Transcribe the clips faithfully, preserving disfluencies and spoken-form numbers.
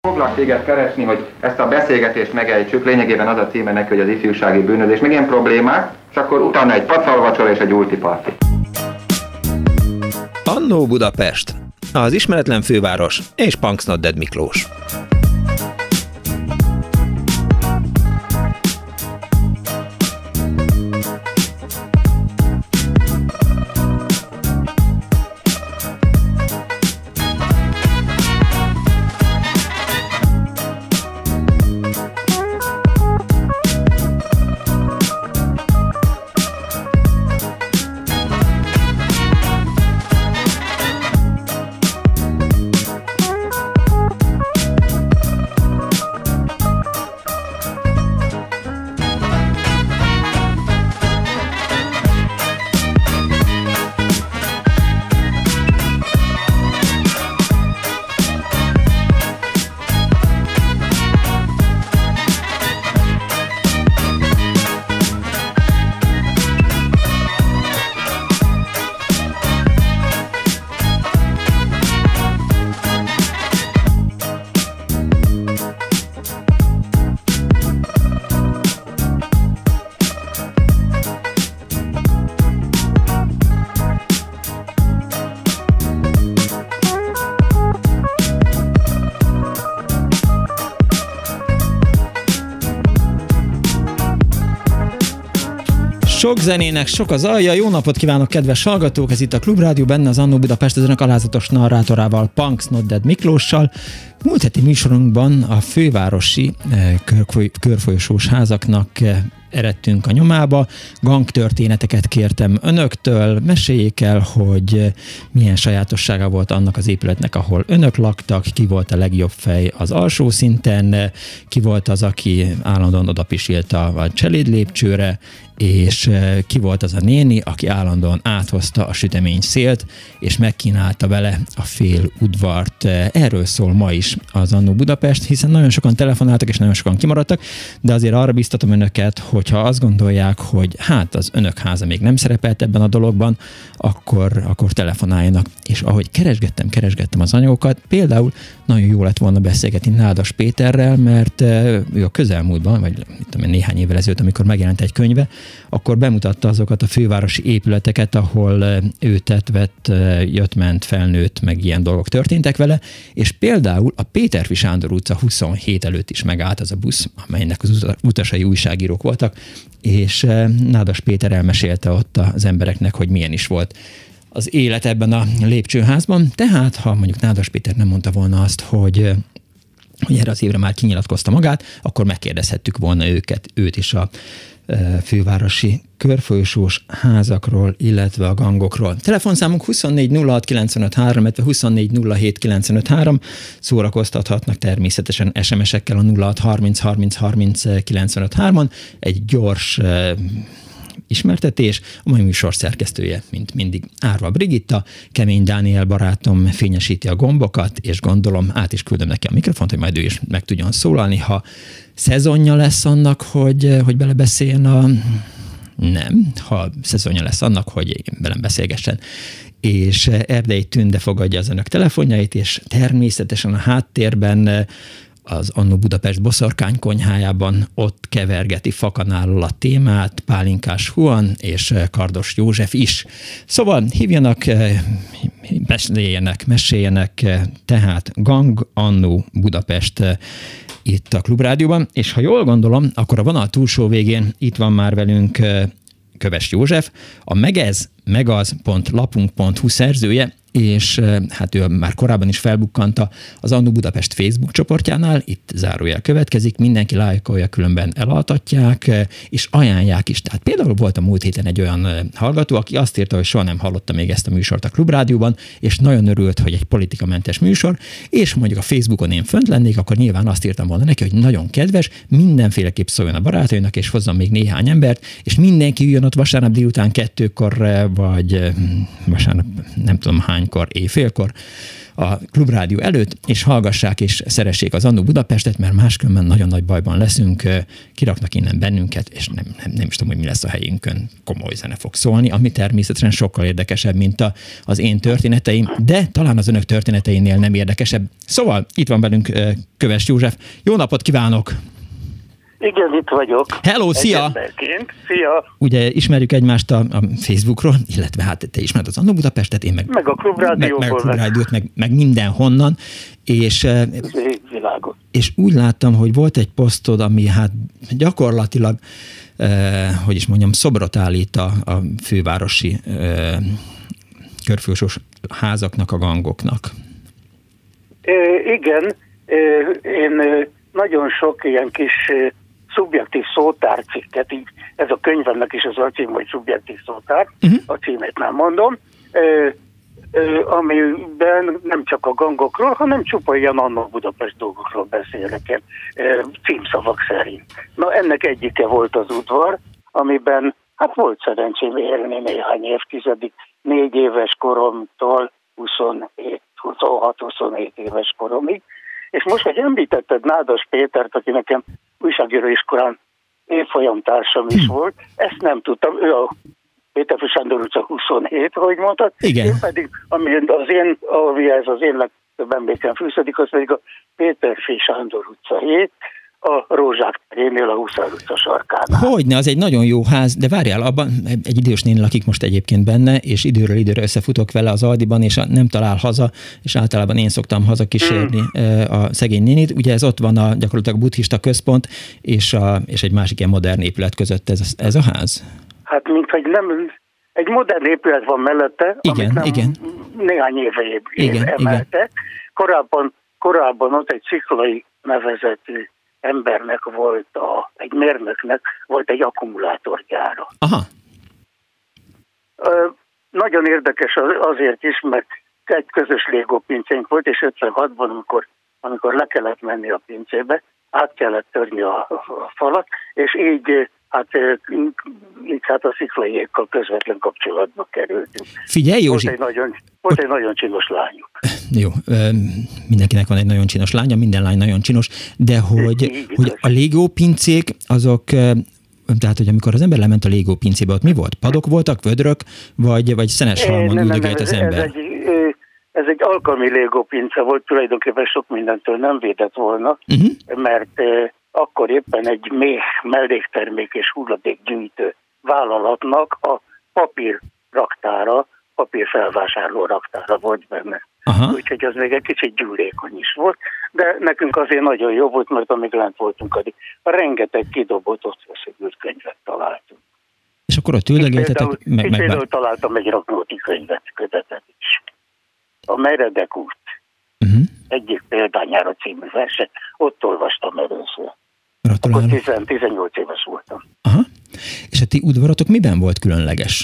Foglak téged keresni, hogy ezt a beszélgetést megejtsük, lényegében az a címe neki, hogy az ifjúsági bűnözés, meg ilyen problémák, és akkor utána egy pacalvacsora és egy ultiparti. Annó Budapest, az ismeretlen főváros és Punks Not Dead Miklós. Sok zenének sok az alja, jó napot kívánok, kedves hallgatók, ez itt a Klubrádió, benne az Annó Budapest, az önök alázatos narrátorával, Punks Not Dead Miklóssal. Múlt heti műsorunkban a fővárosi körfoly- körfolyosós házaknak eredtünk a nyomába, gangtörténeteket kértem önöktől, meséljék el, hogy milyen sajátossága volt annak az épületnek, ahol önök laktak, ki volt a legjobb fej az alsó szinten, ki volt az, aki állandóan odapisilta a cseléd lépcsőre, és ki volt az a néni, aki állandóan áthozta a sütemény szélt, és megkínálta vele a fél udvart. Erről szól ma is az Annó Budapest, hiszen nagyon sokan telefonáltak, és nagyon sokan kimaradtak, de azért arra biztatom önöket, hogyha azt gondolják, hogy hát az önök háza még nem szerepelt ebben a dologban, akkor, akkor telefonáljanak. És ahogy keresgettem, keresgettem az anyagokat, például nagyon jó lett volna beszélgetni Nádas Péterrel, mert ő a közelmúltban, vagy mit tudom, néhány évvel ezelőtt, amikor megjelent egy könyve, akkor bemutatta azokat a fővárosi épületeket, ahol ő tett, vett, jött-ment, felnőtt, meg ilyen dolgok történtek vele, és például a Péterfi Sándor utca huszonhét előtt is megállt az a busz, amelynek az utasai újságírók voltak, és Nádas Péter elmesélte ott az embereknek, hogy milyen is volt az élet ebben a lépcsőházban. Tehát, ha mondjuk Nádas Péter nem mondta volna azt, hogy hogy erre az évre már kinyilatkozta magát, akkor megkérdezhettük volna őket, őt is a fővárosi körfolyosós házakról, illetve a gangokról. Telefonszámunk huszonnégy nulla hat kilencvenöt három, illetve huszonnégy nulla hét kilencvenöt három, szórakoztathatnak természetesen es em es-ekkel a nulla hat harminc harminc harminc kilencvenöt három-on. Egy gyors uh, ismertetés, a mai műsor szerkesztője, mint mindig, Árva Brigitta, Kemény Dániel barátom fényesíti a gombokat, és gondolom át is küldöm neki a mikrofont, hogy majd ő is meg tudjon szólalni, ha szezonja lesz annak, hogy, hogy belebeszéljen a... Nem, ha szezonja lesz annak, hogy velem beszélgessen. És Erdei Tünde fogadja az önök telefonjait, és természetesen a háttérben az Annó Budapest boszorkány konyhájában ott kevergeti fakanállal a témát Pálinkás Juan és Kardos József is. Szóval hívjanak, beszéljenek, meséljenek, tehát Gang Annó Budapest itt a Klubrádióban, és ha jól gondolom, akkor a vonal túlsó végén itt van már velünk Köves József, a megez, megaz pont lapunk pont hu szerzője, és hát ő már korábban is felbukkanta az Annó Budapest Facebook csoportjánál, itt zárójel következik, mindenki lájkolja, különben elaltatják, és ajánlják is. Tehát például volt a múlt héten egy olyan hallgató, aki azt írta, hogy soha nem hallotta még ezt a műsort a Klubrádióban, és nagyon örült, hogy egy politikamentes műsor, és mondjuk a Facebookon én fönt lennék, akkor nyilván azt írtam volna neki, hogy nagyon kedves, mindenféleképp szóljon a barátainak, és hozzon még néhány embert, és mindenki üljön ott vasárnap délután kettőkor, vagy vasárnap nem tudom hánykor, éjfélkor, a Klubrádió előtt, és hallgassák és szeressék az Annó Budapestet, mert máskülönben nagyon nagy bajban leszünk, kiraknak innen bennünket, és nem, nem, nem is tudom, hogy mi lesz a helyünkön. Komoly zene fog szólni, ami természetesen sokkal érdekesebb, mint a, az én történeteim, de talán az önök történeteinél nem érdekesebb. Szóval itt van velünk Köves József. Jó napot kívánok! Igen, itt vagyok. Hello, szia! Szia! Ugye ismerjük egymást a, a Facebookról, illetve hát te ismered az Annó Budapestet, én meg, meg a Klubrádióból. Meg, meg a Klubrádiót, meg, meg mindenhonnan. És, világos. és úgy láttam, hogy volt egy posztod, ami hát gyakorlatilag, eh, hogy is mondjam, szobrot állít a, a fővárosi eh, körfősós házaknak, a gangoknak. É, igen, én nagyon sok ilyen kis szubjektív szótárcikket, így ez a könyvemnek is az a cím, hogy szubjektív szótár, uh-huh. a címét nem mondom, amiben nem csak a gangokról, hanem csupa ilyen Annó Budapest dolgokról beszélek ilyen címszavak szerint. Na ennek egyike volt az udvar, amiben hát volt szerencsém élni néhány évtizedig, négy éves koromtól huszonhét, huszonhat-huszonhét éves koromig. És most, hogy említetted Nádas Pétert, aki nekem újságíróiskolán évfolyamtársam is volt, ezt nem tudtam, ő a Péterfi Sándor utca huszonhét, ahogy mondtad. Igen. Én pedig, ami az én, ami ez az én legtöbb emlékem fűződik, az pedig a Péterfi Sándor utca hét, a Rózsák terénél, a Huszár utca sarkánál. Hogyne, az egy nagyon jó ház, de várjál, abban egy idős néni lakik most egyébként benne, és időről időre összefutok vele az Aldiban, és nem talál haza, és általában én szoktam haza kísérni hmm. a szegény nénit. Ugye ez ott van a gyakorlatilag buddhista központ, és, a, és egy másik ilyen modern épület között ez, ez a ház. Hát, minthogy nem, egy modern épület van mellette, igen, amit nem igen. néhány éve év, igen, emeltek. Igen. Korábban, korábban ott egy Sziklai nevezetű embernek volt, a, egy mérnöknek volt egy akkumulátorgyára. Aha. Ö, nagyon érdekes azért is, mert egy közös légópincénk volt, és ötvenhatban, amikor, amikor le kellett menni a pincébe, át kellett törni a, a falat, és így hát, így hát a sziklaiékkal közvetlen kapcsolatba kerültünk. Figyelj, Józsi! Volt egy nagyon, volt egy nagyon csinos lányuk. Jó, mindenkinek van egy nagyon csinos lánya, minden lány nagyon csinos, de hogy, hogy a légópincék azok, tehát hogy amikor az ember lement a légópincébe, ott mi volt? Padok voltak, vödrök, vagy, vagy szenes halmon üldögélt az ember? Ez egy, ez egy alkalmi légópince volt, tulajdonképpen sok mindentől nem védett volna, uh-huh. mert akkor éppen egy méh melléktermék és hulladékgyűjtő vállalatnak a papír raktára, papírfelvásárló raktára volt benne. Aha. Úgyhogy az még egy kicsit gyűlékony is volt, de nekünk azért nagyon jó volt, mert amíg lent voltunk, addig rengeteg kidobott, ott összegyűlt könyvet találtunk. És akkor ott üldögéltetek? Itt például, meg, például találtam egy Raknóti könyvet, kötetet is. A Meredek út. Uh-huh. Egyik példányára című verset, ott olvastam először. Akkor tizennyolc éves voltam. Aha. És a ti udvaratok miben volt különleges?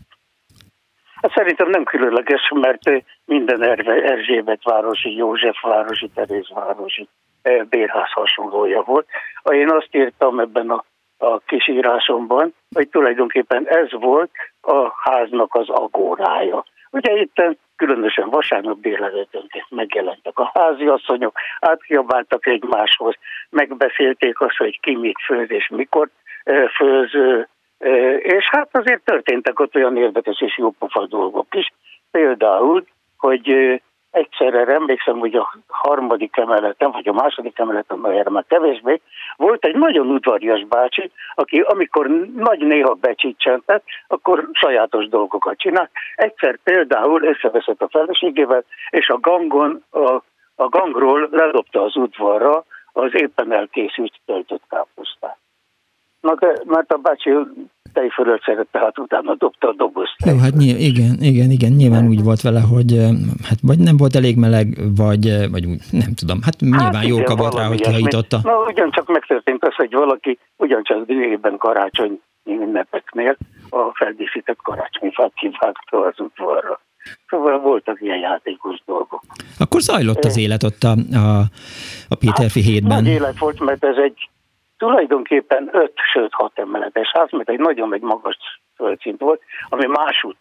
Hát szerintem nem különleges, mert minden Erzsébetvárosi, Józsefvárosi, Terézvárosi bérház hasonlója volt. Én azt írtam ebben a, a kis írásomban, hogy tulajdonképpen ez volt a háznak az agórája. Ugye itt különösen vasárnap délelőttönként megjelentek a háziasszonyok, átkiabáltak egymáshoz, megbeszélték azt, hogy ki mit főz és mikor főz, és hát azért történtek ott olyan érdekes és jópofa dolgok is. Például, hogy egyszerre emlékszem, hogy a harmadik emeleten, vagy a második emeleten, erre már kevésbé, volt egy nagyon udvarias bácsi, aki amikor nagy néha becsicsentett, akkor sajátos dolgokat csinált. Egyszer például összeveszett a feleségével, és a gangon, a, a gangról ledobta az udvarra az éppen elkészült töltött káposztát. Na de, mert a bácsi tejfölöt szerette, hát utána dobta a dobozt. Jó, hát nyilván, igen, igen, igen, nyilván úgy volt vele, hogy hát vagy nem volt elég meleg, vagy, vagy úgy, nem tudom, hát nyilván hát jóka volt rá, hogy kihajította. Na, ugyancsak megtörtént az, hogy valaki ugyancsak dühében karácsony ünnepeknél a feldíszített karácsonyfát kivágta az udvarra. Szóval voltak ilyen játékos dolgok. Akkor zajlott az élet ott a, a, a Péterfi hétben. Hát, nagy élet volt, mert ez egy tulajdonképpen öt, sőt hat emeletes ház, mert egy nagyon egy magas földszint volt, ami másút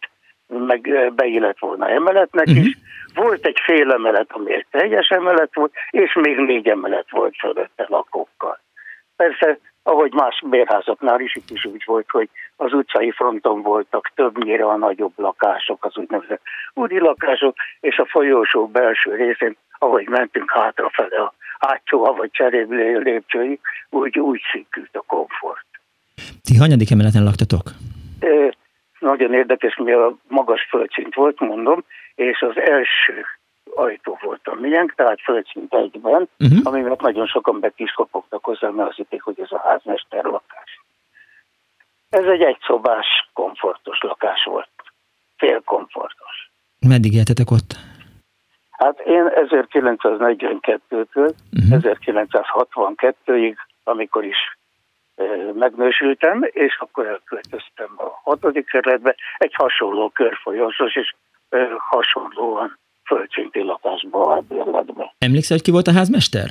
meg beillett volna emeletnek uh-huh. is. Volt egy fél emelet, ami egy teljes emelet volt, és még négy emelet volt fölötte lakókkal. Persze, ahogy más bérházaknál is, itt is úgy volt, hogy az utcai fronton voltak többnyire a nagyobb lakások, az úgynevezett úri lakások, és a folyósó belső részén, ahogy mentünk hátrafele a hátsó, vagy cseréb lépcsőig, úgy, úgy szűkült a komfort. Ti hanyadik emeleten laktatok? E, nagyon érdekes, mi a magas földszint volt, mondom, és az első ajtó volt a miénk, tehát földszint egyben, uh-huh. ami miatt nagyon sokan bekiskopogtak hozzá, mert azt hitték, hogy ez a házmester lakás. Ez egy egyszobás, komfortos lakás volt. Félkomfortos. Meddig éltetek ott? Hát én ezerkilencszáznegyvenkettőtől uh-huh. ezerkilencszázhatvankettőig, amikor is e, megnősültem, és akkor elköltöztem a hatodik kerületbe, egy hasonló körfolyosos, és e, hasonlóan földszinti lakásba, a bérletbe. Emlékszel, hogy ki volt a házmester?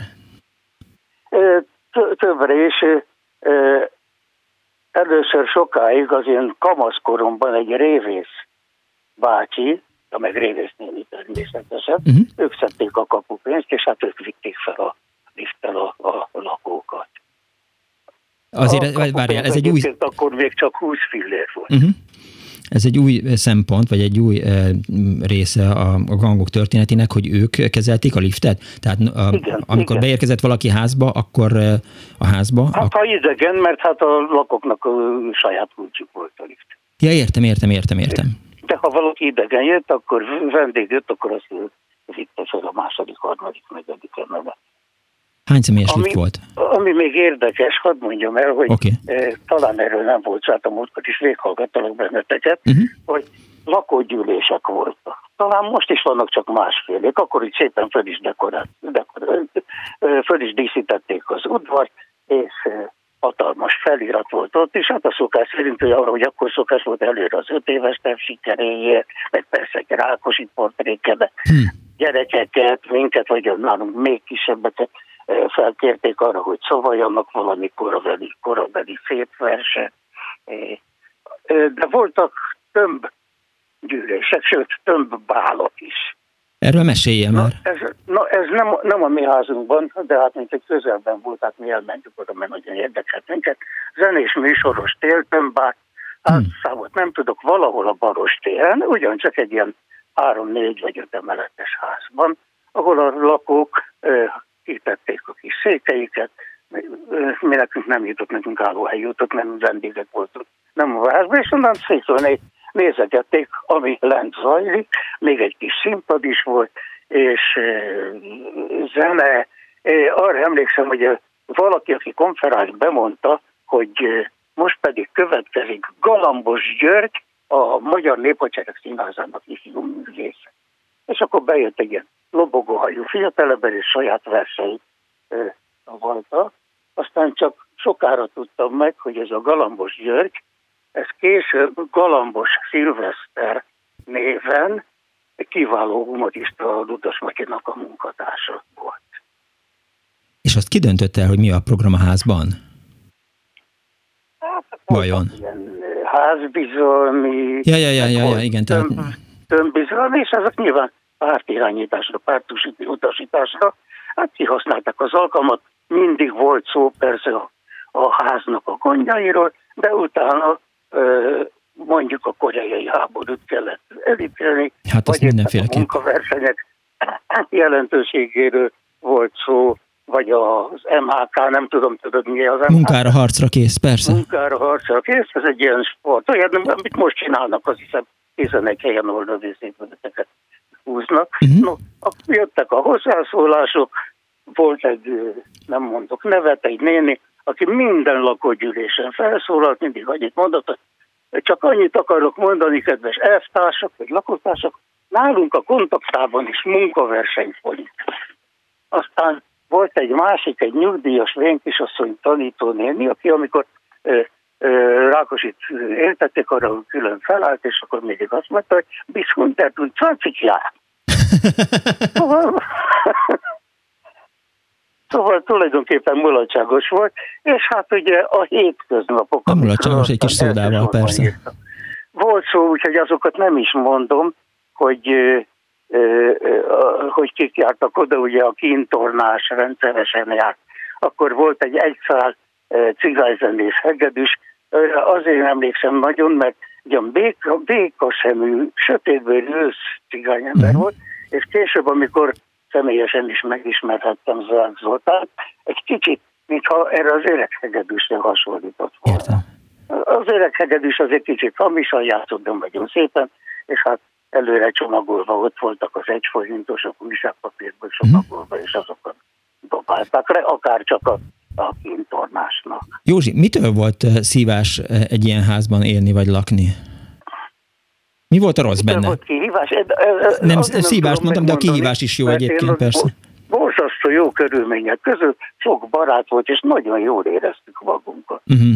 Többre is. Először sokáig az én kamaszkoromban egy révész bácsi, de meg révész néni természetesen, uh-huh. ők szedték a kapupénzt, és hát ők vitték fel a lifttel a, a lakókat. Azért, várjál, ez egy új... Akkor még csak húsz fillér volt. Uh-huh. Ez egy új szempont, vagy egy új e, része a, a gangok történetének, hogy ők kezelték a liftet? Tehát a, igen, amikor igen. beérkezett valaki házba, akkor e, a házba... Hát ak- ha idegen, mert hát a lakóknak a saját kulcsuk volt a lift. Ja, értem, értem, értem, értem. De ha valaki idegen jött, akkor vendég jött, akkor azt vitte fel a második, harmadik, negyedik emelet. Hány személyes ami, lift volt? Ami még érdekes, hadd mondjam el, hogy okay. eh, talán erről nem volt szó, a múltkor is véghallgattalak benneteket, uh-huh. hogy lakógyűlések voltak. Talán most is vannak, csak másfélék, akkor így szépen föl is, dekorát, dekorát, föl is díszítették az udvart, és eh, hatalmas felirat volt ott, és hát a szokás szerint, hogy arra, hogy akkor szokás volt előre az öt éves terv sikeréért, meg persze egy Rákosit portrékebe, hmm. gyerekeket, minket, vagy nálunk még kisebbeket felkérték arra, hogy szavaljanak valami korabeli, korabeli szép verse. De voltak több gyűlések, sőt, több bálok is. Erről meséljél már. Na, ez, na, ez nem, nem a mi házunkban, de hát mint egy közelben volt, hát mi elmentük oda, mert nagyon érdekelt minket. Zenés műsoros téltömbák, hát hmm. számot nem tudok, valahol a Baros téren, ugyancsak egy ilyen három-négy vagy öt emeletes házban, ahol a lakók kitették a kis székeiket, mi nekünk nem jutott, nekünk állóhely jutott, nem vendégek voltunk, nem a házban, és onnan szépen nézegették, ami lent zajlik, még egy kis színpad is volt, és zene. Arra emlékszem, hogy valaki, aki konferáns bemondta, hogy most pedig következik Galambos György, a Magyar Néphadsereg Színházának ifjú művésze. És akkor bejött egy ilyen lobogóhajú fiatalember, és saját verseit e, voltak. Aztán csak sokára tudtam meg, hogy ez a Galambos György, ez később Galambos Szilveszter néven kiváló humorista a Ludas Matyinak a munkatársa volt. És azt ki döntött el, hogy mi a program a házban? Hát, vajon? Ilyen házbizalmi... Ja, ja, ja, ja, ja igen. Több, tehát... tömbbizalmi, és ezek nyilván pártirányításra, pártutasításra, hát kihasználták az alkalmat, mindig volt szó persze a, a háznak a gondjairól, de utána ö, mondjuk a koreai háborút kellett elítélni, hát vagy éppen a munkaversenyek jelentőségéről volt szó, vagy az em há ká, nem tudom, tudod mi az em há ká. Munkára harcra kész, persze. Munkára harcra kész, ez egy ilyen sport. Olyan, amit most csinálnak, azt hiszem, tizenegy helyen oldalvészétvezeteket húznak. Uh-huh. No, akkor jöttek a hozzászólások, volt egy, nem mondok nevet, egy néni, aki minden lakógyűlésen felszólalt, mindig annyit mondott, hogy csak annyit akarok mondani, kedves elvtársak, vagy lakótársak, nálunk a kontaktában is munkaverseny folyik. Aztán volt egy másik, egy nyugdíjas vénkisasszony tanítónéni, aki amikor ö, ö, Rákosit éltették, arra külön felállt, és akkor mindig azt mondta, hogy bis hundert und zwanzig Jahre. Szóval, szóval tulajdonképpen mulatságos volt, és hát ugye a hétköznapok... A mulatságos egy kis szódával, persze. Írta, volt szó, úgyhogy azokat nem is mondom, hogy, ö, ö, ö, hogy kik jártak oda, ugye a kíntornás rendszeresen járt. Akkor volt egy egyszál cigányzenész hegedűs, azért emlékszem nagyon, mert ugyan béka, békaszemű, sötétbőrű ősz cigányember uh-huh. volt, és később, amikor személyesen is megismerhettem Zoltán Zoltánt, egy kicsit, mintha erre az öreg hegedűsre hasonlított volna. Értem. Az öreg hegedűs azért kicsit hamisan játszott, de nagyon szépen, és hát előre csomagolva ott voltak az egyforintosok, újságpapírból csomagolva, és azokat dobálták le, akár csak a, a kíntornásnak. Józsi, mitől volt szívás egy ilyen házban élni vagy lakni? Mi volt a rossz mitől benne? Volt kihívás? Nem, szívást mondtam, de a kihívás is jó egyébként, persze. Borzasztó jó körülmények között, sok barát volt, és nagyon jól éreztük magunkat. Uh-huh.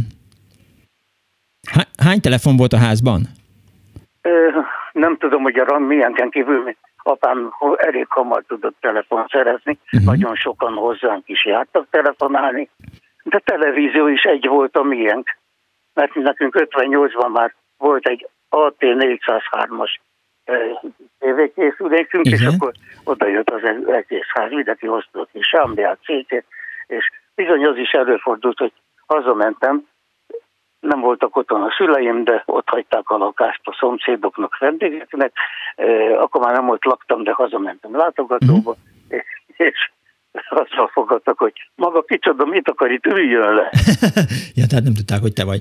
Hány telefon volt a házban? Ö, nem tudom, hogy a milyenken kívül apám elég hamar tudott telefon szerezni, uh-huh. nagyon sokan hozzánk is jártak telefonálni, de televízió is egy volt a miénk, mert nekünk ötvennyolcban már volt egy á té négyszázhármas tévékészülékünk, és akkor oda jött az egész ház, mindenki hozta ki sámbiát, székét, és bizony az is előfordult, hogy hazamentem, nem voltak otthon a szüleim, de ott hagyták a lakást a szomszédoknak, vendégeknek, akkor már nem ott laktam, de hazamentem látogatóba, mm. és azzal fogadtak, hogy maga kicsoda, mit akar itt, üljön le. Ja, tehát nem tudták, hogy te vagy.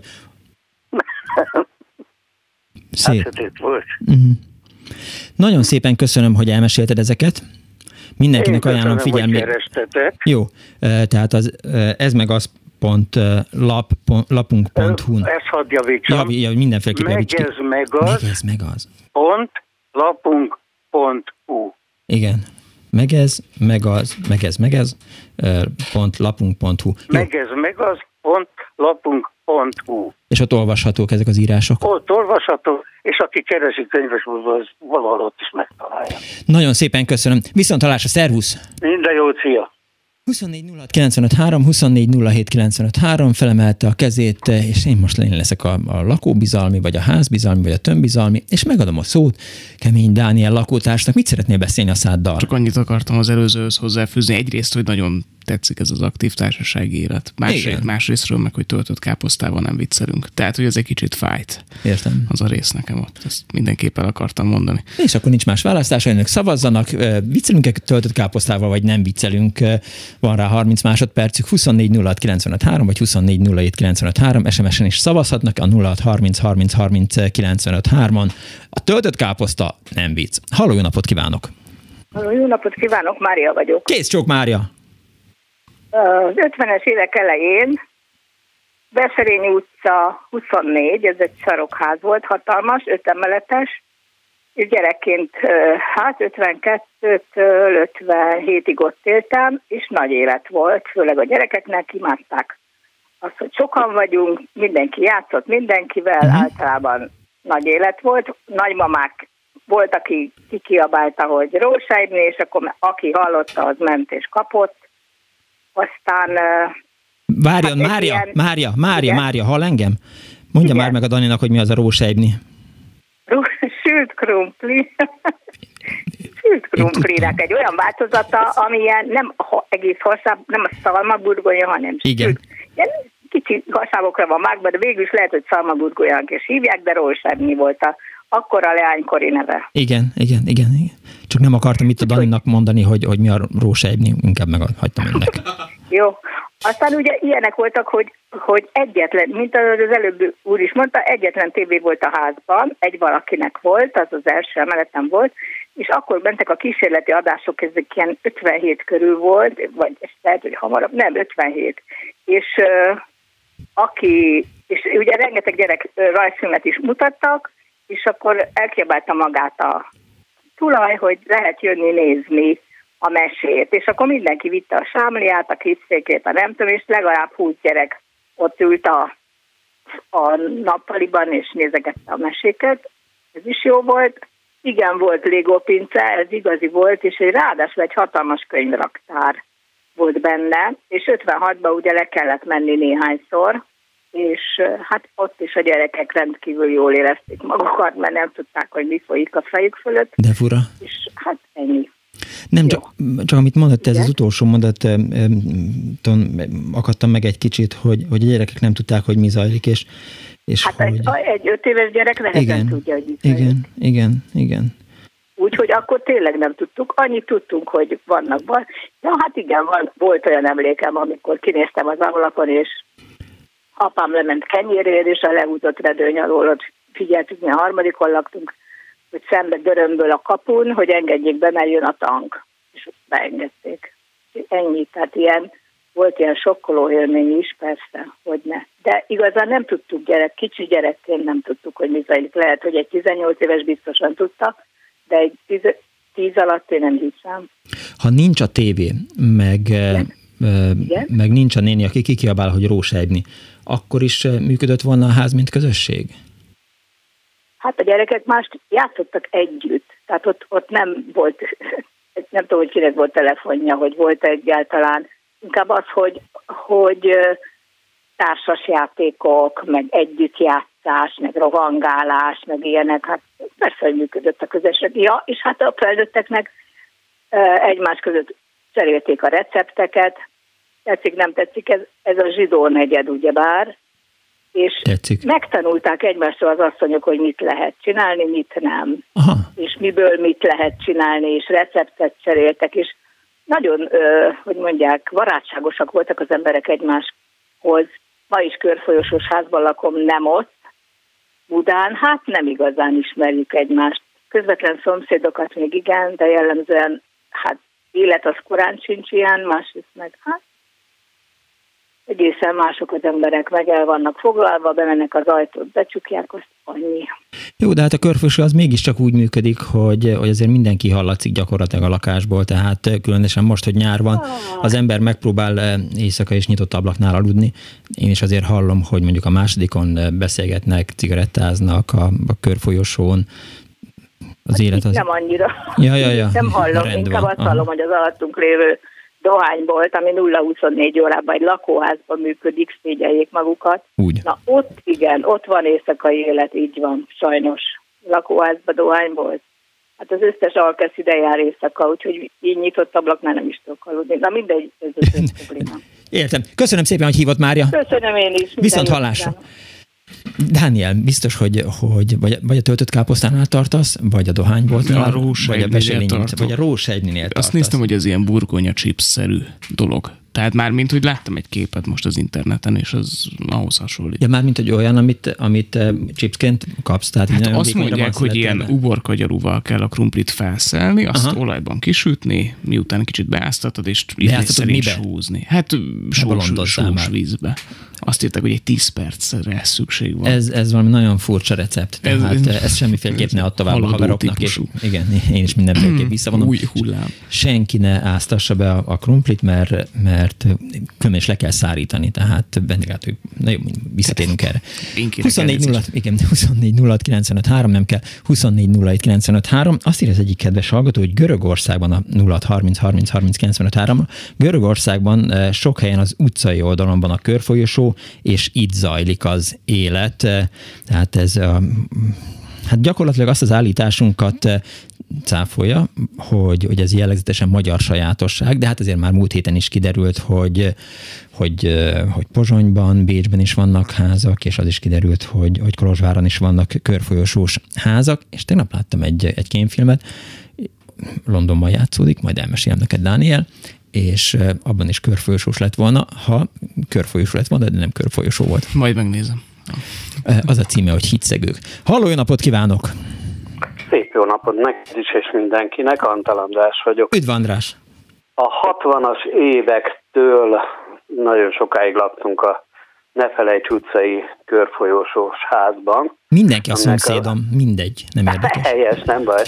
Szép. Hát volt. Uh-huh. Nagyon szépen köszönöm, hogy elmesélted ezeket. Mindenkinek Én ajánlom köszönöm, figyelmét. Jó, tehát az, ez meg az pont lap, pont, lapunk pont hu. Ezt hadd javítsam. Javi, javi, mindenféleképpen meg ez meg az. Meg ez meg az. Pont lapunk pont hu. Igen. Meg ez, meg az, meg ez, meg ez, pont lapunk pont hu. Meg ez, meg az, pont lapunk pont hu. És ott olvashatók ezek az írások? Ott olvasható, és aki keresi könyvesboltba, az valahol ott is megtalálja. Nagyon szépen köszönöm. Viszontlátásra, szervusz! Minden jót, szia! huszonnégy nulla hat kilencvenöt három, huszonnégy nulla hét kilencvenöt három felemelte a kezét, és én most én leszek a, a lakóbizalmi, vagy a házbizalmi, vagy a tömbizalmi, és megadom a szót Kemény Dániel lakótársnak. Mit szeretnél beszélni a száddal? Csak annyit akartam az előzőhöz hozzáfűzni. Egyrészt, hogy nagyon tetszik ez az aktív társasági élet. Másrészt, másrésztről meg, hogy töltött káposztával nem viccelünk. Tehát, hogy ez egy kicsit fájt. Értem. Az a rész nekem ott. Ezt mindenképpen akartam mondani. És akkor nincs más választás, önök szavazzanak. Viccelünk-e töltött káposztával, vagy nem viccelünk? Van rá harminc másodpercük, huszonnégy nulla hat kilencvenöt három, vagy huszonnégy nulla hét kilencvenöt három, es em es-en is szavazhatnak a nulla hat harminc harminc harminc kilencvenöt hármon. A töltött káposzta nem vicc. Halló, jó napot kívánok! Halló, jó napot kívánok, Mária vagyok. Kész csók, Mária! Az ötvenes évek elején Beserényi utca huszonnégy, ez egy sarokház volt, hatalmas, öt emeletes, és gyerekként hát ötvenkettőtől ötvenhétig ott éltem, és nagy élet volt, főleg a gyerekeknek imádták azt, hogy sokan vagyunk, mindenki játszott mindenkivel, uh-huh. általában nagy élet volt. Nagymamák volt, aki kikiabálta, hogy Rózsáibné, és akkor aki hallotta, az ment és kapott. Aztán... Várjon, hát Mária, ilyen... Mária, Mária, igen? Mária, hall engem? Mondja igen. Már meg a Daninak, hogy mi az a rózsejbni. Sült krumpli. Sült krumplinak egy olyan változata, amilyen nem egész hosszabb, nem a szalmaburgolya, hanem igen. sült. Ilyen kicsi hasábokra van mágva, de végül is lehet, hogy szalmaburgolyanak is hívják, de rózsejbni volt a akkor a leánykori neve. Igen, igen, igen, igen. Csak nem akartam itt a Daninak mondani, hogy, hogy mi a rózsejbni, inkább meghagytam önnek. Jó. Aztán ugye ilyenek voltak, hogy, hogy egyetlen, mint az előbb úr is mondta, egyetlen tévé volt a házban, egy valakinek volt, az az első emeletem volt, és akkor mentek a kísérleti adások, ezek ilyen ötvenhét körül volt, vagy lehet, hogy hamarabb, nem, ötvenhét. És uh, aki, és ugye rengeteg gyerek uh, rajzfilmet is mutattak, és akkor elkiabálta magát a tulaj, hogy lehet jönni nézni a mesét, és akkor mindenki vitte a sámliát, a készszékét, a nem tudom, és legalább húsz gyerek ott ült a, a nappaliban, és nézegette a meséket. Ez is jó volt. Igen, volt Légópince, ez igazi volt, és egy ráadásul egy hatalmas könyvraktár volt benne, és ötvenhatban ugye le kellett menni néhányszor, és hát ott is a gyerekek rendkívül jól érezték magukat, mert nem tudták, hogy mi folyik a fejük fölött. De fura. És hát ennyi. Nem, csak, csak amit mondott, ez az utolsó mondat, akadtam meg egy kicsit, hogy, hogy a gyerekek nem tudták, hogy mi zajlik, és, és hát hogy... egy, egy öt éves gyerek nehezen igen, tudja, hogy mi zajlik. Igen, igen, igen. Úgyhogy akkor tényleg nem tudtuk. Annyit tudtunk, hogy vannak baj. Ja, hát igen, van, volt olyan emlékem, amikor kinéztem az ablakon, és apám lement kenyérért, és a lehúzott redőny alól ott figyeltük, mi a harmadikon laktunk, hogy szembe dörömböl a kapun, hogy engedjék be, mert jön a tank. És beengedték. Ennyi, tehát ilyen, volt ilyen sokkoló élmény is, persze, hogy ne. De igazán nem tudtuk gyerek, kicsi gyerekként nem tudtuk, hogy mi zajlik. Lehet, hogy egy tizennyolc éves biztosan tudta, de egy tíz, tíz alatt én nem hiszem. Ha nincs a tévé, meg, meg nincs a néni, aki kikiabál, hogy rósejbni, akkor is működött volna a ház, mint közösség? Hát a gyerekek mást játszottak együtt. Tehát ott, ott nem volt, nem tudom, hogy kinek volt telefonja, hogy volt egyáltalán. Inkább az, hogy, hogy társas játékok, meg együttjátszás, meg rohangálás, meg ilyenek. Hát persze, hogy működött a közösség. Ja, és hát a felnőtteknek egymás között cserélték a recepteket. Tetszik, nem tetszik, ez, ez a zsidó negyed, ugyebár. És tetszik. Megtanulták egymástól az asszonyok, hogy mit lehet csinálni, mit nem. Aha. És miből mit lehet csinálni, és receptet cseréltek, és nagyon, ö, hogy mondják, barátságosak voltak az emberek egymáshoz. Ma is körfolyosós házban lakom, nem ott, Budán, hát nem igazán ismerjük egymást. Közvetlen szomszédokat még igen, de jellemzően, hát élet az korán sincs ilyen, másrészt meg, hát egészen mások az emberek, meg el vannak foglalva, bemennek az ajtót, becsukják, azt annyi. Jó, de hát a körfolyosó az mégiscsak úgy működik, hogy, hogy azért mindenki hallatszik gyakorlatilag a lakásból, tehát különösen most, hogy nyár van, az ember megpróbál éjszaka és nyitott ablaknál aludni. Én is azért hallom, hogy mondjuk a másodikon beszélgetnek, cigarettáznak a, a körfolyosón. Az élet az... Nem annyira. Ja, ja, ja. Nem hallom, Rendben. inkább azt Aha. hallom, hogy az alattunk lévő dohánybolt, ami nulla huszonnégy órában egy lakóházban működik, szégyeljék magukat. Úgy. Na ott igen, ott van éjszakai élet, így van, sajnos. Lakóházban dohánybolt. Hát az összes alkesz ide jár éjszaka, úgyhogy így nyitott ablaknál nem is tudok aludni. Na mindegy, ez az ő problémám. Értem. Köszönöm szépen, hogy hívott, Mária. Köszönöm én is. Viszont hallásra. Dániel, biztos, hogy, hogy vagy, vagy a töltött káposztánál tartasz, vagy a dohányboltnál, a vagy a besélénynél, vagy a rósejbnél tartasz. Azt néztem, hogy ez ilyen burgonya chips-szerű dolog. Tehát már mint, hogy láttam egy képet most az interneten, és az ahhoz hasonlít. Ja, már mint, hogy olyan, amit, amit chipsként kapsz. Tehát hát azt mondják, hogy ilyen uborkagyarúval kell a krumplit felszelni, azt aha. olajban kisütni, miután kicsit beáztatod, és ízlés szerint húzni. Hát sós, sós vízbe. Azt írták, hogy egy tíz percre szükség van. Ez, ez valami nagyon furcsa recept. Tehát ez, ez semmiféleképp ne add tovább a haveroknak. És igen, én is mindenféleképp visszavonom. Új hullám. Senki ne áztassa be a, a krumplit, mert, mert különben is le kell szárítani. Tehát vendégát, hogy na jó, visszatérünk erre. huszonnégy nulla kilencvenöt három nem kell. huszonnégy nulla kilencvenöt három Azt írja az egyik kedves hallgató, hogy Görögországban a nulla harminc harminc harminc kilencvenöt három Görögországban sok helyen az utcai oldalon van a körfolyosó, és itt zajlik az élet. Tehát ez a, hát gyakorlatilag azt az állításunkat cáfolja, hogy, hogy ez jellegzetesen magyar sajátosság, de hát azért már múlt héten is kiderült, hogy, hogy, hogy Pozsonyban, Bécsben is vannak házak, és az is kiderült, hogy, hogy Kolozsváron is vannak körfolyosós házak, és tegnap láttam egy, egy kémfilmet, Londonban játszódik, majd elmesélem neked, Dániel, és abban is körfolyosós lett volna, ha körfolyosó lett volna, de nem körfolyosó volt. Majd megnézem. Az a címe, hogy Hitszegők. Halló, jó napot kívánok! Szép jó napot neked is, és mindenkinek, Antal András vagyok. Üdv, András! A hatvanas évektől nagyon sokáig laktunk a Ne Felejts utcai körfolyósós házban. Mindenki a szomszédom, a... mindegy, nem érdekes. Helyes, nem baj.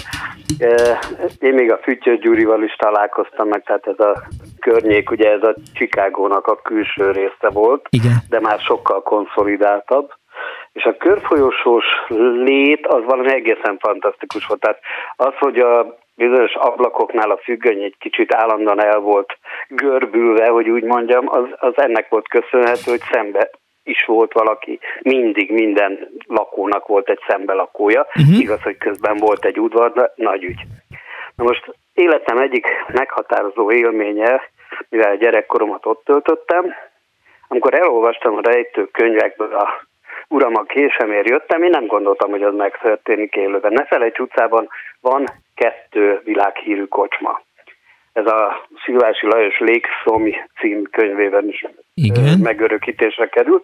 Én még a Füttyös Gyurival is találkoztam meg, tehát ez a környék, ugye ez a Chicagónak a külső része volt, igen. De már sokkal konszolidáltabb. És a körfolyósós lét az valami egészen fantasztikus volt. Tehát az, hogy a bizonyos ablakoknál a függöny egy kicsit állandóan el volt görbülve, hogy úgy mondjam, az, az ennek volt köszönhető, hogy szembe is volt valaki, mindig minden lakónak volt egy szembelakója, uh-huh. igaz, hogy közben volt egy udvar, de nagy ügy. Na most életem egyik meghatározó élménye, mivel gyerekkoromat ott töltöttem, amikor elolvastam a rejtő könyvekből a Uram, a késemért jöttem, én nem gondoltam, hogy az megtörténik élőben. Ne felejts utcában van kettő világhírű kocsma. Ez a Szilvási Lajos Légszomj című könyvében is Igen. megörökítésre került.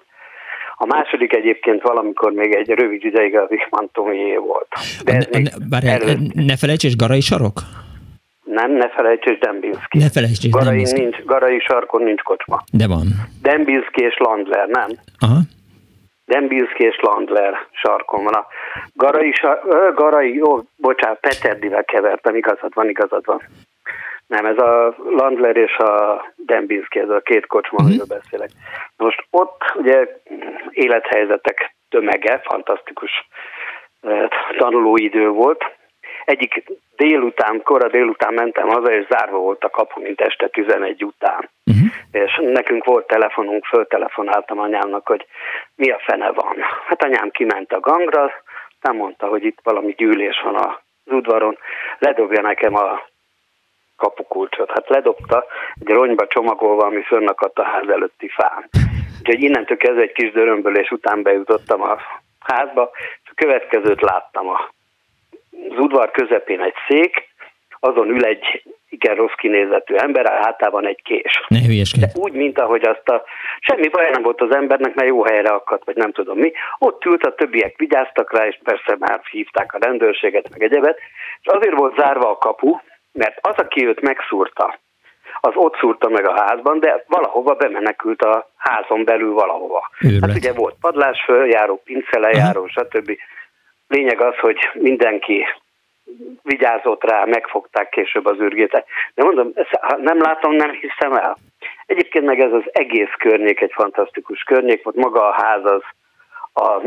A második egyébként valamikor még egy rövid ideig az István Tomié volt. De ez ne, ne, elő... ne felejts, és Garai sarok? Nem, ne felejts, és Dembinski. Ne felejts, és Garai Dembinski. Nincs, Garai sarkon nincs kocsma. De van. Dembinski és Landler, nem? Aha. Dembinski és Landler sarkon van. A Garai, Garai jó, bocsánat, Peterdivel kevertem, igazad van, igazad van. Nem, ez a Landler és a Dembinski, ez a két kocsma, mm-hmm. amiről beszélek. Na most ott ugye élethelyzetek tömege, fantasztikus eh, tanulóidő volt. Egyik délután, kora délután mentem haza, és zárva volt a kapu, mint este tizenegy után. Uh-huh. És nekünk volt telefonunk, föltelefonáltam anyámnak, hogy mi a fene van. Hát anyám kiment a gangra, aztán mondta, hogy itt valami gyűlés van az udvaron, ledobja nekem a kapukulcsot. Hát ledobta, egy ronyba csomagolva, ami fönnakadt a ház előtti fán. Úgyhogy innentől kezdve egy kis dörömbölés után bejutottam a házba, és a következőt láttam a az udvar közepén egy szék, azon ül egy igen rossz kinézetű ember, általában egy kés. Ne hülyeskedj. De úgy, mint ahogy azt a... Semmi baj nem volt az embernek, mert jó helyre akadt, vagy nem tudom mi. Ott ült, a többiek vigyáztak rá, és persze már hívták a rendőrséget, meg egyebet. És azért volt zárva a kapu, mert az, aki őt megszúrta, az ott szúrta meg a házban, de valahova bemenekült a házon belül valahova. Őrület. Hát ugye volt padlás följáró, pincelejáró, stb. Lényeg az, hogy mindenki vigyázott rá, megfogták később az ürgét. De mondom, ha nem látom, nem hiszem el. Egyébként meg ez az egész környék egy fantasztikus környék volt. Maga a ház az a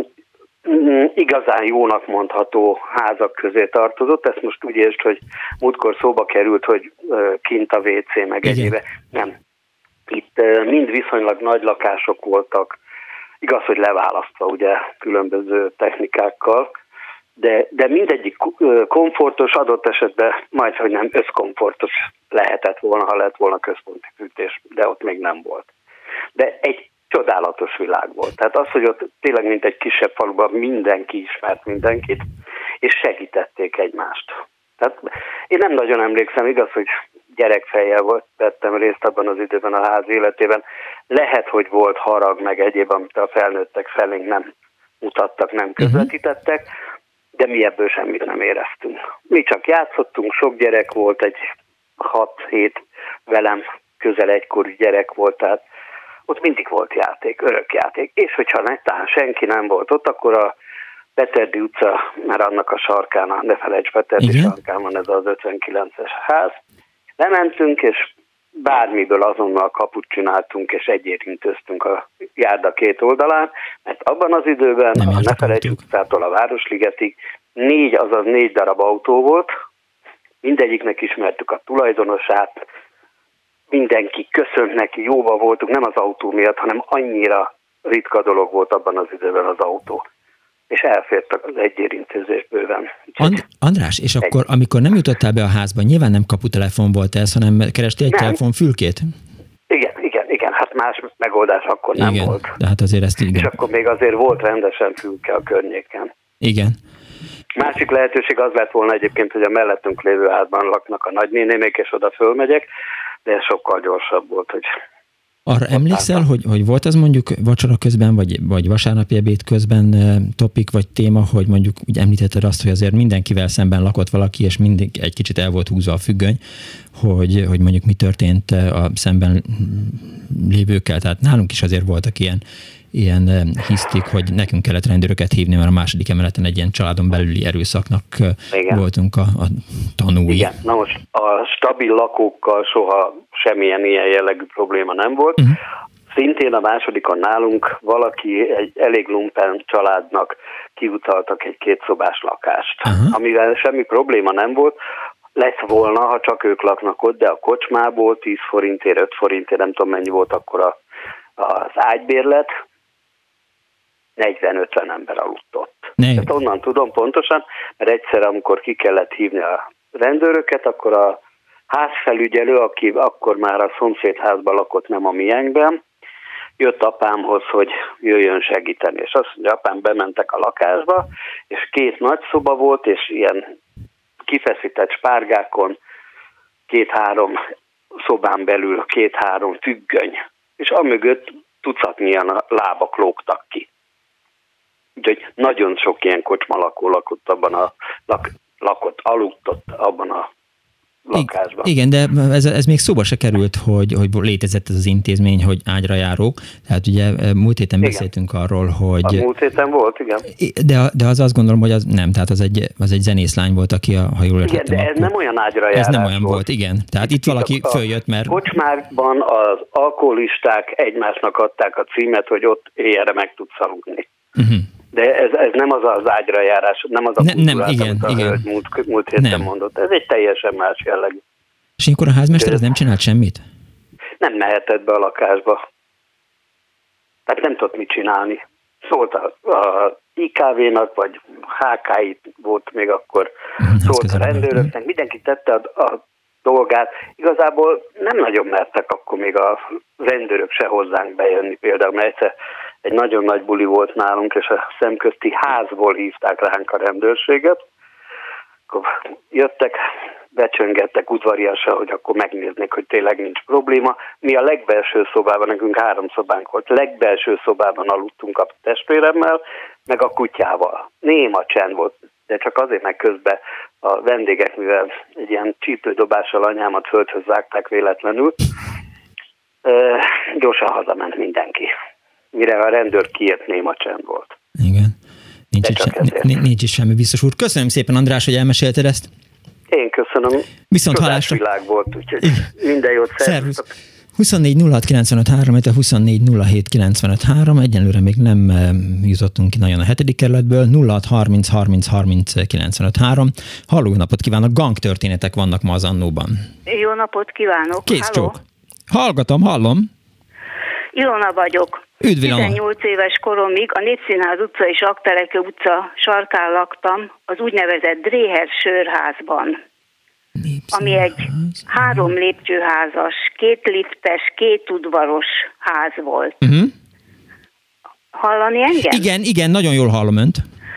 igazán jónak mondható házak közé tartozott. Ezt most úgy értsd, hogy múltkor szóba került, hogy kint a vé cé meg egyébe. Nem. Itt mind viszonylag nagy lakások voltak. Igaz, hogy leválasztva ugye különböző technikákkal, de, de mindegyik komfortos, adott esetben majd, hogy nem összkomfortos lehetett volna, ha lett volna központi fűtés, de ott még nem volt. De egy csodálatos világ volt. Tehát az, hogy ott tényleg mint egy kisebb faluban mindenki ismert mindenkit, és segítették egymást. Tehát én nem nagyon emlékszem, igaz, hogy gyerekfejjel volt, vettem részt abban az időben a ház életében. Lehet, hogy volt harag, meg egyéb, amit a felnőttek felénk nem mutattak, nem közvetítettek, de mi ebből semmit nem éreztünk. Mi csak játszottunk, sok gyerek volt, egy hat-hét velem közel egykorú gyerek volt, tehát ott mindig volt játék, örök játék. És hogyha netán senki nem volt ott, akkor a Peterdi utca, mert annak a sarkán, ne felejts, Peterdi Igen. sarkán van ez az ötvenkilences ház. Lementünk, és bármiből azonnal kaput csináltunk, és egyérintőztünk a járda két oldalán, mert abban az időben, nem a Ne felejts utcától a Városligetig négy, azaz négy darab autó volt, mindegyiknek ismertük a tulajdonosát, mindenki köszönt neki, jóba voltunk, nem az autó miatt, hanem annyira ritka dolog volt abban az időben az autó. És elfért az egyérintőzés bőven. And- András, és akkor, egy... amikor nem jutottál be a házba, nyilván nem kaputelefon volt ez, hanem kerestél egy telefonfülkét? Igen, igen, igen, hát más megoldás akkor nem igen, volt. De hát azért ezt igen. És akkor még azért volt rendesen fülke a környéken. Igen. Másik lehetőség az lett volna egyébként, hogy a mellettünk lévő házban laknak a nagynénémék, és oda fölmegyek, de ez sokkal gyorsabb volt, hogy... Arra emlékszel, hogy, hogy volt az mondjuk vacsora közben, vagy, vagy vasárnapi ebéd közben topik, vagy téma, hogy mondjuk úgy említetted azt, hogy azért mindenkivel szemben lakott valaki, és mindig egy kicsit el volt húzva a függöny, hogy, hogy mondjuk mi történt a szemben lévőkkel. Tehát nálunk is azért voltak ilyen, ilyen hisztik, hogy nekünk kellett rendőröket hívni, mert a második emeleten egy ilyen családon belüli erőszaknak Igen. voltunk a, a tanúi. Igen, na most a stabil lakókkal soha semmilyen ilyen jellegű probléma nem volt. Uh-huh. Szintén a másodikon nálunk valaki egy elég lumpen családnak kiutaltak egy kétszobás lakást, uh-huh. amivel semmi probléma nem volt. Lett volna, ha csak ők laknak ott, de a kocsmából tíz forintért, öt forintért, nem tudom mennyi volt akkor a, az ágybérlet, negyven-ötven ember aludt ott. Ne. Tehát onnan tudom pontosan, mert egyszer, amikor ki kellett hívni a rendőröket, akkor a házfelügyelő, aki akkor már a szomszédházban lakott, nem a miénkben, jött apámhoz, hogy jöjjön segíteni. És azt mondja, apám, bementek a lakásba, és két nagy szoba volt, és ilyen kifeszített spárgákon két-három szobán belül két-három függöny, és amögött tucatnyian a lábak lógtak ki. Úgyhogy nagyon sok ilyen kocsma lakó lakott abban a lak, lakott, aludt ott abban a lakásban. Igen, de ez, ez még szóba se került, hogy, hogy létezett ez az intézmény, hogy ágyra járók. Tehát ugye múlt héten igen. beszéltünk arról, hogy... A múlt héten volt, igen. De, de az azt gondolom, hogy az nem, tehát az egy, az egy zenészlány volt, aki, a, ha jól értettem. Igen, de ez akkor, nem olyan ágyra járás Ez nem olyan volt, volt igen. Tehát itt valaki a, följött, mert... A kocsmákban az alkoholisták egymásnak adták a címet, hogy ott éjjelre meg tudsz aludni. Uh-huh. De ez, ez nem az az ágyra járás, nem az a ne, nem, igen, amit a igen. hölgy múlt, múlt héten nem. mondott. Ez egy teljesen más jellegű. És akkor a házmester ez nem csinált semmit? Nem mehetett be a lakásba. Tehát nem tudott mit csinálni. Szólt a, a i ká vé-nak, vagy há ká i volt még akkor, hmm, szólt a rendőröknek, mindenki tette a, a dolgát. Igazából nem nagyon mertek akkor még a rendőrök se hozzánk bejönni például, mert egyszer egy nagyon nagy buli volt nálunk, és a szemközti házból hívták ránk a rendőrséget. Akkor jöttek, becsöngettek udvariasan, hogy akkor megnéznék, hogy tényleg nincs probléma. Mi a legbelső szobában, nekünk három szobánk volt, legbelső szobában aludtunk a testvéremmel, meg a kutyával. Néma csend volt, de csak azért, meg közben a vendégek, mivel egy ilyen csípődobással anyámat földhöz vágták véletlenül, e, gyorsan hazament mindenki. Mire a rendőr kiért, néma csend volt. Igen. Nincs, itt se, nincs is semmi, biztos úr. Köszönöm szépen, András, hogy elmesélted ezt. Én köszönöm. Viszont hallásra. Világ volt, úgyhogy minden jót, szervusztok. huszonnégy nulla hat kilencvenöt három, illetve huszonnégy nulla hét kilencvenöt három. Egyenlőre még nem jutottunk ki nagyon a hetedik kerületből. nulla hat harminc harminc harminc kilencvenöt három. Halló, napot kívánok! Gangtörténetek vannak ma az Annóban. Jó napot kívánok! Kész csók. Hallgatom, hallom. Ilona vagyok. Üdv, Ilona. tizennyolc éves koromig a Népszínház utca és Akteleke utca sarkán laktam, az úgynevezett Dréher sörházban, Népszínház. Ami egy három lépcsőházas, két liftes, két udvaros ház volt. Uh-huh. Hallani engem? Igen, igen, nagyon jól hallom önt.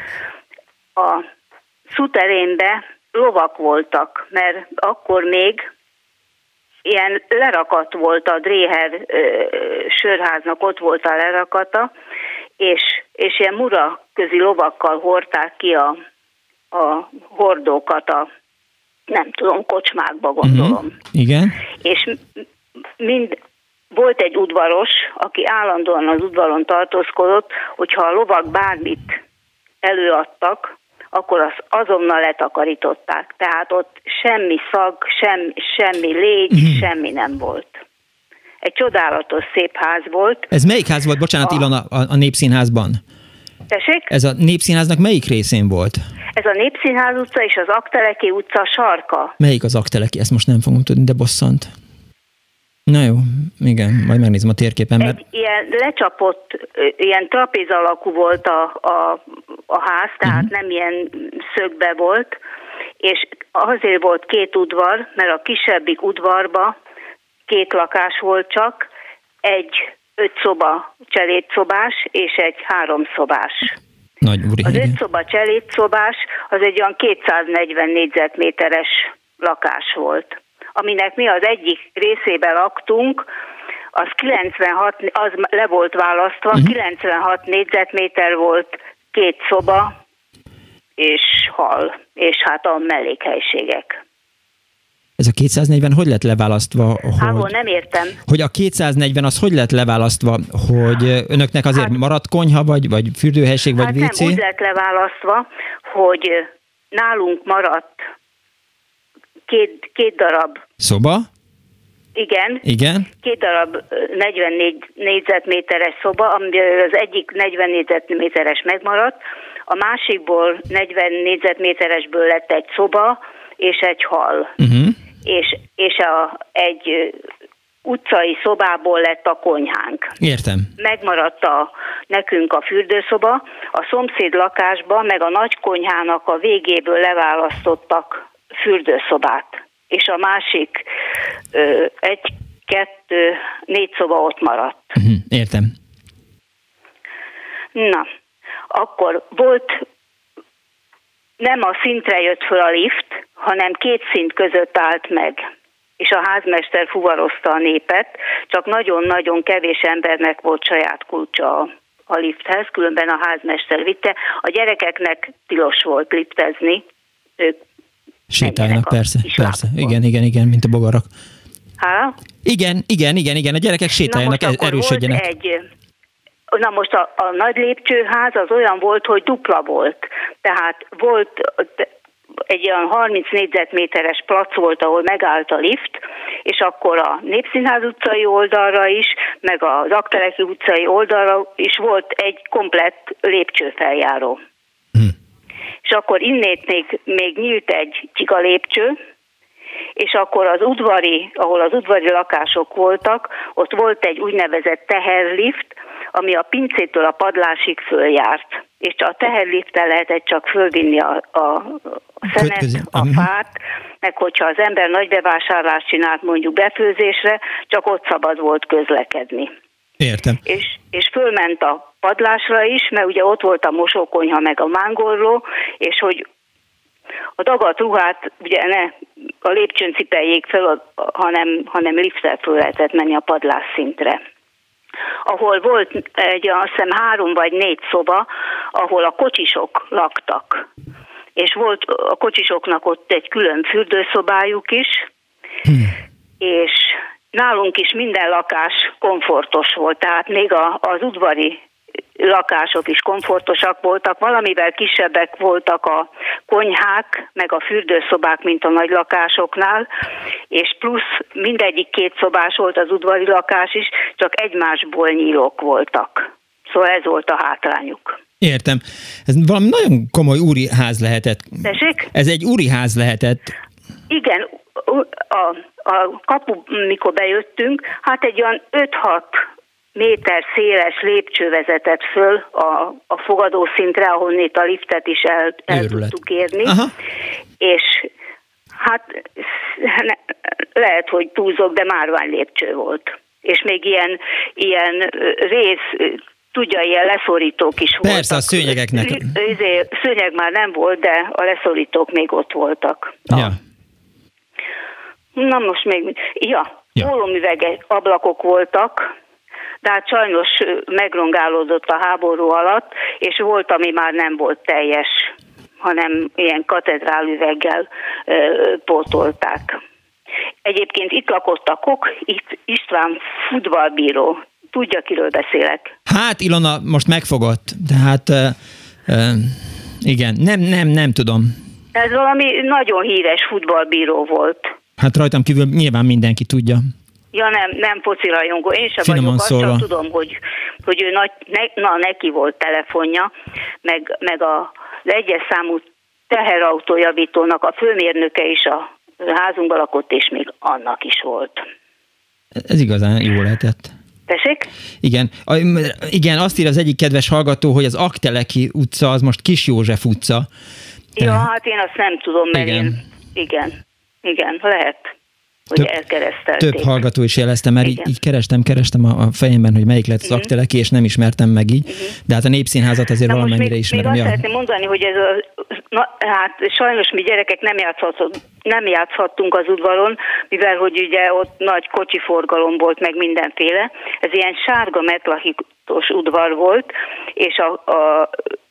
A szuterénbe lovak voltak, mert akkor még ilyen lerakat volt a Dréher ö, sörháznak, ott volt a lerakata, és, és ilyen mura közi lovakkal hordták ki a, a hordókat a, nem tudom, kocsmákba gondolom. Uh-huh. Igen. És mind, volt egy udvaros, aki állandóan az udvaron tartózkodott, hogyha a lovak bármit előadtak, akkor azt azonnal letakarították. Tehát ott semmi szag, sem, semmi légy, mm. semmi nem volt. Egy csodálatos szép ház volt. Ez melyik ház volt, bocsánat, a... Ilona, a, a Népszínházban? Tessék? Ez a Népszínháznak melyik részén volt? Ez a Népszínház utca és az Akteleki utca sarka. Melyik az Akteleki? Ezt most nem fogom tudni, de bosszant. Na jó, igen, majd megnézem a térképen. Mert... Egy ilyen lecsapott, ilyen trapéz alakú volt a, a, a ház, tehát uh-huh. nem ilyen szögbe volt, és azért volt két udvar, mert a kisebbik udvarba két lakás volt csak, egy öt szoba cselédszobás és egy három szobás. Nagy úri, az öt szoba cselédszobás az egy olyan kétszáznegyven négyzetméteres lakás volt, aminek mi az egyik részében laktunk, az kilencvenhat, az le volt választva, uh-huh. kilencvenhat négyzetméter volt, két szoba és hal, és hát a mellékhelyiségek. Ez a kétszáznegyven hogy lett leválasztva? Hogy, Hávol, nem értem. Hogy a kétszáznegyven az hogy lett leválasztva, hogy önöknek azért hát, maradt konyha, vagy, vagy fürdőhelység, vagy hát vé cé? Nem, úgy lett leválasztva, hogy nálunk maradt Két, két darab. Szoba? Igen. Igen. Két darab negyvennégy négyzetméteres szoba, ami az egyik negyven négyzetméteres megmaradt, a másikból negyven négyzetméteresből lett egy szoba és egy hal. Uh-huh. És, és a, egy utcai szobából lett a konyhánk. Értem. Megmaradt a, nekünk a fürdőszoba, a szomszéd lakásba, meg a nagy konyhának a végéből leválasztottak fürdőszobát. És a másik ö, egy, kettő, négy szoba ott maradt. Uh-huh, értem. Na, akkor volt, nem a szintre jött föl a lift, hanem két szint között állt meg. És a házmester fuvarozta a népet, csak nagyon-nagyon kevés embernek volt saját kulcsa a, a lifthez, különben a házmester vitte. A gyerekeknek tilos volt liftezni, ők sétálnak, persze, persze. Igen, igen, igen, mint a bogarak. Há? Igen, igen, igen, igen, a gyerekek sétáljanak, na erősödjenek. Egy, na most a, a nagy lépcsőház az olyan volt, hogy dupla volt. Tehát volt egy olyan harminc négyzetméteres plac volt, ahol megállt a lift, és akkor a Népszínház utcai oldalra is, meg az Akteleki utcai oldalra is volt egy komplett lépcsőfeljáró. Hm. És akkor innét még, még nyílt egy csiga lépcső, és akkor az udvari, ahol az udvari lakások voltak, ott volt egy úgynevezett teherlift, ami a pincétől a padlásig följárt. És a teherlifttel lehetett csak fölvinni a, a, a szenet, a fát, meg hogyha az ember nagy bevásárlást csinált mondjuk befőzésre, csak ott szabad volt közlekedni. Értem. És, és fölment a padlásra is, mert ugye ott volt a mosókonyha meg a mángorló, és hogy a dagadt ruhát ugye ne a lépcsőn cipeljék fel, hanem, hanem lifttel föl lehetett menni a padlás szintre. Ahol volt egy, azt hiszem három vagy négy szoba, ahol a kocsisok laktak. És volt a kocsisoknak ott egy külön fürdőszobájuk is, hmm. és nálunk is minden lakás komfortos volt, tehát még a, az udvari lakások is komfortosak voltak, valamivel kisebbek voltak a konyhák, meg a fürdőszobák, mint a nagy lakásoknál, és plusz mindegyik két szobás volt az udvari lakás is, csak egymásból nyílók voltak. Szóval ez volt a hátrányuk. Értem. Ez valami nagyon komoly úri ház lehetett. Tessék? Ez egy úri ház lehetett. Igen, a, a kapu, mikor bejöttünk, hát egy olyan öt-hat méter széles lépcső vezetett föl a, a fogadószintre, ahonnét a liftet is el, el tudtuk érni. Aha. És hát ne, lehet, hogy túlzok, de márvány lépcső volt. És még ilyen, ilyen rész, tudja, ilyen leszorítók is voltak. Persze, a szőnyegeknek. Szőnyeg már nem volt, de a leszorítók még ott voltak. Ja. Na most még, ja, ja. Ólomüveg ablakok voltak, de hát sajnos megrongálódott a háború alatt, és volt, ami már nem volt teljes, hanem ilyen katedrálüveggel e, pótolták. Egyébként itt lakott a kok, itt István futballbíró. Tudja, kiről beszélek? Hát Ilona most megfogott, de hát e, e, igen, nem, nem, nem tudom. Ez valami nagyon híres futballbíró volt. Hát rajtam kívül nyilván mindenki tudja. Ja, nem, nem foci rajongó. Én sem Finoman vagyok, azt szólva. csak tudom, hogy, hogy ő nagy, ne, na, neki volt telefonja, meg, meg a, az egyes számú teherautójavítónak a főmérnöke is a házunkban lakott, és még annak is volt. Ez igazán jó lehetett. Tessék? Igen. A, igen, azt ír az egyik kedves hallgató, hogy az Akteleki utca az most Kis József utca. Ja, hát én azt nem tudom, mert igen. én... Igen, igen, lehet. Több, több hallgató is jelezte, mert így, így kerestem, kerestem a, a fejemben, hogy melyik lett az uh-huh. Akteleki, és nem ismertem meg így, uh-huh. de hát a Népszínházat azért na valamennyire még, ismerem. Még ja. azt szeretném mondani, hogy ez a, na, hát sajnos mi gyerekek nem, nem játszhattunk az udvaron, mivel hogy ugye ott nagy kocsiforgalom volt, meg mindenféle. Ez ilyen sárga metlahitos udvar volt, és a, a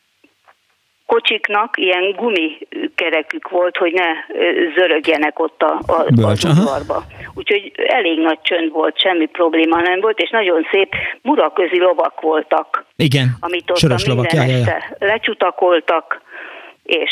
kocsiknak ilyen gumikerekük volt, hogy ne zörögjenek ott a, a, az udvarba. Úgyhogy elég nagy csönd volt, semmi probléma nem volt, és nagyon szép muraközi lovak voltak. Igen, amit ott sörös lovak, minden ja, ja, este lecsutakoltak, és,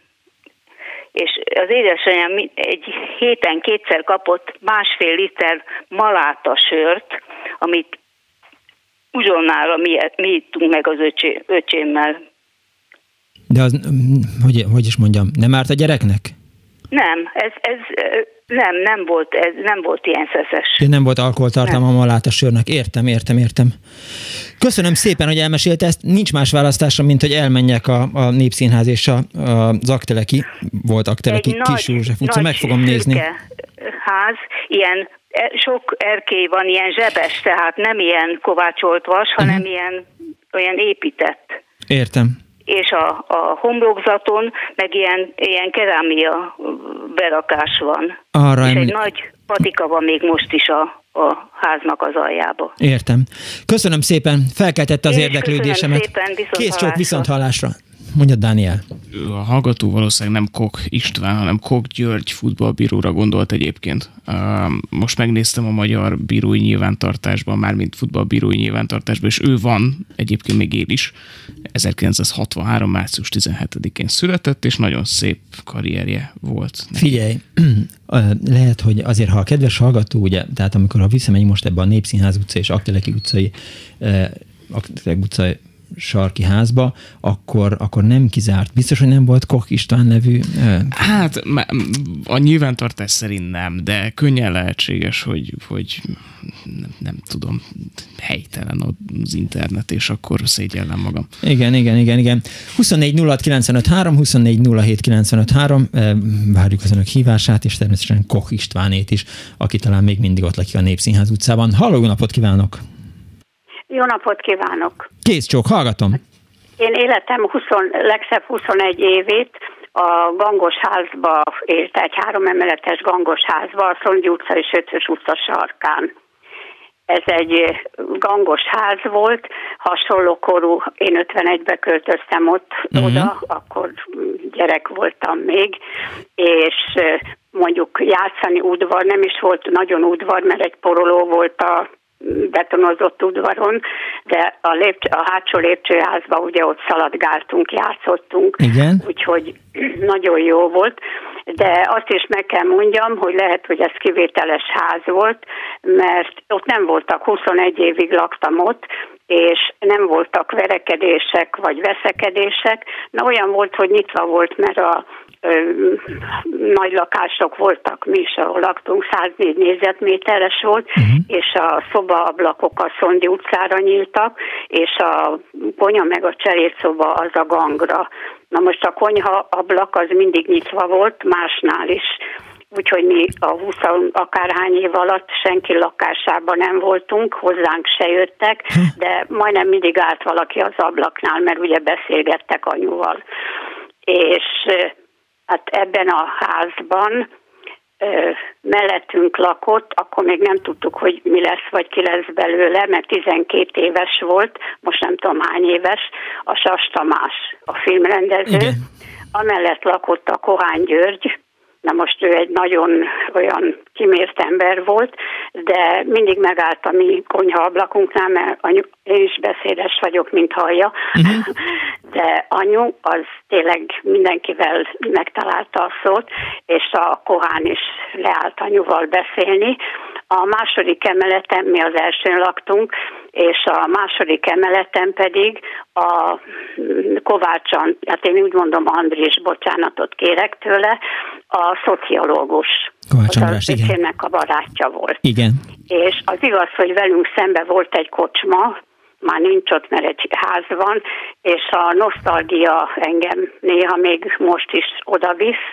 és az édesanyám egy héten kétszer kapott másfél liter maláta sört, amit uzsonnára mi, mi ittunk meg az öcsé, öcsémmel. De az, hogy, hogy is mondjam, nem árt a gyereknek? Nem, ez, ez Nem, nem volt, ez nem volt ilyen szeszes. Nem volt alkoholtartalma a maláta sörnek. Értem, értem, értem. Köszönöm szépen, hogy elmesélte ezt. Nincs más választásra, mint hogy elmenjek a, a Népszínház és a, a, az Akteleki, volt Akteleki, Egy Kis nagy, József utca, nagy meg fogom nézni. ház, ilyen sok erkély van, ilyen zsebes, tehát nem ilyen kovácsolt vas, hanem uh-huh. ilyen olyan épített. Értem. És a, a homlokzaton meg ilyen, ilyen kerámia berakás van. Arra és eml... egy nagy patika van még most is a, a háznak az aljába. Értem. Köszönöm szépen, felkeltette az Én érdeklődésemet. Szépen, Kész csók, viszont hallásra. Mondja, Dániel. A hallgató valószínűleg nem Kok István, hanem Kok György futballbíróra gondolt egyébként. Most megnéztem a magyar bírói nyilvántartásban, mármint futballbírói nyilvántartásban, és ő van, egyébként még él is. ezerkilencszázhatvanhárom. március tizenhetedikén született, és nagyon szép karrierje volt. Figyelj, lehet, hogy azért, ha a kedves hallgató, ugye, tehát amikor ha visszamegy most ebbe a Népszínház utca és Akteleki utcai, eh, Akteleki utcai sarki házba, akkor, akkor nem kizárt. Biztos, hogy nem volt Koch István nevű? Hát a nyilvántartás szerint nem, de könnyen lehetséges, hogy, hogy nem, nem tudom, helytelen az internet, és akkor szégyellem magam. Igen, igen, igen, igen. huszonnégy nulla hat kilencvenöt három, huszonnégy nulla hét kilencvenöt három, várjuk az önök hívását, és természetesen Koch Istvánét is, aki talán még mindig ott lakik a Népszínház utcában. Halló, jó napot kívánok! Jó napot kívánok! Kész csók, hallgatom! Én életem húsz, legszebb huszonegy évét a Gangos házba élt, egy három emeletes Gangos házba, a Szondi utca és Ötvös utca sarkán. Ez egy gangos ház volt, hasonló korú, én ötvenegybe költöztem ott uh-huh. oda, akkor gyerek voltam még, és mondjuk játszani udvar, nem is volt nagyon udvar, mert egy poroló volt a betonozott udvaron, de a, lépcső, a hátsó lépcsőházban ugye ott szaladgáltunk, játszottunk, igen. Úgyhogy nagyon jó volt, de azt is meg kell mondjam, hogy lehet, hogy ez kivételes ház volt, mert ott nem voltak, huszonegy évig laktam ott, és nem voltak verekedések vagy veszekedések. Na olyan volt, hogy nyitva volt, mert a nagy lakások voltak, mi is, ahol laktunk, száznégy négyzetméteres volt, uh-huh. és a szobaablakok a Szondi utcára nyíltak, és a konyha meg a cselédszoba az a gangra. Na most a konyha ablak az mindig nyitva volt, másnál is. Úgyhogy mi a húsz akárhány év alatt senki lakásában nem voltunk, hozzánk se jöttek, de majdnem mindig állt valaki az ablaknál, mert ugye beszélgettek anyuval. És hát ebben a házban ö, mellettünk lakott, akkor még nem tudtuk, hogy mi lesz, vagy ki lesz belőle, mert tizenkét éves volt, most nem tudom hány éves, a Sas Tamás, a filmrendező. Igen. Amellett lakott a Kohány György, na most ő egy nagyon olyan kimért ember volt, de mindig megállt a mi konyhaablakunknál, mert anyu, én is beszédes vagyok, mint hallja, uh-huh. de anyu az tényleg mindenkivel megtalálta a szót, és a Kohán is leállt anyuval beszélni. A második emeleten mi az elsőn laktunk, és a második emeleten pedig a Kovácson, hát én úgy mondom Andris, bocsánatot kérek tőle, a szociológus. Kovács András, igen. A barátja volt. Igen. És az igaz, hogy velünk szembe volt egy kocsma, már nincs ott, mert egy ház van, és a nosztalgia engem néha még most is odavisz,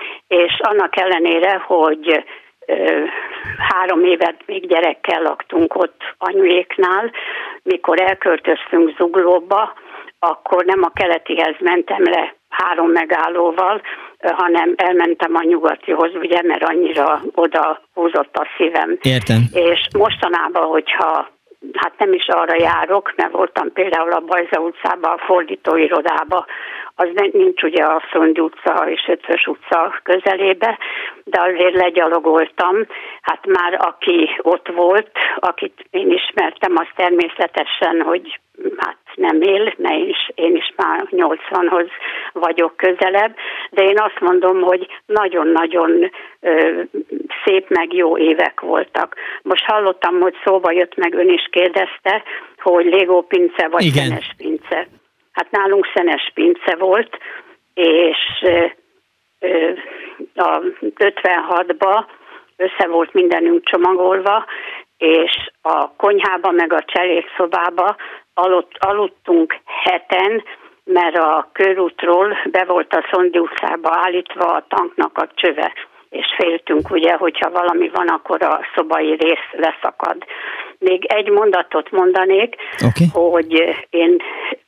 és annak ellenére, hogy ö, három évet még gyerekkel laktunk ott anyuéknál, mikor elköltöztünk Zuglóba, akkor nem a keletihez mentem le három megállóval, hanem elmentem a nyugatihoz, ugye, mert annyira oda húzott a szívem. Értem. És mostanában, hogyha hát nem is arra járok, mert voltam például a Bajza utcában, a fordítóirodában, az nincs ugye a Szondi utca és Ötvös utca közelébe, de azért legyalogoltam. Hát már aki ott volt, akit én ismertem, az természetesen, hogy hát nem él, mert én is, én is már nyolcvanhoz vagyok közelebb, de én azt mondom, hogy nagyon-nagyon ö, szép meg jó évek voltak. Most hallottam, hogy szóba jött, meg ön is kérdezte, hogy Légó pince vagy igen. Szenes pince. Hát nálunk Szenes pince volt, és ö, ö, a ötvenhatban össze volt mindenünk csomagolva, és a konyhába meg a cselédszobába aludt, aludtunk heten, mert a körútról be volt a Szondi utcába állítva a tanknak a csöve, és féltünk ugye, hogyha valami van, akkor a szobai rész leszakad. Még egy mondatot mondanék, okay. hogy én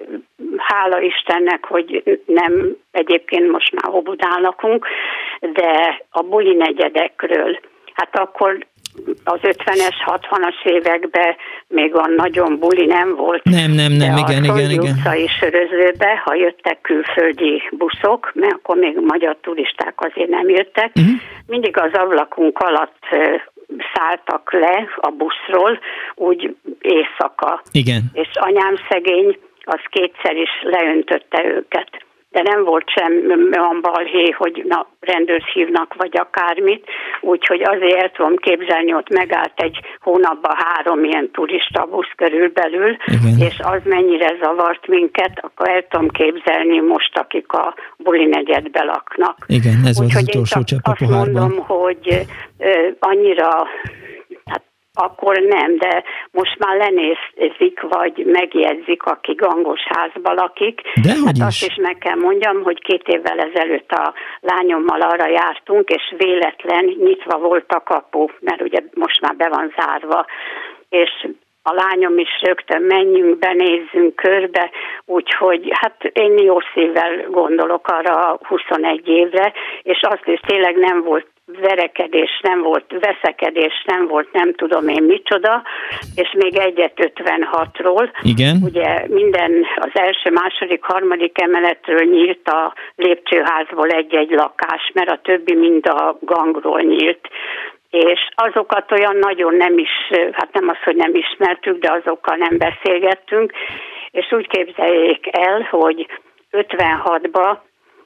hála Istennek, hogy nem, egyébként most már Óbudán lakunk, de a buli negyedekről, hát akkor az ötvenes, hatvanas években még a nagyon buli nem volt. Nem, nem, nem, de igen, a igen, igen. utcai sörözőbe, ha jöttek külföldi buszok, mert akkor még magyar turisták azért nem jöttek, uh-huh. mindig az ablakunk alatt szálltak le a buszról, úgy éjszaka. Igen. És anyám szegény, az kétszer is leöntötte őket. De nem volt sem olyan balhé, hogy na, rendőrt hívnak, vagy akármit, úgyhogy azért el tudom képzelni, ott megállt egy hónapban három ilyen turista busz körülbelül, igen. és az mennyire zavart minket, akkor el tudom képzelni most, akik a buli negyedbe laknak. Igen, ez úgy, volt az utolsó csepp a pohárban. Azt mondom, hogy ö, annyira... Hát, akkor nem, de most már lenézik, vagy megjegyzik, aki gangos házba lakik. Dehogy hát is. Azt is meg kell mondjam, hogy két évvel ezelőtt a lányommal arra jártunk, és véletlen nyitva volt a kapu, mert ugye most már be van zárva, és a lányom is rögtön menjünk, benézzünk körbe, úgyhogy hát én jó szívvel gondolok arra a huszonegy évre, és azt is tényleg nem volt verekedés, nem volt veszekedés, nem volt nem tudom én micsoda, és még egyet ötvenhatról. Igen. Ugye minden az első, második, harmadik emeletről nyílt a lépcsőházból egy-egy lakás, mert a többi mind a gangról nyílt. És azokat olyan nagyon nem is, hát nem az, hogy nem ismertük, de azokkal nem beszélgettünk, és úgy képzeljék el, hogy ötvenhatban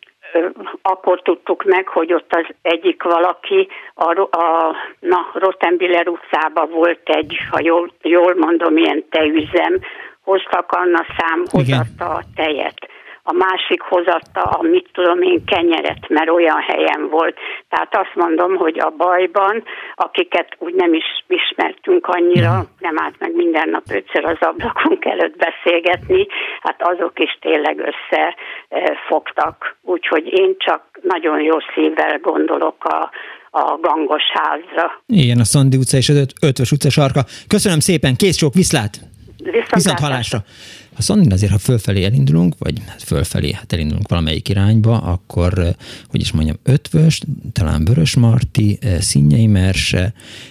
akkor tudtuk meg, hogy ott az egyik valaki a, a na, Rottenbiller utcában volt egy, ha jól, jól mondom, ilyen tejüzem, hoztak Anna szám, hozatta a tejet. A másik hozatta a mit tudom én kenyeret, mert olyan helyen volt. Tehát azt mondom, hogy a bajban, akiket úgy nem is ismertünk annyira, nem állt meg minden nap ötször az ablakunk előtt beszélgetni, hát azok is tényleg összefogtak. Úgyhogy én csak nagyon jó szívvel gondolok a, a gangos házra. Igen, a Szondi utca és az Ötvös utca sarka. Köszönöm szépen, kész sok, viszlát! Viszont, Viszont hallásra! Ha Szondin azért, ha fölfelé elindulunk, vagy hát fölfelé, hát elindulunk valamelyik irányba, akkor, hogy is mondjam, Ötvös, talán Vörösmarty, Színjei Merse,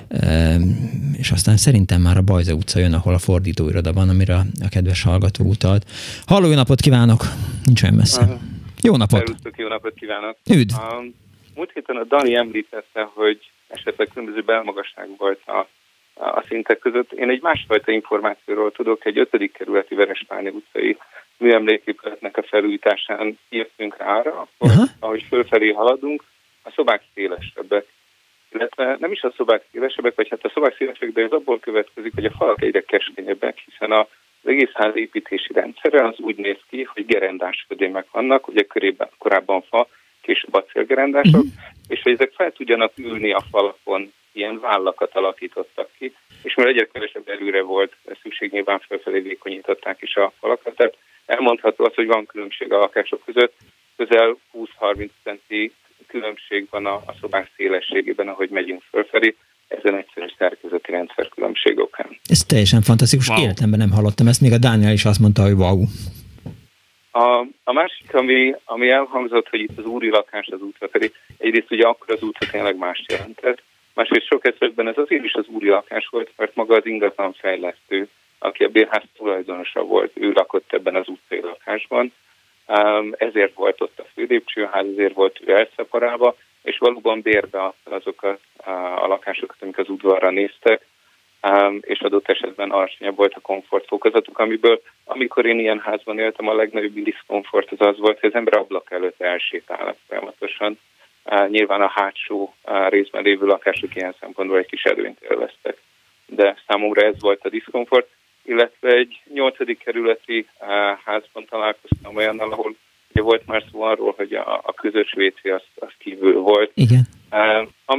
és aztán szerintem már a Bajza utca jön, ahol a fordítóiroda van, amire a kedves hallgató utalt. Halló, jó napot kívánok! Nincs olyan messze. Uh-huh. Jó napot! Szerusztok, jó napot kívánok! Üdv! A múlt héten a Dani említette, hogy esetleg különböző belmagasság volt a a szintek között. Én egy másfajta információról tudok, egy ötödik kerületi Verespálni utcai műemléképületnek a felújításán írtunk rá arra, hogy uh-huh. ahogy fölfelé haladunk, a szobák szélesebbek. Illetve nem is a szobák szélesebbek, vagy hát a szobák szélesebbek, de ez abból következik, hogy a falak egyre keskényebbek, hiszen az egész ház építési rendszere az úgy néz ki, hogy gerendás födémek vannak, ugye körében korábban fa, később acélgerendások, uh-huh. és hogy ezek fel tudjanak ülni a falakon, ilyen vállakat alakítottak ki, és mivel egyre kevesebb erőre volt szükség, nyilván felfelé vékonyították is a falakat. Tehát elmondható az, hogy van különbség a lakások között, közel húsz-harminc centi különbség van a, a szobák szélességében, ahogy megyünk fölfelé, ezen egyszerű szerkezeti rendszer különbség okán. Ez teljesen fantasztikus, wow. Életemben nem hallottam ezt, még a Dániel is azt mondta, hogy wow. A, a másik, ami, ami elhangzott, hogy itt az úri lakás az útra felé, egyrészt ugye akkor az útra tényleg más jelentett, másrészt sok esetben ez azért is az úri lakás volt, mert maga az ingatlan fejlesztő, aki a bérház tulajdonosa volt, ő lakott ebben az utcai lakásban, ezért volt ott a főlépcsőház, ezért volt ő elszeparálva, és valóban bérbe adta azokat a lakásokat, amik az udvarra néztek, és adott esetben alacsonyabb volt a komfortfokozatuk, amiből, amikor én ilyen házban éltem, a legnagyobb diszkomfort az az volt, hogy az ember ablak előtt elsétálnak folyamatosan. Uh, nyilván a hátsó uh, részben lévő lakások ilyen szempontból egy kis előnyt élveztek. De számomra ez volt a diszkomfort, illetve egy nyolcadik kerületi uh, házban találkoztam olyannal, ahol ugye volt már szó arról, hogy a, a közös vé cé az, az kívül volt. Igen. Uh,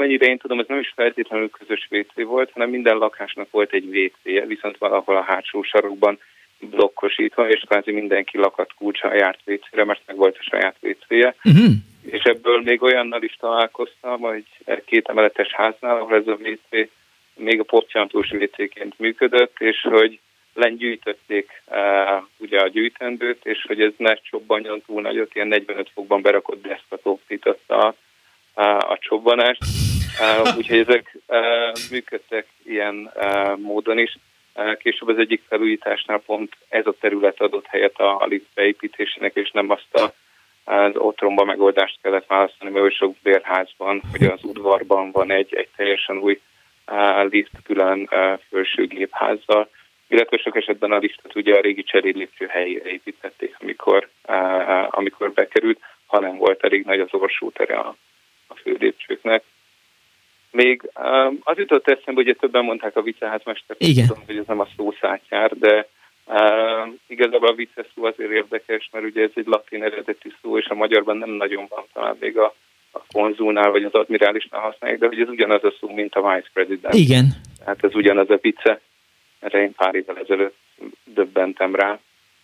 amennyire én tudom, ez nem is feltétlenül közös vécé volt, hanem minden lakásnak volt egy vécéje, viszont valahol a hátsó sarokban blokkosítva, és kvázi mindenki lakat kulccsal járt vécére, mert meg volt a saját vécéje. Uh-huh. És ebből még olyannal is találkoztam, hogy két emeletes háznál, ahol ez a vécé még a pottyantós vécéként működött, és hogy lengyűjtötték uh, ugye a gyűjtendőt, és hogy ez ne csobbanjon túl nagyot, ilyen negyvenöt fokban berakott deszka tompította a, a csobbanást. Uh, úgyhogy ezek uh, működtek ilyen uh, módon is. Uh, később az egyik felújításnál pont ez a terület adott helyet a, a lift beépítésének, és nem azt a, az otromba megoldást kellett választani, mert sok bérházban, vagy az udvarban van egy, egy teljesen új uh, lift külön uh, felső gépházzal, illetve sok esetben a liftet ugye a régi cserélépcső helyére építették, amikor, uh, amikor bekerült, ha nem volt elég nagy az orsótere a, a főlépcsőknek. Még um, az jutott eszembe, ugye többen mondták a viceházmester, tudom, hogy ez nem a szó szátjár, de uh, igazából a vicces szó azért érdekes, mert ugye ez egy latin eredetű szó, és a magyarban nem nagyon van, talán még a, a konzulnál vagy az admirálisnál használják, de hogy ez ugyanaz a szó, mint a vice president. Igen. Hát ez ugyanaz a vicce. Erre én pár évvel ezelőtt döbbentem rá.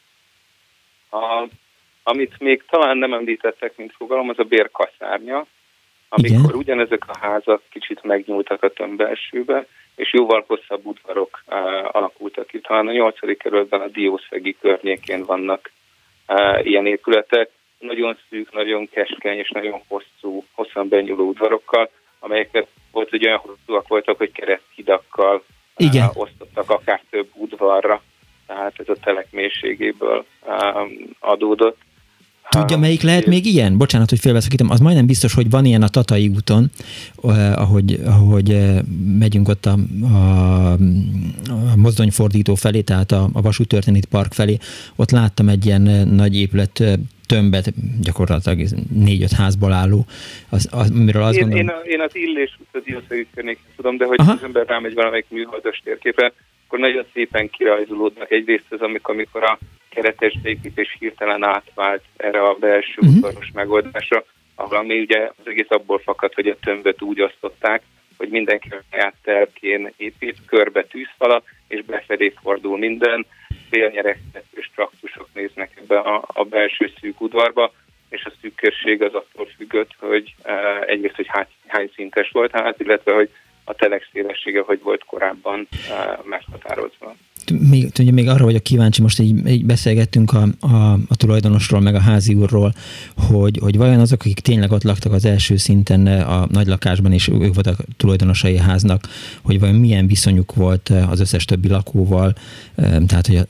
A, amit még talán nem említettek, mint fogalom, az a bérkaszárnya, amikor igen. ugyanezek a házak kicsit megnyúltak a tömbbelsőbe, és jóval hosszabb udvarok uh, alakultak ki. Talán a nyolcadik kerületben a Diószegi környékén vannak uh, ilyen épületek, nagyon szűk, nagyon keskeny és nagyon hosszú, hosszan benyúló udvarokkal, amelyeket volt, hogy olyan hosszúak voltak, hogy kereszthidakkal uh, osztottak akár több udvarra, tehát ez a telek mélységéből um, adódott. Tudja, melyik lehet még ilyen? Bocsánat, hogy félbeszakítom. Az majdnem biztos, hogy van ilyen a Tatai úton, ahogy, ahogy megyünk ott a, a, a mozdonyfordító felé, tehát a, a vasúttörténeti park felé. Ott láttam egy ilyen nagy épület tömbet, gyakorlatilag négy-öt házból álló. Az, az, miről azt én, gondolom... én, a, én az Illés utca Diószegi környéken tudom, de hogy aha. az ember rámegy valamelyik műholdas térképen, akkor nagyon szépen kirajzolódnak. Egyrészt ez, amikor, amikor a keretes beépítés hirtelen átvált erre a belső uh-huh. udvaros megoldásra, ahol ami ugye az egész abból fakad, hogy a tömböt úgy osztották, hogy mindenki a saját terkén épít, körbe tűzfalat, és befelé fordul minden, félnyeregtetős traktusok néznek ebbe a, a belső szűk udvarba, és a szűkösség az attól függött, hogy uh, egyrészt, hogy hány, hány szintes volt hát, illetve, hogy a telek szélessége, hogy volt korábban uh, meghatározva. Még, tudja, még arra vagyok kíváncsi, most így, így beszélgettünk a, a, a tulajdonosról, meg a házi úrról, hogy, hogy vajon azok, akik tényleg ott laktak az első szinten a nagy lakásban, és ők voltak tulajdonosai a háznak, hogy vajon milyen viszonyuk volt az összes többi lakóval, tehát, hogy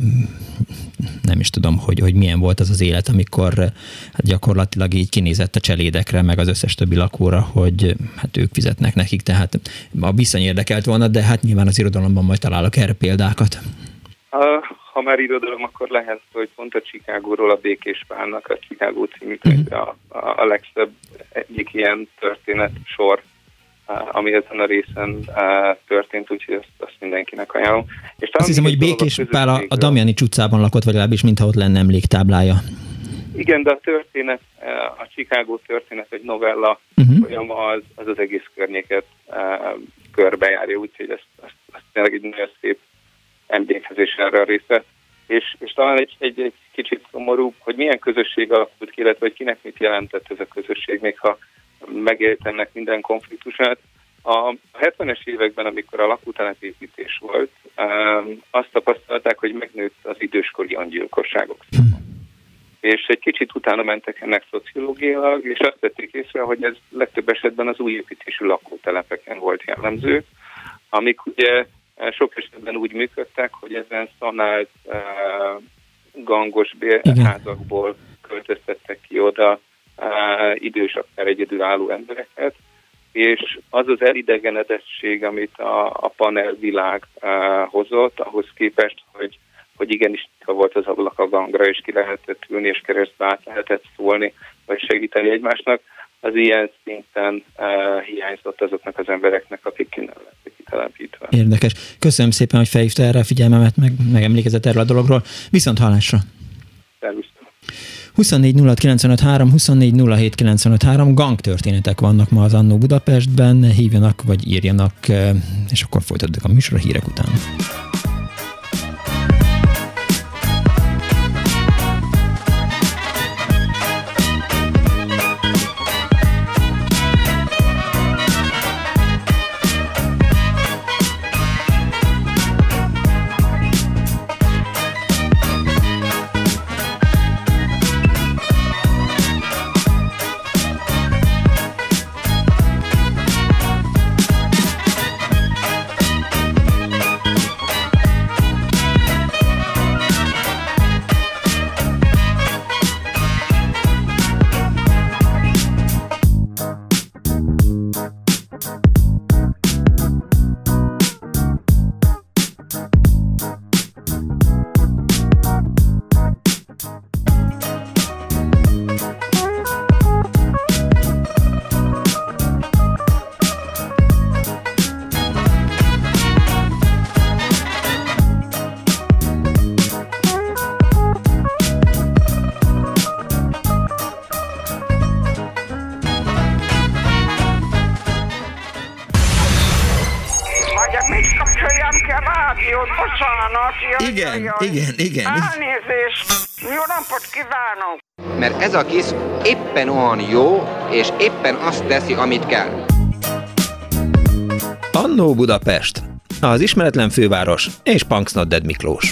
nem is tudom, hogy, hogy milyen volt az az élet, amikor hát gyakorlatilag így kinézett a cselédekre, meg az összes többi lakóra, hogy hát ők fizetnek nekik, tehát a viszony érdekelt volna, de hát nyilván az irodalomban majd találok erre példákat. Ha már irodalom, akkor lehet, hogy pont a Chicagóról a Békés Pálnak a Chicago című könyve a, a, a legszebb egyik ilyen történet sor, ami ezen a részen történt, úgyhogy azt, azt mindenkinek ajánlom. És azt hiszem, hogy Békés Pál a, a Damjanics utcában lakott, vagy legalábbis, mintha ott lenne emléktáblája. Igen, de a történet, a Chicago történet, egy novella uh-huh. folyama az, az az egész környéket körbejárja, úgyhogy ez, ez, ez tényleg egy nagyon szép emlékezés erre a részre. És, és talán egy, egy, egy kicsit szomorú, hogy milyen közösség alakult ki, illetve hogy kinek mit jelentett ez a közösség, még ha megélt ennek minden konfliktusát. A hetvenes években, amikor a lakótelepépítés volt, azt tapasztalták, hogy megnőtt az időskori öngyilkosságok száma. És egy kicsit utána mentek ennek szociológiailag, és azt vették észre, hogy ez legtöbb esetben az új építésű lakótelepeken volt jellemző, amik ugye sok esetben úgy működtek, hogy ezen szanált uh, gangos házakból költöztettek ki oda uh, idős, akár egyedülálló embereket, és az az elidegenedettség, amit a, a panelvilág uh, hozott, ahhoz képest, hogy, hogy igenis volt az ablak a gangra, és ki lehetett ülni, és keresztbe át lehetett szólni, vagy segíteni egymásnak, az ilyen szinten uh, hiányzott azoknak az embereknek, akik innen lettek kitelepítve. Érdekes. Köszönöm szépen, hogy felhívta erre a figyelmemet, meg megemlékezett erről a dologról. Viszont hallásra! Szervusztok! huszonnégy nulla hat kilencvenöt három, huszonnégy nulla hét kilencvenöt három, gangtörténetek vannak ma az Annó Budapestben, hívjanak vagy írjanak, és akkor folytatjuk a műsor a hírek után. Igen, igen, igen. Elnézést! Jó napot kívánok! Mert ez a kis éppen olyan jó, és éppen azt teszi, amit kell. Annó Budapest, az ismeretlen főváros és Punks Not Dead Miklós.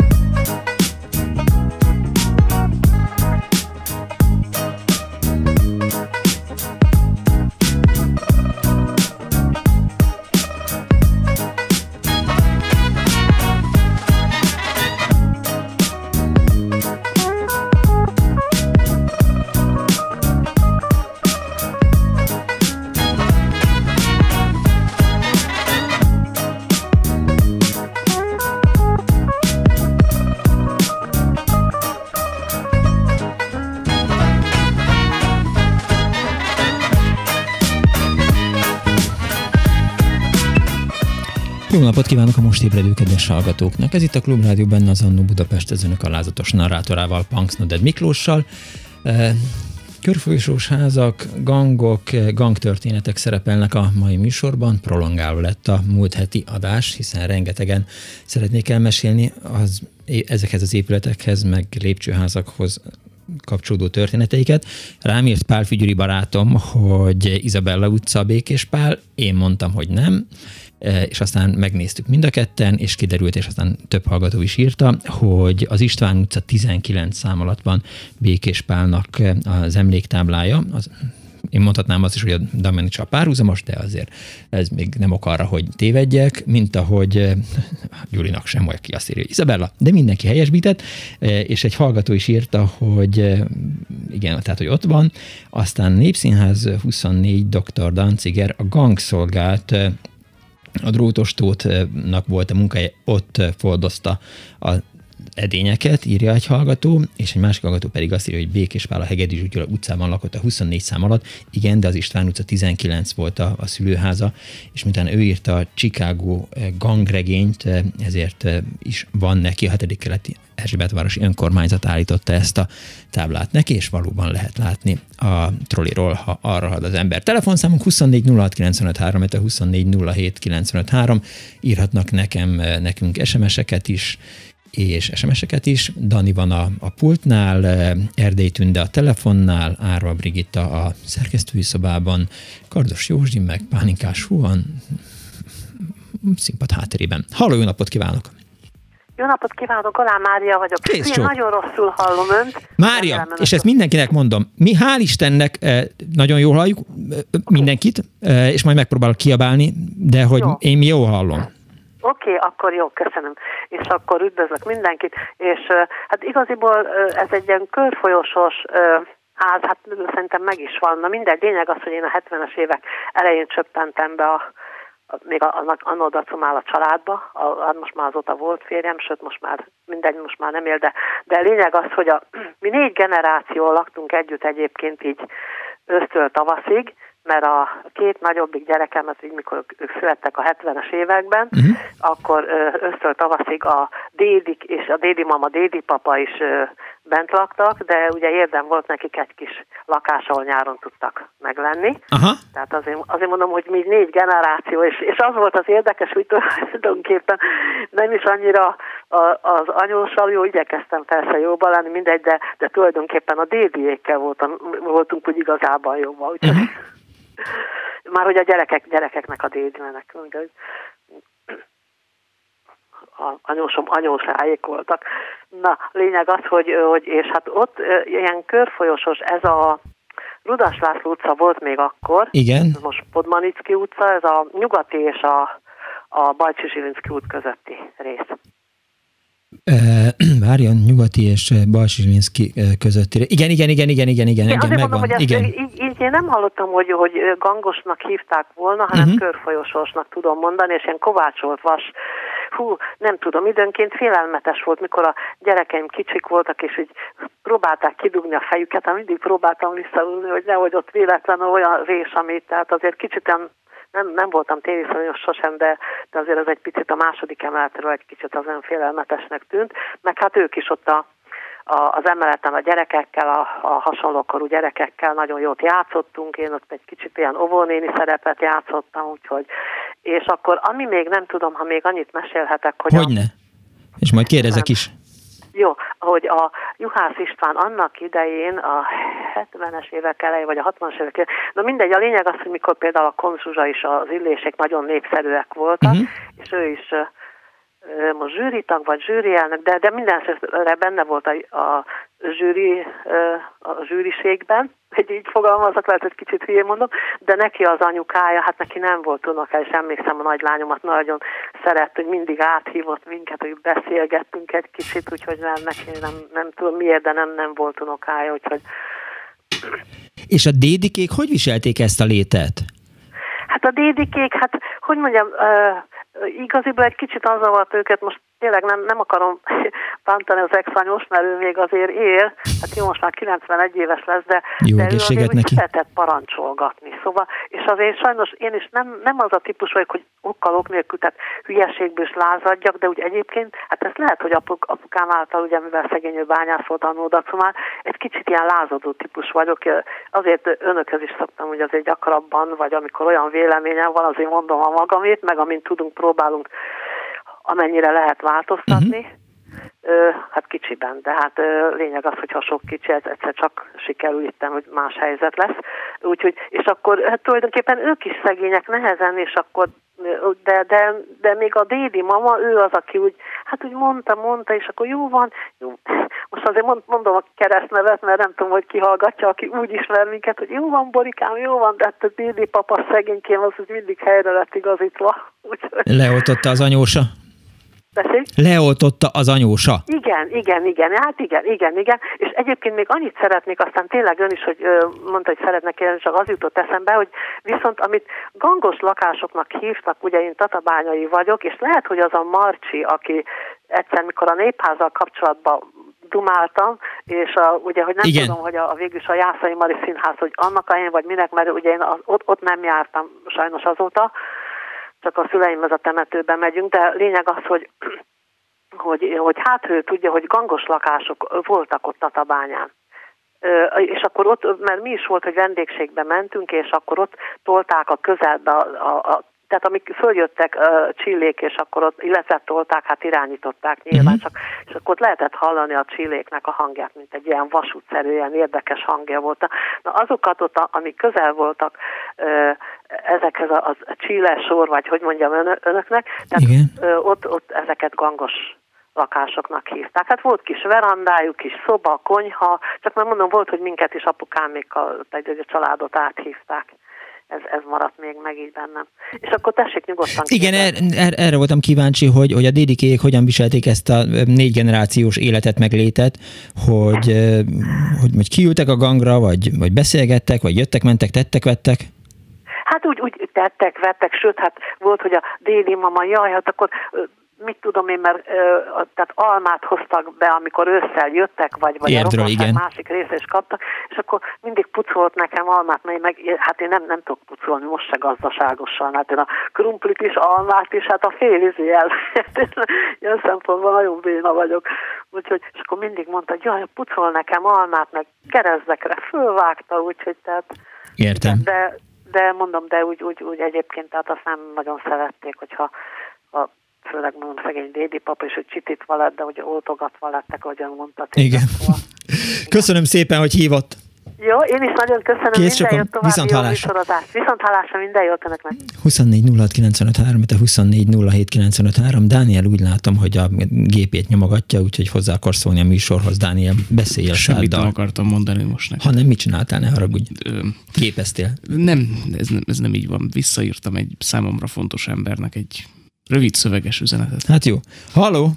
Jó napot kívánok a most ébredő kedves hallgatóknak! Ez itt a Klubrádió, benne az Annó Budapest, az önök alázatos narrátorával, Punks Not Dead Miklóssal. Körfolyosós házak, gangok, gangtörténetek szerepelnek a mai műsorban. Prolongálva lett a múlt heti adás, hiszen rengetegen szeretnék elmesélni az, ezekhez az épületekhez, meg lépcsőházakhoz kapcsolódó történeteiket. Rám írt Pál Fügyüri barátom, hogy Izabella utca, Békés Pál. Én mondtam, hogy nem, és aztán megnéztük mind a ketten, és kiderült, és aztán több hallgató is írta, hogy az István utca tizenkilenc szám alatt van Békés Pálnak az emléktáblája. Az, én mondhatnám azt is, hogy a Damjanics a párhuzamos, de azért ez még nem ok arra, hogy tévedjek, mint ahogy Gyurinak sem vagy, ki azt írja, Izabella, de mindenki helyesbített, és egy hallgató is írta, hogy igen, tehát, hogy ott van. Aztán Népszínház huszonnégy, doktor Danciger, a gang szolgált, a Drótostótnak volt a munkája, ott fordozta a edényeket, írja egy hallgató, és egy másik hallgató pedig azt írja, hogy Békés Pál a Hegedűs Gyula utcában lakott a huszonnégy szám alatt. Igen, de az István utca tizenkilenc volt a, a szülőháza, és miután ő írta a Chicago gangregényt, ezért is van neki, a hetedik keleti Erzsébetvárosi önkormányzat állította ezt a táblát neki, és valóban lehet látni a trolliról, ha arra had az ember. Telefonszámunk huszonnégy nulla hat kilencvenöt három, huszonnégy nulla hét kilencvenöt három, írhatnak nekem, nekünk es em es-eket is, és es em es-eket is. Dani van a, a pultnál, Erdély Tünde a telefonnál, Árva Brigitta a szerkesztői szobában, Kardos Józsi meg Pálinkás Huan színpad hátterében. Halló, jó napot kívánok! Jó napot kívánok, Galán Mária vagyok. Kész, Én nagyon rosszul hallom önt. Mária, remélem, és ezt mindenkinek mondom, mi hál' Istennek nagyon jól halljuk mindenkit, és majd megpróbálok kiabálni, de hogy jó. Én jól hallom. Oké, okay, akkor jó, köszönöm. És akkor üdvözlök mindenkit. És hát igaziból ez egy ilyen körfolyosos ház, hát szerintem meg is van. Na mindegy, lényeg az, hogy én a hetvenes évek elején csöppentem be a még anno dacumál a családba, a, most már azóta volt férjem, sőt most már mindegy, most már nem él, de, de lényeg az, hogy a, mi négy generáció laktunk együtt egyébként így ősztől tavaszig, mert a két nagyobbik gyerekemet, így mikor ők születtek a hetvenes években, uh-huh. akkor ősztől tavaszig a dédik és a dédi mama, dédi papa is bent laktak, de ugye érdem volt nekik egy kis lakás, ahol nyáron tudtak meglenni. Aha. Tehát azért, azért mondom, hogy mi négy generáció, és, és az volt az érdekes, hogy tulajdonképpen nem is annyira a, az anyóssal, jó, igyekeztem persze jóban lenni, mindegy, de, de tulajdonképpen a dédiékkel voltam, voltunk úgy igazában jóban. Úgyhogy uh-huh. már hogy a gyerekek, gyerekeknek a dédimenek, úgyhogy a anyósom, anyósáék voltak. Na, lényeg az, hogy, hogy és hát ott ilyen körfolyosos, ez a Rudas László utca volt még akkor. Igen. Ez most Podmanicki utca, ez a nyugati és a, a Bajcsi-Zsilinszky út közötti rész. Várjon, nyugati és Bajcsi-Zsilinszky közötti rész. Igen, igen, igen, igen, igen, igen, én igen, megvan. Mondom, hogy igen. Ezt, így, így én nem hallottam, hogy, hogy gangosnak hívták volna, hanem uh-huh. körfolyososnak tudom mondani, és ilyen kovácsolt vas. Hú, nem tudom, időnként félelmetes volt, mikor a gyerekeim kicsik voltak, és így próbálták kidugni a fejüket, hát mindig próbáltam visszaülni, hogy nehogy ott véletlenül olyan rés, amit, tehát azért kicsit nem, nem voltam tériszonyos sosem, de, de azért az egy picit a második emeletről egy kicsit az olyan félelmetesnek tűnt, meg hát ők is ott a, a, az emeleten a gyerekekkel, a, a hasonlókorú gyerekekkel nagyon jót játszottunk, én ott egy kicsit ilyen óvónéni szerepet játszottam, úgyhogy és akkor, ami még nem tudom, ha még annyit mesélhetek, hogy... Hogyne. A... És majd kérdezek is. Jó, hogy a Juhász István annak idején a hetvenes évek elején, vagy a hatvanas évek elején, na mindegy, a lényeg az, hogy mikor például a Konz Zsuzsa és az Illésék nagyon népszerűek voltak, uh-huh. és ő is most zsűritag, vagy zsűrielnök, de, de mindenszerre benne volt a, a zsűri, a zsűriségben, hogy így fogalmazok, lehet, hogy kicsit hülyén mondom, de neki az anyukája, hát neki nem volt unoka, és emlékszem, a nagylányomat nagyon szeret, hogy mindig áthívott minket, hogy beszélgettünk egy kicsit, úgyhogy nem, neki nem, nem tudom miért, de nem, nem volt unokája, úgyhogy... És a dédikék hogy viselték ezt a létet? Hát a dédikék, hát hogy mondjam... Uh, Igaziból egy kicsit az zavart őket, most tényleg nem, nem akarom bántani az ex-anyós, mert ő még azért él, hát jó, most már kilencvenegy éves lesz, de, jó de ő azért neki. szeretett parancsolgatni. Szóval, és azért sajnos én is nem, nem az a típus vagyok, hogy okkal ok nélkül, tehát hülyeségből is lázadjak, de úgy egyébként, hát ez lehet, hogy apuk, apukám által, ugye mivel szegényű bányász volt annódat, szóval egy kicsit ilyen lázadó típus vagyok, azért önökhöz is szoktam, hogy azért gyakrabban, vagy amikor olyan véleményem van, azért mondom a magamét, meg amint tudunk, próbálunk amennyire lehet változtatni. Uh-huh. Ö, hát kicsiben, de hát ö, lényeg az, hogyha sok kicsi, ez egyszer csak sikerül itten, hogy más helyzet lesz. Úgyhogy, és akkor hát tulajdonképpen ők is szegények nehezen, és akkor, de, de, de még a dédi mama, ő az, aki úgy, hát úgy mondta, mondta, és akkor jó van, jó. Most azért mond, mondom a keresztnevet, mert nem tudom, hogy ki hallgatja, aki úgy ismer minket, hogy jó van, Borikám, jó van, de hát a dédi papa szegénykém az, hogy mindig helyre lett igazítva. Úgyhogy... Leoltotta az anyósa? Tessék? Leoltotta az anyósa. Igen, igen, igen, hát igen, igen, igen. És egyébként még annyit szeretnék, aztán tényleg ön is, hogy mondta, hogy szeretne kérni, csak az jutott eszembe, hogy viszont amit gangos lakásoknak hívtak, ugye én tatabányai vagyok, és lehet, hogy az a Marcsi, aki egyszer, mikor a Népházzal kapcsolatban dumáltam, és a, ugye, hogy nem igen. tudom, hogy a, a végül is a Jászai Mari Színház, hogy annak a helyén, vagy minek, mert ugye én az, ott, ott nem jártam sajnos azóta, csak a szüleimhez a temetőbe megyünk, de lényeg az, hogy, hogy, hogy hát ő tudja, hogy gangos lakások voltak ott Tatabányán. És akkor ott, mert mi is volt, hogy vendégségbe mentünk, és akkor ott tolták a közelbe, a, a, a, tehát amik följöttek a csillék, és akkor ott, illetve tolták, hát irányították nyilván, uh-huh. csak, és akkor ott lehetett hallani a csilléknek a hangját, mint egy ilyen vasútszerű, ilyen érdekes hangja volt. Na azokat ott, amik közel voltak ezekhez a, a csille sor, vagy hogy mondjam ön, önöknek, tehát ö, ott, ott ezeket gangos lakásoknak hívták. Hát volt kis verandájuk, kis szoba, konyha, csak már mondom, volt, hogy minket is apukámékkal, egy a családot áthívták. Ez, ez maradt még meg így bennem. És akkor tessék nyugodtan. Igen, er, er, erre voltam kíváncsi, hogy, hogy a dédikék hogyan viselték ezt a négy generációs életet, meglétet, hogy, hogy, hogy kiültek a gangra, vagy, vagy beszélgettek, vagy jöttek, mentek, tettek, vettek? Hát úgy, úgy tettek, vettek, sőt, hát volt, hogy a dédi mama, jaj, hát akkor mit tudom én, mert ö, tehát almát hoztak be, amikor ősszel jöttek, vagy, vagy Érdről, a igen. másik része is kaptak, és akkor mindig pucolt nekem almát, mert meg, hát én nem, nem tudok pucolni, most se gazdaságosan, hát én a krumplit is, almát is, hát a fél izé el. Ilyen szempontból nagyon béna vagyok. Úgyhogy, és akkor mindig mondta, hogy jaj, pucol nekem almát, meg keresztekre fölvágta, úgyhogy tehát... Értem. De, de mondom, de úgy, úgy, úgy egyébként, tehát azt nem nagyon szerették, hogyha a, főleg mondom szegény dédi papa, és hogy csitítva lett, de hogy oltogatva lettek, ahogyan mondtad. Igen. Köszönöm szépen, hogy hívott. Jó, én is nagyon köszönöm, Kész minden jót, további viszont jó hallásra. műsorozást. Viszont hallásra, minden jót önöknek. huszonnégy nulla hat kilencvenöt három, te huszonnégy nulla hét kilencvenöt három. Dániel, úgy látom, hogy a gépét nyomogatja, úgyhogy hozzá akarsz szólni a műsorhoz. Dániel, beszélj a Semmit sáddal. nem akartam mondani most neki. Ha nem, mit csináltál, ne haragudj. Gépeztél. Nem ez, nem, ez nem így van. Visszaírtam egy számomra fontos embernek egy rövid szöveges üzenetet. Hát jó. Halló!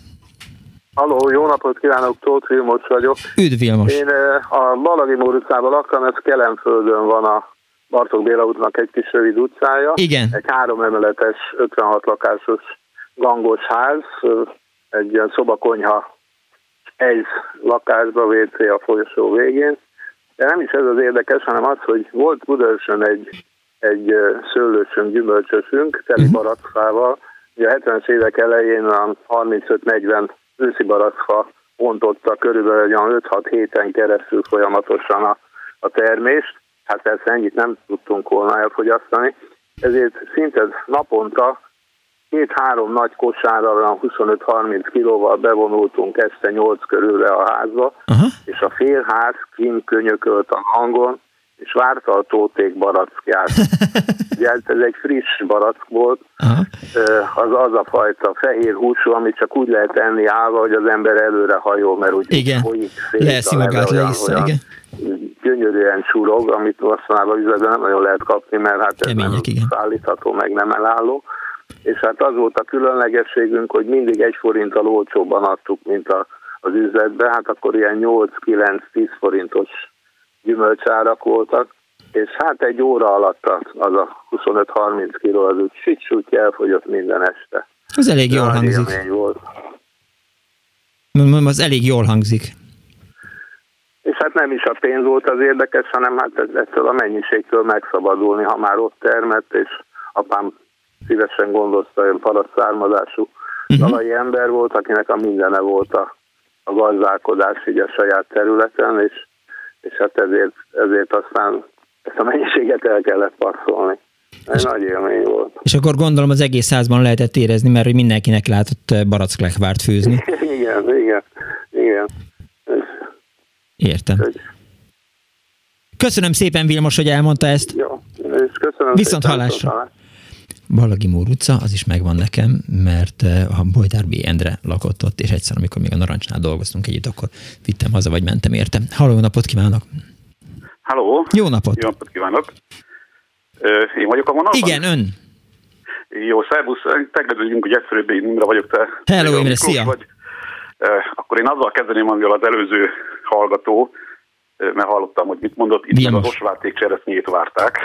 Halló, jó napot kívánok, Tóth Vilmos vagyok. Üdv Vilmos! Én a Balagi Mór utcában laktam, ez Kelenföldön van a Bartók Béla útnak egy kis rövid utcája. Igen. Egy három emeletes, ötvenhat lakásos gangos ház, egy ilyen szobakonyha, egy lakásba, vé cé a folyosó végén. De nem is ez az érdekes, hanem az, hogy volt Budaörsön egy, egy szőlősünk, gyümölcsösünk, teli barackfával. Ugye a hetvenes évek elején a harmincöt-negyven őszi barackfa pontotta körülbelül öt-hat héten keresztül folyamatosan a, a termést. Hát persze ennyit nem tudtunk volna elfogyasztani, ezért szinte naponta két-három nagy kosárral, huszonöt-harminc kilóval bevonultunk este nyolc körülre a házba, uh-huh. és a félház kint könyökölt a hangon, és várta a tóték barackját. Ugye ez egy friss barack volt, uh-huh. az, az a fajta fehér húsú, amit csak úgy lehet enni állva, hogy az ember előre hajol, mert úgy igen. folyik szét. Leszivagát leissza, igen. Gyönyörűen surog, amit mostanában üzletben nem nagyon lehet kapni, mert hát ez Kemények, nem igen. szállítható, meg nem elálló. És hát az volt a különlegességünk, hogy mindig egy forinttal olcsóbban adtuk, mint a, az üzletbe, hát akkor ilyen nyolc-kilenc-tíz forintos gyümölcsárak voltak, és hát egy óra alatt az a huszonöt-harminc kiló az úgy süt-süt elfogyott minden este. Az elég jól hangzik. Volt. Mondom, az elég jól hangzik. És hát nem is a pénz volt az érdekes, hanem hát ettől a mennyiségtől megszabadulni, ha már ott termett, és apám szívesen gondozta, olyan paraszt származású talai uh-huh. ember volt, akinek a mindene volt a, a gazdálkodás így a saját területen, és, és hát ezért, ezért aztán ezt a mennyiséget el kellett passzolni. Ez nagy élmény volt. És akkor gondolom az egész házban lehetett érezni, mert hogy mindenkinek látott baracklekvárt főzni. igen, igen, igen. Értem. Köszönöm szépen, Vilmos, hogy elmondta ezt. Jó, és köszönöm Viszont szépen. hallásra. Balagi Mór utca, az is megvan nekem, mert a Bojdár B. Endre lakott ott, és egyszer, amikor még a Narancsnál dolgoztunk együtt, akkor vittem haza, vagy mentem érte. Halló, jó napot kívánok! Halló! Jó napot! Jó napot kívánok! Én vagyok a vonalban? Igen, ön! Jó, szervusz, tegledőjünk, hogy egyszerűbb Imre vagyok, te. Hello, Imre, szia! Vagy. Akkor én azzal kezdeném, amivel az előző hallgató, mert hallottam, hogy mit mondott, itt meg az osváték cseresznyét várták.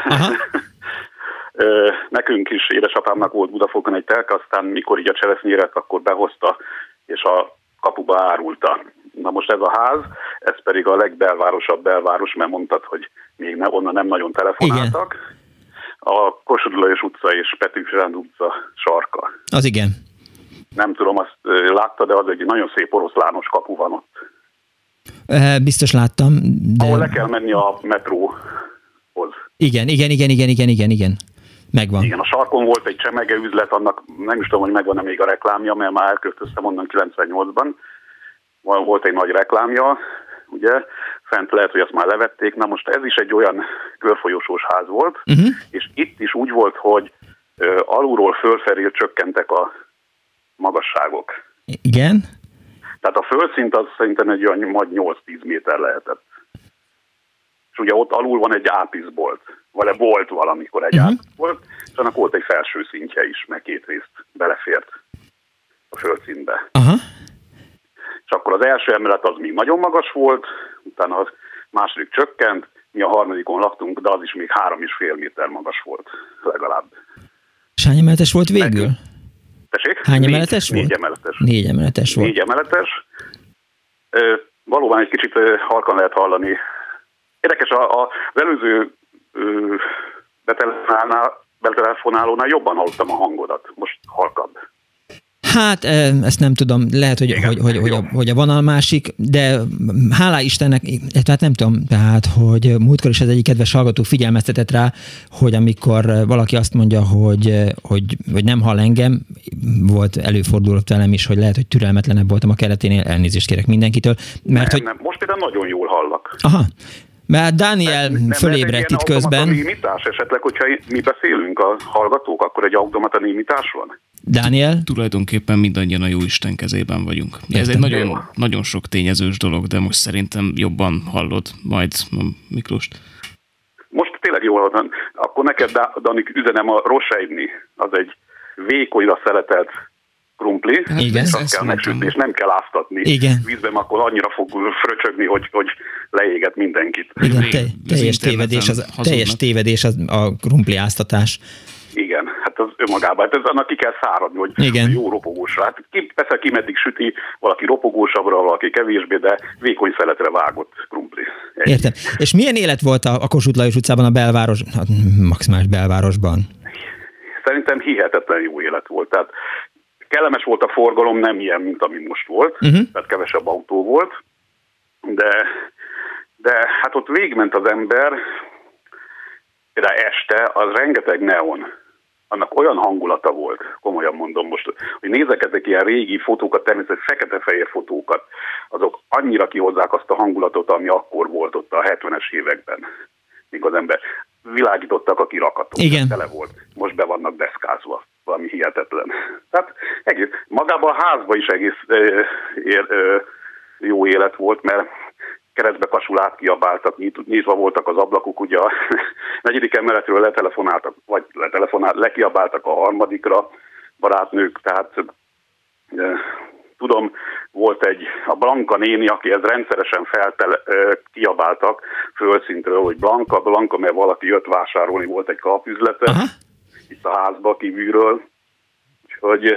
Nekünk is, édesapámnak volt Budafokon egy telke, aztán mikor így a cseresznyéret, akkor behozta, és a kapuba árulta. Na most ez a ház, ez pedig a legbelvárosabb belváros, mert mondtad, hogy még ne, onnan nem nagyon telefonáltak. Igen. A Kossuth Lajos utca és Petőfi Sándor utca sarka. Az igen. Nem tudom, azt látta, de az egy nagyon szép oroszlános kapu van ott. Biztos láttam. De... Ahol le kell menni a metróhoz. Igen, igen, igen, igen, igen, igen, igen. Megvan. Igen, a sarkon volt egy csemege üzlet, annak nem is tudom, hogy megvan-e még a reklámja, mert már elköltöztem onnan kilencvennyolcban. Volt egy nagy reklámja, ugye, fent lehet, hogy azt már levették. Na most ez is egy olyan körfolyosós ház volt, uh-huh. és itt is úgy volt, hogy uh, alulról fölfelé csökkentek a magasságok. Igen. Tehát a földszint az szerintem egy olyan majd nyolc-tíz méter lehetett. És ugye ott alul van egy ápiszbolt, vagy volt valamikor egy uh-huh. ápiszbolt, és annak volt egy felső szintje is, meg két részt belefért a földszintbe. Uh-huh. És akkor az első emelet az még nagyon magas volt, utána az második csökkent, mi a harmadikon laktunk, de az is még három és fél méter magas volt legalább. És hány emeletes volt végül? Nekünk, Tessék? Hány emeletes négy, volt? Négy emeletes. Négy emeletes volt. Négy emeletes. Ö, valóban egy kicsit ö, halkan lehet hallani. Érdekes, a, a, az előző ö, betelefonálónál jobban hallottam a hangodat. Most halkabb. Hát ezt nem tudom, lehet, hogy, hogy, hogy, hogy, a, hogy a vonal másik, de hálá Istennek, tehát nem tudom, tehát, hogy múltkor is az egyik kedves hallgató figyelmeztetett rá, hogy amikor valaki azt mondja, hogy, hogy, hogy nem hall engem, volt előfordulott velem is, hogy lehet, hogy türelmetlenebb voltam a keleténél, elnézést kérek mindenkitől. Mert, nem, hogy... nem, most például nagyon jól hallak. Aha. Mert Dániel nem, fölébredt itt közben. Nem némitás esetleg, hogyha mi beszélünk a hallgatók, akkor egy automata némitás van? Dániel? Tulajdonképpen mindannyian a Jóisten kezében vagyunk. Értem. Ez egy nagyon, nagyon sok tényezős dolog, de most szerintem jobban hallod majd Miklóst. Most tényleg jól hallom. Akkor neked, Danik, üzenem a Roseidni. Az egy vékonyra szeletelt krumpli, igen, és azt kell megsütni, és nem kell áztatni. Igen. Vízben akkor annyira fog fröcsögni, hogy, hogy leéget mindenkit. Igen, te, teljes tévedés, az, teljes tévedés az a krumpli áztatás. Igen, hát az önmagában, hát ez annak ki kell száradni, hogy igen. Jó ropogósra. Hát ki, persze ki meddig süti, valaki ropogósabbra, valaki kevésbé, de vékony szeletre vágott krumpli. Egy. Értem. És milyen élet volt a, a Kossuth Lajos utcában, a belváros, a maximális belvárosban? Szerintem hihetetlen jó élet volt. Tehát kellemes volt a forgalom, nem ilyen, mint ami most volt, uh-huh. tehát kevesebb autó volt, de, de hát ott végigment az ember, de este az rengeteg neon, annak olyan hangulata volt, komolyan mondom most, hogy nézek ezek ilyen régi fotókat, természetesen fekete-fehér fotókat, azok annyira kihozzák azt a hangulatot, ami akkor volt ott a hetvenes években, míg az ember világítottak a kirakatok, igen. Tele volt, most be vannak deszkázva. Valami hihetetlen. Tehát egész, magában a házban is egész ö, ö, jó élet volt, mert keresztbe kasul átkiabáltak, nyit, nyitva voltak az ablakok, ugye a negyedik emeletről letelefonáltak, vagy letelefonált, lekiabáltak a harmadikra barátnők, tehát ö, tudom, volt egy, a Blanka néni, aki ez rendszeresen feltele, ö, kiabáltak földszintről, hogy Blanka, Blanka, mert valaki jött vásárolni, volt egy kalapüzlete. Aha. Itt a házba kívülről, úgyhogy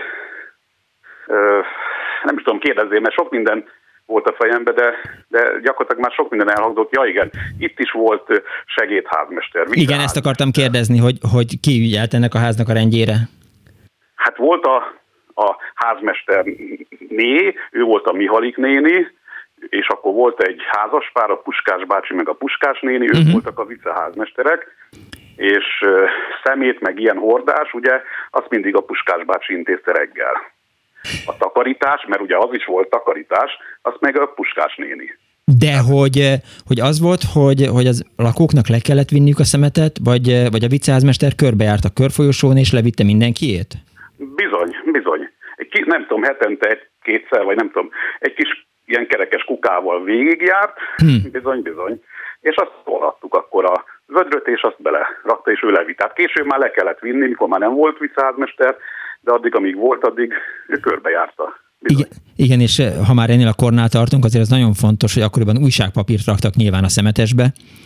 ö, nem is tudom, kérdezzél, mert sok minden volt a fejembe, de, de gyakorlatilag már sok minden elhangzott. Ja igen, itt is volt segédházmester. Igen, ezt akartam kérdezni, hogy, hogy ki ügyelt ennek a háznak a rendjére? Hát volt a, a házmester né, ő volt a Mihalik néni, és akkor volt egy házaspár, a Puskás bácsi meg a Puskás néni, ők uh-huh. voltak a viceházmesterek, és uh, szemét, meg ilyen hordás, ugye, azt mindig a Puskás bácsi intézte reggel. A takarítás, mert ugye az is volt takarítás, azt meg a Puskás néni. De hogy, hogy az volt, hogy, hogy az lakóknak le kellett vinniük a szemetet, vagy, vagy a viceházmester körbejárt a körfolyosón, és levitte mindenkiét? Bizony, bizony. Egy ki, nem tudom, hetente egy-kétszer, vagy nem tudom, egy kis ilyen kerekes kukával végigjárt, hmm. bizony, bizony. És azt tolattuk akkor a vödröt, és azt belerakta, és ő levitt. Tehát később már le kellett vinni, mikor már nem volt viceházmester, de addig, amíg volt, addig ő körbejárta. Igen, igen, és ha már ennél a kornál tartunk, azért az nagyon fontos, hogy akkoriban újságpapírt raktak nyilván a szemetesbe,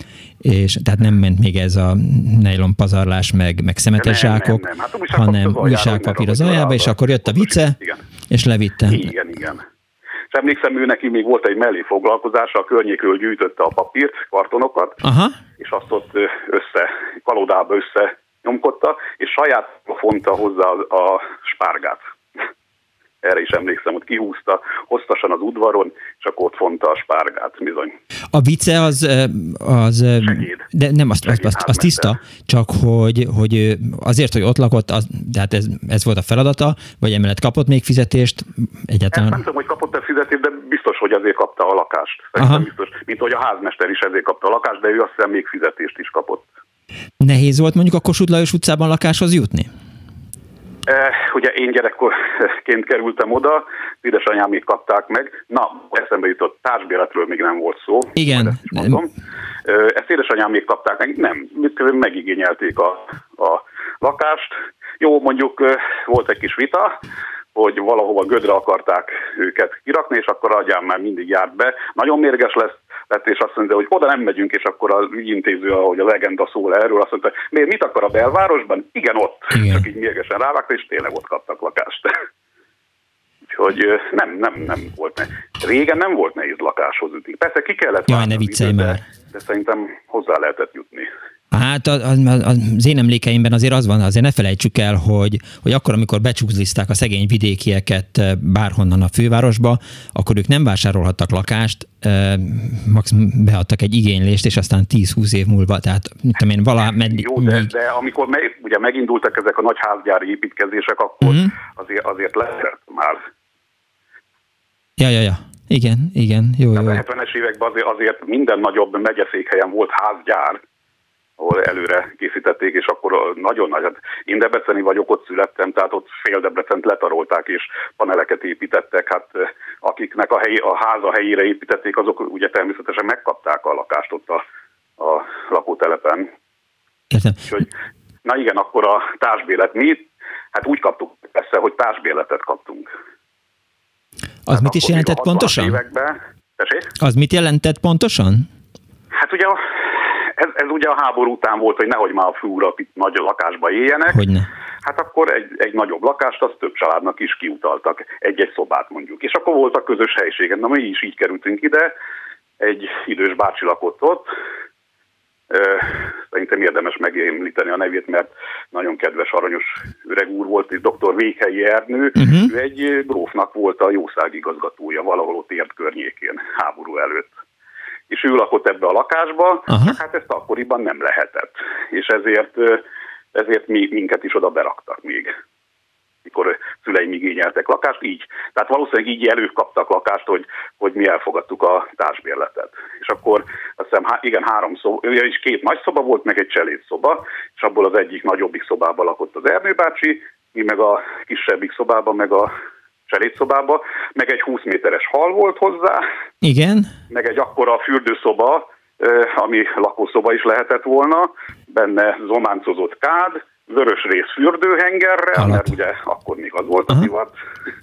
és tehát nem ment még ez a nejlon pazarlás, meg, meg szemetes zsákok, hát hanem újságpapír az aljába, és akkor jött a vice, és levitte. Igen, igen. És emlékszem, ő neki még volt egy mellé foglalkozása, a környékről gyűjtötte a papírt, kartonokat, aha. és azt ott össze, kalodába össze nyomkodta, és saját fonta hozzá a, a spárgát. Erre is emlékszem, hogy kihúzta hosszasan az udvaron, és akkor ott fonta a spárgát, bizony. A vice az... az Segéd. De nem, azt, azt, azt, azt tiszta, csak hogy, hogy azért, hogy ott lakott, az, de hát ez, ez volt a feladata, vagy emellett kapott még fizetést? Egyáltalán... Nem tudom, hogy kapott-e fizetést, de biztos, hogy azért kapta a lakást. Biztos, mint hogy a házmester is ezért kapta a lakást, de ő azt hiszem még fizetést is kapott. Nehéz volt mondjuk a Kossuth Lajos utcában lakáshoz jutni? Eh, ugye én gyerekként kerültem oda, édesanyámék kapták meg. Na, eszembe jutott, társbérletről még nem volt szó. Igen. Ezt is mondom. Eh, ezt édesanyámék kapták meg, nem, megigényelték a, a lakást. Jó, mondjuk eh, volt egy kis vita, hogy valahova gödre akarták őket kirakni, és akkor agyám már mindig járt be. Nagyon mérges lesz, Tehát és azt mondja, hogy oda nem megyünk, és akkor az ügyintéző, ahogy a legenda szól erről, azt mondta, miért mit akar a belvárosban? Igen, ott. Igen. Csak így mérgesen rávágta, és tényleg ott kaptak lakást. Úgyhogy nem, nem, nem volt nehéz. Régen nem volt nehéz lakáshoz jutni. Persze ki kellett Jaj, ne viccelj már. De szerintem hozzá lehetett jutni. Hát az én emlékeimben azért az van, azért ne felejtsük el, hogy, hogy akkor, amikor becsúszlizták a szegény vidékieket bárhonnan a fővárosba, akkor ők nem vásárolhattak lakást, max beadtak egy igénylést, és aztán tíz-húsz év múlva, tehát tudom én, valahol meddig... Jó, de, de amikor me, ugye megindultak ezek a nagy házgyári építkezések, akkor uh-huh. azért, azért lehetett már. Ja, ja, ja. Igen, igen. Jó, jó. A hetvenes években azért, azért minden nagyobb megyeszékhelyen volt házgyár, ahol előre készítették, és akkor nagyon nagy. Hát én debreceni vagyok, ott születtem, tehát ott fél Debrecent letarolták, és paneleket építettek. Hát akiknek a, helyi, a háza helyére építették, azok ugye természetesen megkapták a lakást ott a, a lakótelepen. Értem. Úgyhogy, na igen, akkor a társbérlet. Mi? Hát úgy kaptuk persze, hogy társbérletet kaptunk. Az hát mit is jelentett pontosan? Években, az mit jelentett pontosan? Hát ugye ez, ez ugye a háború után volt, hogy nehogy már a főurak itt nagy lakásba éljenek. Hogyne. Hát akkor egy, egy nagyobb lakást, azt több családnak is kiutaltak, egy-egy szobát mondjuk. És akkor voltak közös helyiségek. Na mi is így kerültünk ide, egy idős bácsi lakott ott. Szerintem érdemes megemlíteni a nevét, mert nagyon kedves, aranyos öreg úr volt, és doktor Vékhelyi Ernő. Uh-huh. Ő egy grófnak volt a jószág igazgatója valahol ott Érd környékén, háború előtt. És ő lakott ebbe a lakásba, uh-huh. hát ezt akkoriban nem lehetett. És ezért, ezért mi, minket is oda beraktak még, mikor szüleim igényeltek lakást, így. Tehát valószínűleg így előkaptak lakást, hogy, hogy mi elfogadtuk a társbérletet. És akkor azt hiszem, há, igen, három szoba, és két nagy szoba volt, meg egy cselédszoba, és abból az egyik nagyobbik szobában lakott az Ernő bácsi, mi meg a kisebbik szobában, meg a cselédszobában, meg egy húsz méteres hal volt hozzá. Igen. Meg egy akkora fürdőszoba, ami lakószoba is lehetett volna, benne zománcozott kád, vörös rész fürdőhengerrel, Halat. Mert ugye akkor még az volt a divat.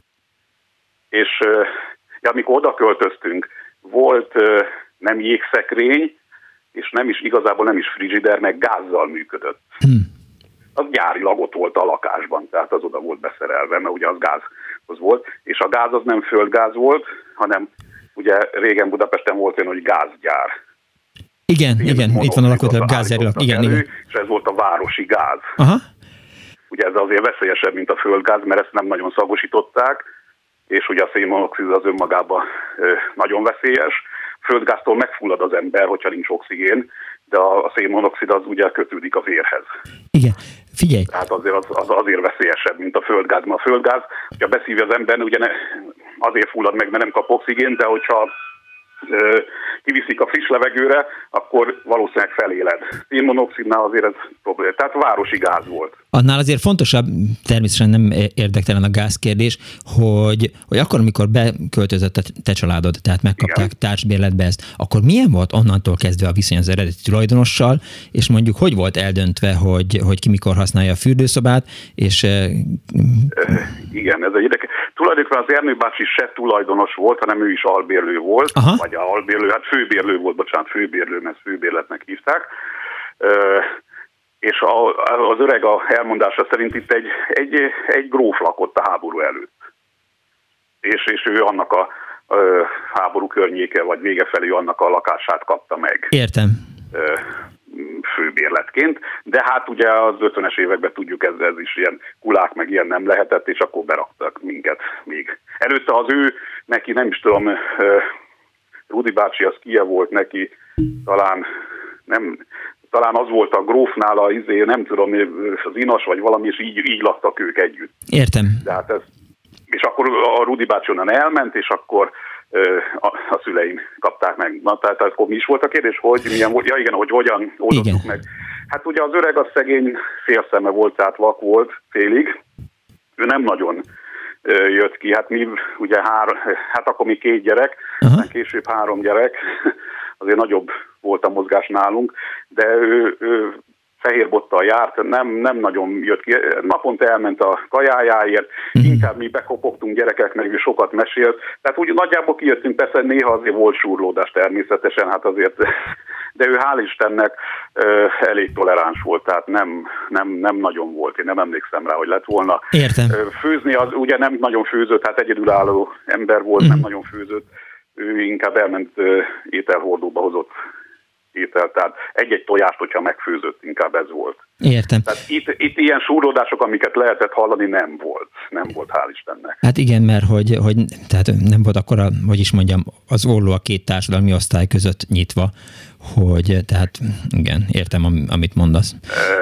És ja, amikor oda költöztünk, volt nem jégszekrény, és nem is igazából nem is frigider, meg gázzal működött. Hmm. Az gyárilag ott volt a lakásban, tehát az oda volt beszerelve, mert ugye az gázhoz volt, és a gáz az nem földgáz volt, hanem ugye régen Budapesten volt olyan, hogy gázgyár. Igen, Én igen, itt van a lakótelep gázgyárilag. Igen, igen. És ez volt a városi gáz. Aha. Ugye ez azért veszélyesebb, mint a földgáz, mert ezt nem nagyon szagosították, és ugye a szénmonoxid az önmagában nagyon veszélyes. Földgáztól megfullad az ember, hogyha nincs oxigén, de a szénmonoxid az ugye kötődik a vérhez. Igen, figyelj. Tehát azért az, az azért veszélyesebb, mint a földgáz. Mert a földgáz, hogyha beszívja az ember, ugye ne, azért fullad meg, mert nem kap oxigént, de hogyha ö, kiviszik a friss levegőre, akkor valószínűleg feléled. Szénmonoxidnál azért ez probléma. Tehát városi gáz volt. Annál azért fontosabb, természetesen nem érdektelen a gázkérdés, hogy, hogy akkor, amikor beköltözött a te családod, tehát megkapták Igen. társbérletbe ezt, akkor milyen volt onnantól kezdve a viszony az eredeti tulajdonossal, és mondjuk hogy volt eldöntve, hogy, hogy ki mikor használja a fürdőszobát, és... Igen, ez egy érdekes. Tulajdonképpen az Ernő bácsi se tulajdonos volt, hanem ő is albérlő volt, Aha. vagy a albérlő, hát főbérlő volt, bocsánat, főbérlő, mert főbérletnek hívták. És az öreg a elmondása szerint itt egy, egy, egy gróf lakott a háború előtt. És, és ő annak a, a háború környéke, vagy vége felé annak a lakását kapta meg. Értem. Főbérletként. De hát ugye az ötvenes években tudjuk, ez, ez is ilyen kulák, meg ilyen nem lehetett, és akkor beraktak minket még. Előtte az ő, neki nem is tudom, Rudi bácsi, az kie volt neki, talán nem... Talán az volt a grófnál, a, izé, nem tudom, az inas vagy valami, és így, így laktak ők együtt. Értem. De hát ez, és akkor a Rudi bácsi onnan elment, és akkor a, a szüleim kapták meg. Na, tehát akkor mi is volt a kérdés, hogy milyen volt? Ja igen, hogy hogyan oldottuk meg. Hát ugye az öreg, az szegény félszeme volt, tehát vak volt félig. Ő nem nagyon jött ki. Hát mi ugye három, hát akkor mi két gyerek, Aha. később három gyerek, azért nagyobb volt a mozgás nálunk, de ő, ő fehér bottal járt, nem, nem nagyon jött ki. Naponta elment a kajájáért, inkább mi bekopogtunk gyerekeknek, ő sokat mesélt. Tehát úgy nagyjából kijöttünk, persze néha azért volt súrlódás természetesen, hát azért, de ő hál' Istennek elég toleráns volt, tehát nem, nem, nem nagyon volt. Én nem emlékszem rá, hogy lett volna. Értem. Főzni az ugye nem nagyon főzött, hát egyedülálló ember volt, uh-huh. nem nagyon főzött. Ő inkább elment ételhordóba hozott étel, tehát egy-egy tojást, hogyha megfőzött, inkább ez volt. Értem. Tehát itt, itt ilyen súrlódások, amiket lehetett hallani, nem volt. Nem volt, hál' Istennek. Hát igen, mert hogy, hogy tehát nem volt akkor, a, hogy is mondjam, az olló a két társadalmi osztály között nyitva, hogy tehát igen, értem, amit mondasz.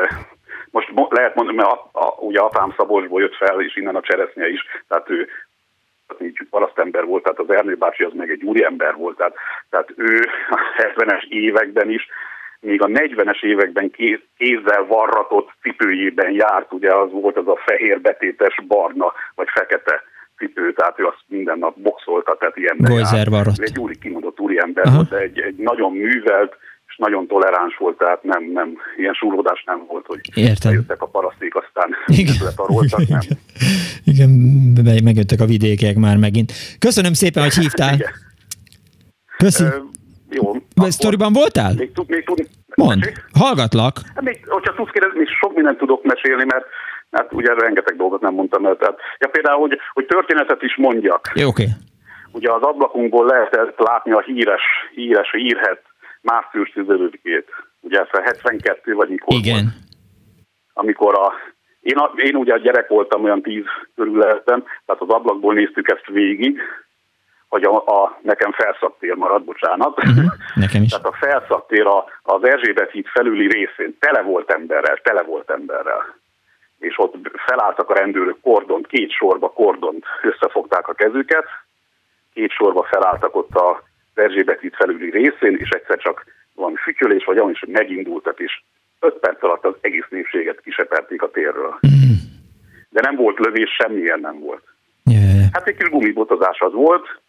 Most lehet mondani, mert a, a, ugye apám Szabolcsból jött fel, és innen a cseresznye is, tehát ő így parasztember volt, tehát az Ernő bácsi az meg egy úriember volt, tehát, tehát ő a hetvenes években is, még a negyvenes években kéz, kézzel varratott cipőjében járt, ugye az volt az a fehér betétes barna, vagy fekete cipő, tehát ő azt minden nap boxolta, tehát ilyenben járt. Egy úri kimondott úriember Aha. volt, de egy, egy nagyon művelt, és nagyon toleráns volt, tehát nem, nem, ilyen súrlódás nem volt, hogy jöttek a paraszték, aztán letaroltak, nem. Igen, megjöttek a vidékek már megint. Köszönöm szépen, hogy hívtál. Igen. Köszönöm. Uh, jó. Akkor... Sztoriban voltál? Még tud, még tud. Mondd, hallgatlak. Hát még, hogyha tudsz kérdezni, még sok mindent tudok mesélni, mert hát ugye rengeteg dolgot nem mondtam el. Tehát, ja, például, hogy, hogy történetet is mondjak. Jó, oké. Okay. Ugye az ablakunkból lehetett látni a híres, híres hírhet március tizedikét. Ugye ez a hetvenkettő vagy mikor Igen. volt. Amikor a Én, a, én ugye gyerek voltam, olyan tíz körül lehettem, tehát az ablakból néztük ezt végig, hogy a, a nekem felszaktér marad, bocsánat. Uh-huh. Nekem is. Tehát a felszaktér a, az Erzsébet híd felüli részén tele volt emberrel, tele volt emberrel. És ott felálltak a rendőrök kordont, két sorba kordont, összefogták a kezüket, két sorba felálltak ott az Erzsébet híd felüli részén, és egyszer csak valami fütyölés, vagy olyan is, hogy megindultak, és öt perc alatt az egész népséget kiseperték a térről. Mm. De nem volt lövés, semmilyen nem volt. Yeah. Hát egy kis gumibotozás az volt,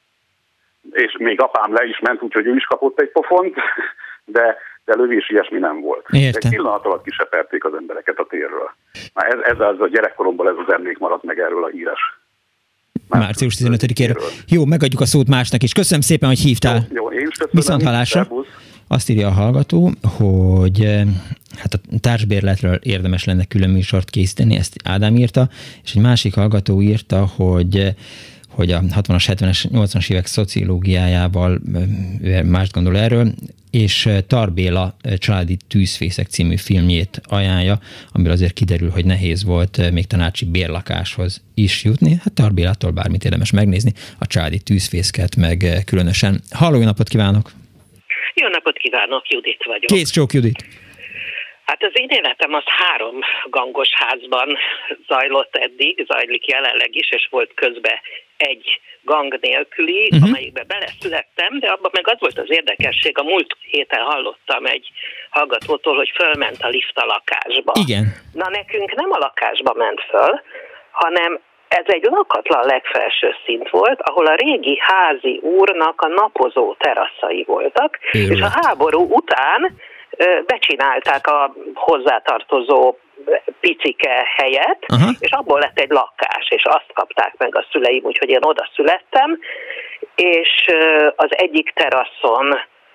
és még apám le is ment, úgyhogy ő is kapott egy pofont, de, de lövés ilyesmi nem volt. Értem. Egy pillanat alatt kiseperték az embereket a térről. Már ez, ez az a gyerekkoromból ez az emlék maradt meg erről a híres. március tizenötödikéről. Jó, megadjuk a szót másnak is. Köszönöm szépen, hogy hívtál. Jó, jó, én is köszönöm. Viszont hallásra. Azt írja a hallgató, hogy hát a társbérletről érdemes lenne külön műsort készíteni, ezt Ádám írta, és egy másik hallgató írta, hogy hogy a hatvanas, hetvenes, nyolcvanas évek szociológiájával ő mást gondol erről, és Tar Béla Családi tűzfészek című filmjét ajánlja, amiből azért kiderül, hogy nehéz volt még tanácsi bérlakáshoz is jutni. Hát Tar Bélától bármit érdemes megnézni, a családi tűzfészket meg különösen. Halló, jó napot kívánok! Jó napot kívánok, Judit vagyok. Kész csók, Judit! Hát az én életem az három gangos házban zajlott eddig, zajlik jelenleg is, és volt közben egy gang nélküli, uh-huh. amelyikbe beleszülettem, de abban meg az volt az érdekesség, a múlt héten hallottam egy hallgatótól, hogy fölment a lift a lakásba. Igen. Na nekünk nem a lakásba ment föl, hanem ez egy lakatlan legfelső szint volt, ahol a régi házi úrnak a napozó teraszai voltak, Őrület. És a háború után becsinálták a hozzátartozó picike helyet, Aha. és abból lett egy lakás, és azt kapták meg a szüleim, úgyhogy én oda születtem, és az egyik teraszon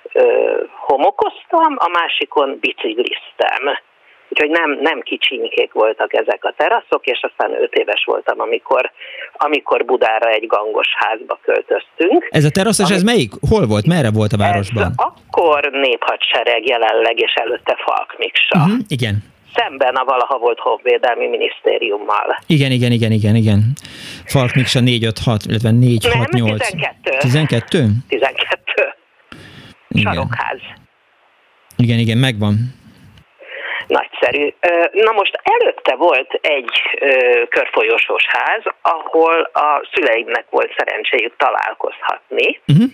homokoztam, a másikon bicikliztem. Úgyhogy nem, nem kicsinykék voltak ezek a teraszok, és aztán öt éves voltam, amikor, amikor Budára egy gangos házba költöztünk. Ez a teraszos, ez melyik? Hol volt? Merre volt a városban? Ez akkor Néphadsereg jelenleg, és előtte Falk Miksa. Uh-huh, igen. Szemben a valaha volt Honvédelmi Minisztériummal. Igen, igen, igen, igen, igen. Falk Miksa négy öt hat, illetve négy hat nyolc. Nem, tizenkettő. tizenkettő? tizenkettő. Sarokház. Igen, igen, megvan. Nagyszerű. Na most előtte volt egy körfolyósós ház, ahol a szüleimnek volt szerencséjük találkozhatni. Uh-huh.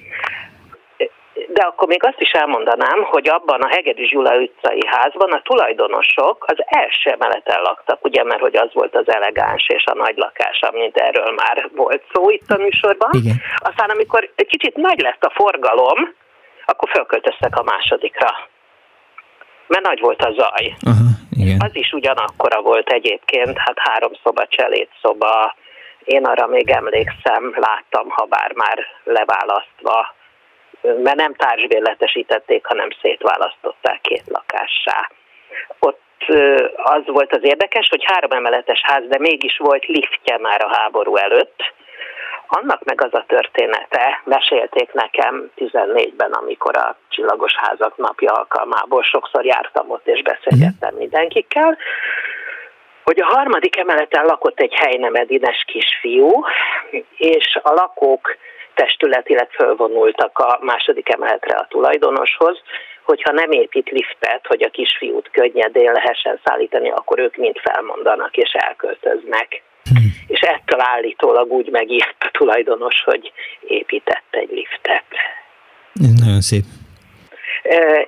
De akkor még azt is elmondanám, hogy abban a Hegedűs Gyula utcai házban a tulajdonosok az első emeleten laktak, ugye, mert hogy az volt az elegáns és a nagy lakás, amint erről már volt szó itt a műsorban. Igen. Aztán amikor egy kicsit nagy lett a forgalom, akkor fölköltöztek a másodikra. mert nagy volt a zaj. Aha, igen. Az is ugyanakkora volt egyébként, hát három szoba, cselédszoba, én arra még emlékszem, láttam, ha bár már leválasztva, mert nem társbérletesítették, hanem szétválasztották két lakássá. Ott az volt az érdekes, hogy három emeletes ház, de mégis volt liftje már a háború előtt. Annak meg az a története, mesélték nekem tizennégyben, amikor a Csillagos Házak napja alkalmából sokszor jártam ott és beszélgettem mindenkikkel, hogy a harmadik emeleten lakott egy helynemedines kisfiú, és a lakók testületileg fölvonultak a második emeletre a tulajdonoshoz, hogyha nem épít liftet, hogy a kisfiút könnyedén lehessen szállítani, akkor ők mind felmondanak és elköltöznek. Hmm. És ettől állítólag úgy megijedt a tulajdonos, hogy épített egy liftet. Nagyon szép. E,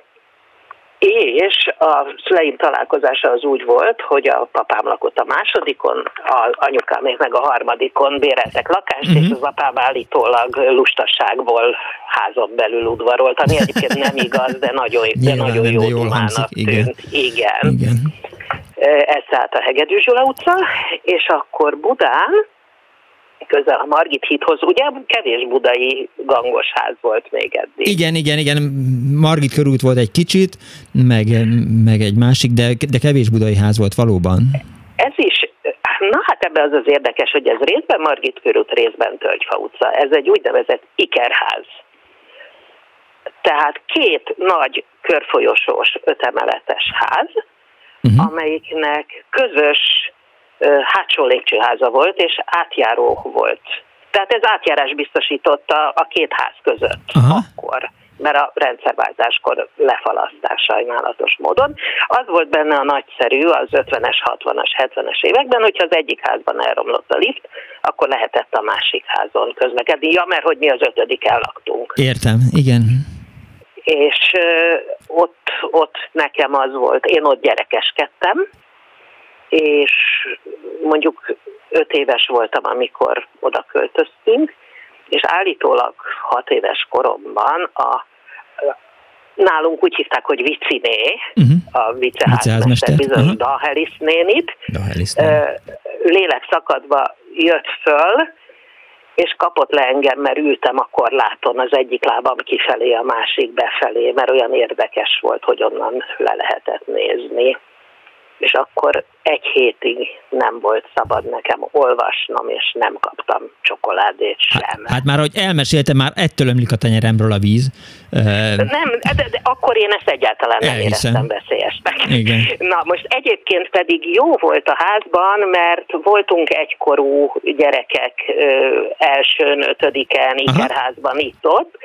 és a szüleim találkozása az úgy volt, hogy a papám lakott a másodikon, az anyukámék meg a harmadikon béreltek lakást, uh-huh. és az apám állítólag lustaságból házon belül udvarolt, ami egyébként nem igaz, de nagyon, de nagyon jó dumának tűnt. Igen. Igen. Ez tehát a Hegedűs Gyula utca, és akkor Budán, közel a Margit hídhoz, ugye kevés budai gangos ház volt még eddig. Igen, igen, igen, Margit körút volt egy kicsit, meg, meg egy másik, de, de kevés budai ház volt valóban. Ez is, na hát ebben az az érdekes, hogy ez részben Margit körút, részben Tölgyfa utca. Ez egy úgynevezett ikerház. Tehát két nagy körfolyosós ötemeletes ház, uh-huh. amelyiknek közös uh, hátsó lépcsőháza volt, és átjáró volt. Tehát ez átjárás biztosította a két ház között uh-huh. akkor, mert a rendszerváltáskor lefalasztás sajnálatos módon. Az volt benne a nagyszerű az ötvenes, hatvanas, hetvenes években, hogyha az egyik házban elromlott a lift, akkor lehetett a másik házon közlekedni. Ja, mert hogy mi az ötödiken laktunk. Értem, igen. És uh, ott, ott nekem az volt, én ott gyerekeskedtem, és mondjuk öt éves voltam, amikor oda költöztünk, és állítólag hat éves koromban a, nálunk úgy hívták, hogy Viciné, uh-huh. a viceházmester, bizonyos uh-huh. Dahelis nénit, Dahelis uh, lélek szakadva jött föl, és kapott le engem, mert ültem a korláton, az egyik lábam kifelé, a másik befelé, mert olyan érdekes volt, hogy onnan le lehetett nézni. És akkor egy hétig nem volt szabad nekem olvasnom, és nem kaptam csokoládét sem. Hát, hát már, ahogy elmeséltem, már ettől ömlik a tenyeremről a víz. Nem, de, de akkor én ezt egyáltalán nem Elhiszem. éreztem veszélyesnek. Igen. Na, most egyébként pedig jó volt a házban, mert voltunk egykorú gyerekek elsőn, ötödiken, ikerházban itt-ott.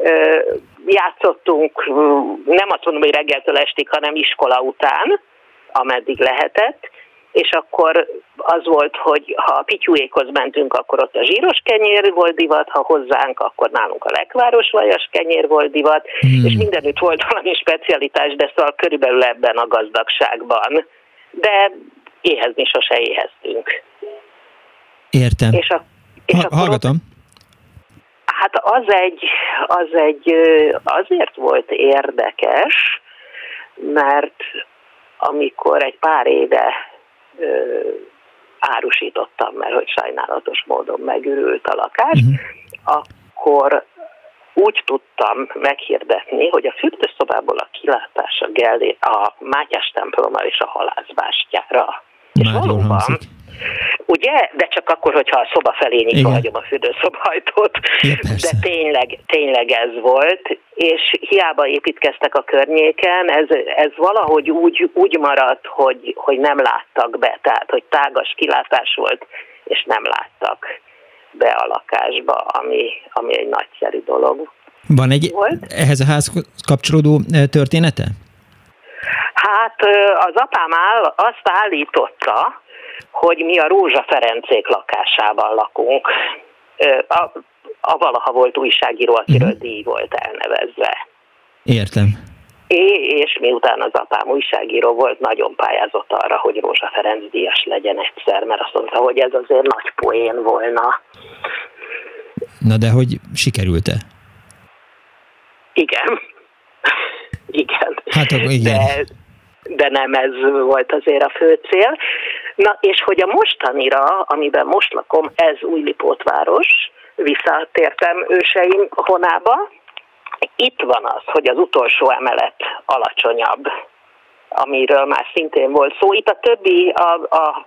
Játszottunk, nem azt mondom, hogy reggeltől estig, hanem iskola után, ameddig lehetett, és akkor az volt, hogy ha a Pityúékhoz mentünk, akkor ott a zsíros kenyér volt divat, ha hozzánk, akkor nálunk a lekváros vajas kenyér volt divat, hmm. és mindenütt volt valami specialitás, de szóval körülbelül ebben a gazdagságban. De éhezni sose éheztünk. Értem. És a, és ha, hallgatom. Ott, hát az egy, az egy, azért volt érdekes, mert amikor egy pár éve ö, árusítottam, mert hogy sajnálatos módon megürült a lakás, uh-huh. akkor úgy tudtam meghirdetni, hogy a fürdőszobából a kilátás a, Gellé, a Mátyás templomra és a halászbástyára. És valóban, ugye? De csak akkor, hogyha a szoba felé nyitva hagyom a fürdőszobajtót. Ja, de tényleg, tényleg ez volt, és hiába építkeztek a környéken, ez, ez valahogy úgy, úgy maradt, hogy, hogy nem láttak be, tehát hogy tágas kilátás volt, és nem láttak be a lakásba, ami, ami egy nagyszerű dolog. Van egy volt. Ehhez a házhoz kapcsolódó története? Hát az apám áll, azt állította, hogy mi a Rózsa Ferencék lakásában lakunk. A, a valaha volt újságíró, akiről uh-huh. díj volt elnevezve. Értem. É, és miután az apám újságíró volt, nagyon pályázott arra, hogy Rózsa Ferenc díjas legyen egyszer, mert azt mondta, hogy ez azért nagy poén volna. Na de hogy sikerült-e? Igen. Igen. Hát igen. De, de nem ez volt azért a fő cél. Na, és hogy a mostanira, amiben most lakom, ez Újlipótváros, visszatértem őseim honába, itt van az, hogy az utolsó emelet alacsonyabb, amiről már szintén volt szó. Itt a többi a, a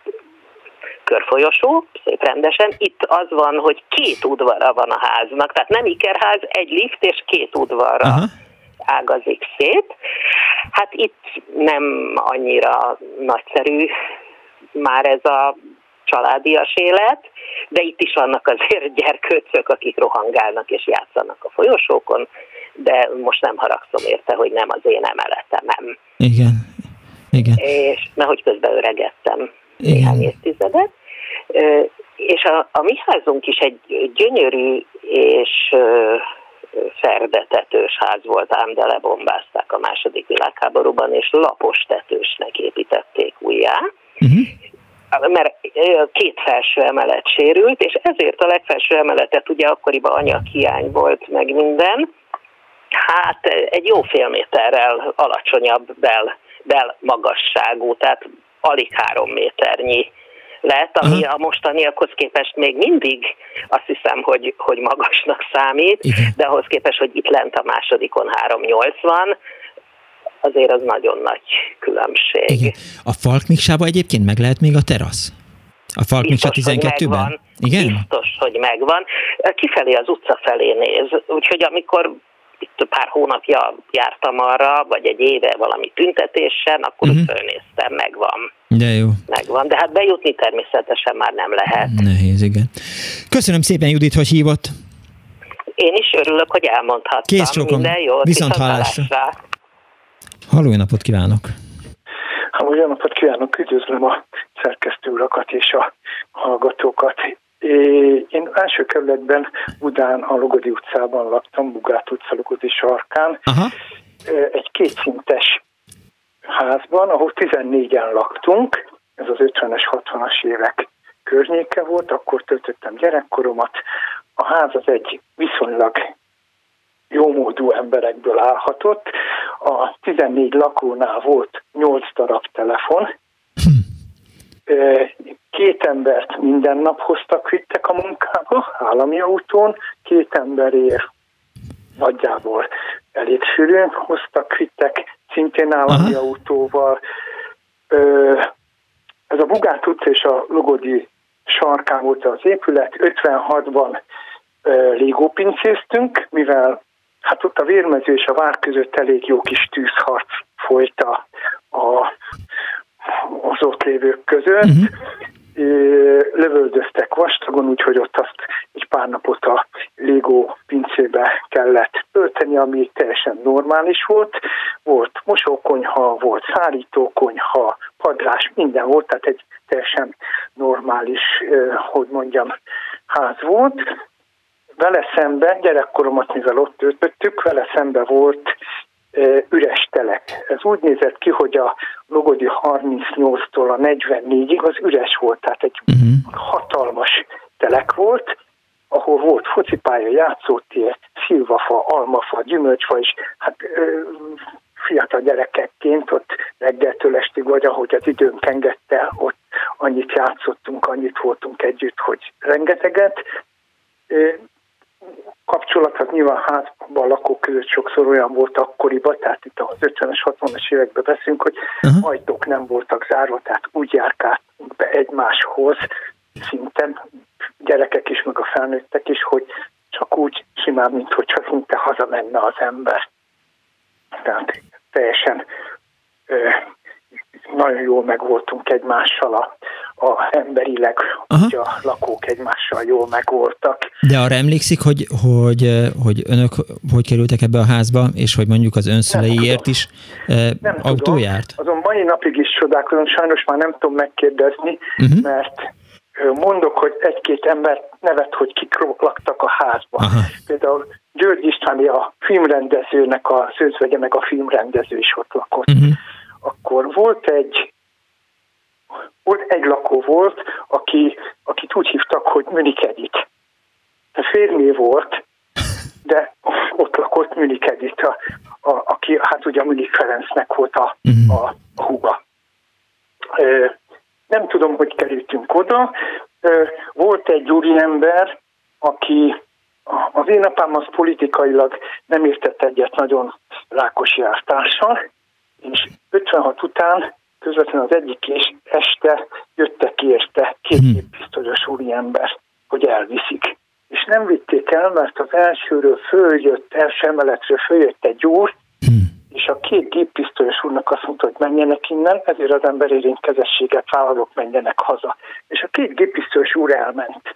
körfolyosó, szép rendesen. Itt az van, hogy két udvara van a háznak, tehát nem ikerház, egy lift és két udvarra Aha. ágazik szét. Hát itt nem annyira nagyszerű már ez a családias élet, de itt is vannak azért gyerkőcök, akik rohangálnak és játszanak a folyosókon, de most nem haragszom érte, hogy nem az én emeletemem. Igen, igen. És nehogy közben öregettem néhány évtizedet. És a, a mi házunk is egy gyönyörű és ferdetetős ház volt, ám de lebombázták a második világháborúban, és lapos tetősnek építették újjá. Uh-huh. Mert két felső emelet sérült, és ezért a legfelső emeletet ugye akkoriban anyaghiány volt, meg minden. Hát egy jó fél méterrel alacsonyabb bel, bel magasságú, tehát alig három méternyi lett, ami Aha. a mostaniakhoz képest még mindig azt hiszem, hogy, hogy magasnak számít, Igen. de ahhoz képest, hogy itt lent a másodikon három nyolcvan, azért az nagyon nagy különbség. Igen. A Falkmiksában egyébként meg lehet még a terasz? A Falkmiksa tizenkettőben? Igen? Biztos, hogy megvan. Kifelé az utca felé néz, úgyhogy amikor itt pár hónapja jártam arra, vagy egy éve valami tüntetésen, akkor uh-huh. fölnéztem, megvan. De jó. Megvan, de hát bejutni természetesen már nem lehet. Nehéz, igen. Köszönöm szépen, Judit, hogy hívott. Én is örülök, hogy elmondhattam. Kész csókom. Minden jót. Viszont hallásra. Halló, jó napot kívánok! Halló, jó napot kívánok! Üdvözlöm a szerkesztő urakat és a hallgatókat. Én első kerületben Budán a Logodi utcában laktam, Bugát utca Logodi sarkán. Aha. Egy kétszintes házban, ahol tizennégyen laktunk, ez az ötvenes, hatvanas évek környéke volt, akkor töltöttem gyerekkoromat. A ház az egy viszonylag jómódú emberekből állhatott. A tizennégy lakónál volt nyolc darab telefon. Két embert minden nap hoztak, vittek a munkába, állami autón, két emberért nagyjából elég sűrűn hoztak, vittek, szintén állami Aha. autóval. Ez a Bugát utca és a Logodi sarkán volt az épület, ötvenhatban légópincéztünk, mivel hát ott a Vérmező és a Vár között elég jó kis tűzharc folyt a, a, az ott lévők között. Uh-huh. Lövöldöztek vastagon, úgyhogy ott azt egy pár napot a légó pincébe kellett tölteni, ami teljesen normális volt. Volt mosókonyha, volt szárítókonyha, padlás, minden volt, tehát egy teljesen normális, hogy mondjam, ház volt. Vele szembe, gyerekkoromat mivel ott töltöttük, vele szembe volt e, üres telek. Ez úgy nézett ki, hogy a Logodi harmincnyolctól a negyvennégyig az üres volt, tehát egy uh-huh. hatalmas telek volt, ahol volt focipálya, játszótér, szilvafa, almafa, gyümölcsfa, és hát e, fiatal gyerekekként ott reggeltől estig, vagy ahogy az időnk engedte, ott annyit játszottunk, annyit voltunk együtt, hogy rengeteget. E, kapcsolatok nyilván házban lakók között sokszor olyan volt akkoriban, tehát itt az ötvenes, hatvanas években beszélünk, hogy uh-huh. ajtók nem voltak zárva, tehát úgy járkáltunk be egymáshoz szinten, gyerekek is, meg a felnőttek is, hogy csak úgy simán, mint hogyha szinte hazamenne az ember. Tehát teljesen ö, nagyon jól megvoltunk egymással, a, a emberileg, hogy a lakók egymással jól megvoltak. De arra emlékszik, hogy, hogy, hogy önök hogy kerültek ebbe a házba, és hogy mondjuk az önszüleiért is e, autó járt? Azon mai napig is csodálkozom, sajnos már nem tudom megkérdezni, uh-huh. mert mondok, hogy egy-két ember nevet, hogy kik laktak a házban. Aha. Például György Istváni, a filmrendezőnek a szőzvegye, meg a filmrendező is ott lakott. Uh-huh. Akkor volt egy volt egy lakó volt, aki, akit úgy hívtak, hogy Münich Edith. Férmé volt, de ott lakott Münich Edith. A, a, aki hát ugye Mülik Ferencnek volt a, uh-huh. a, a húga. Nem tudom, hogy kerültünk oda. Volt egy úriember, aki az én apám az politikailag nem értett egyet nagyon Rákosi ártársal, és ötvenhat után közvetlenül az egyik este jöttek érte két képviselős úriember, hogy elviszik. És nem vitték el, mert az elsőről följött, első emeletről följött egy úr, és a két géppisztolyos úrnak azt mondta, hogy menjenek innen, ezért az ember érintkezességet vállalok, menjenek haza. És a két géppisztolyos úr elment.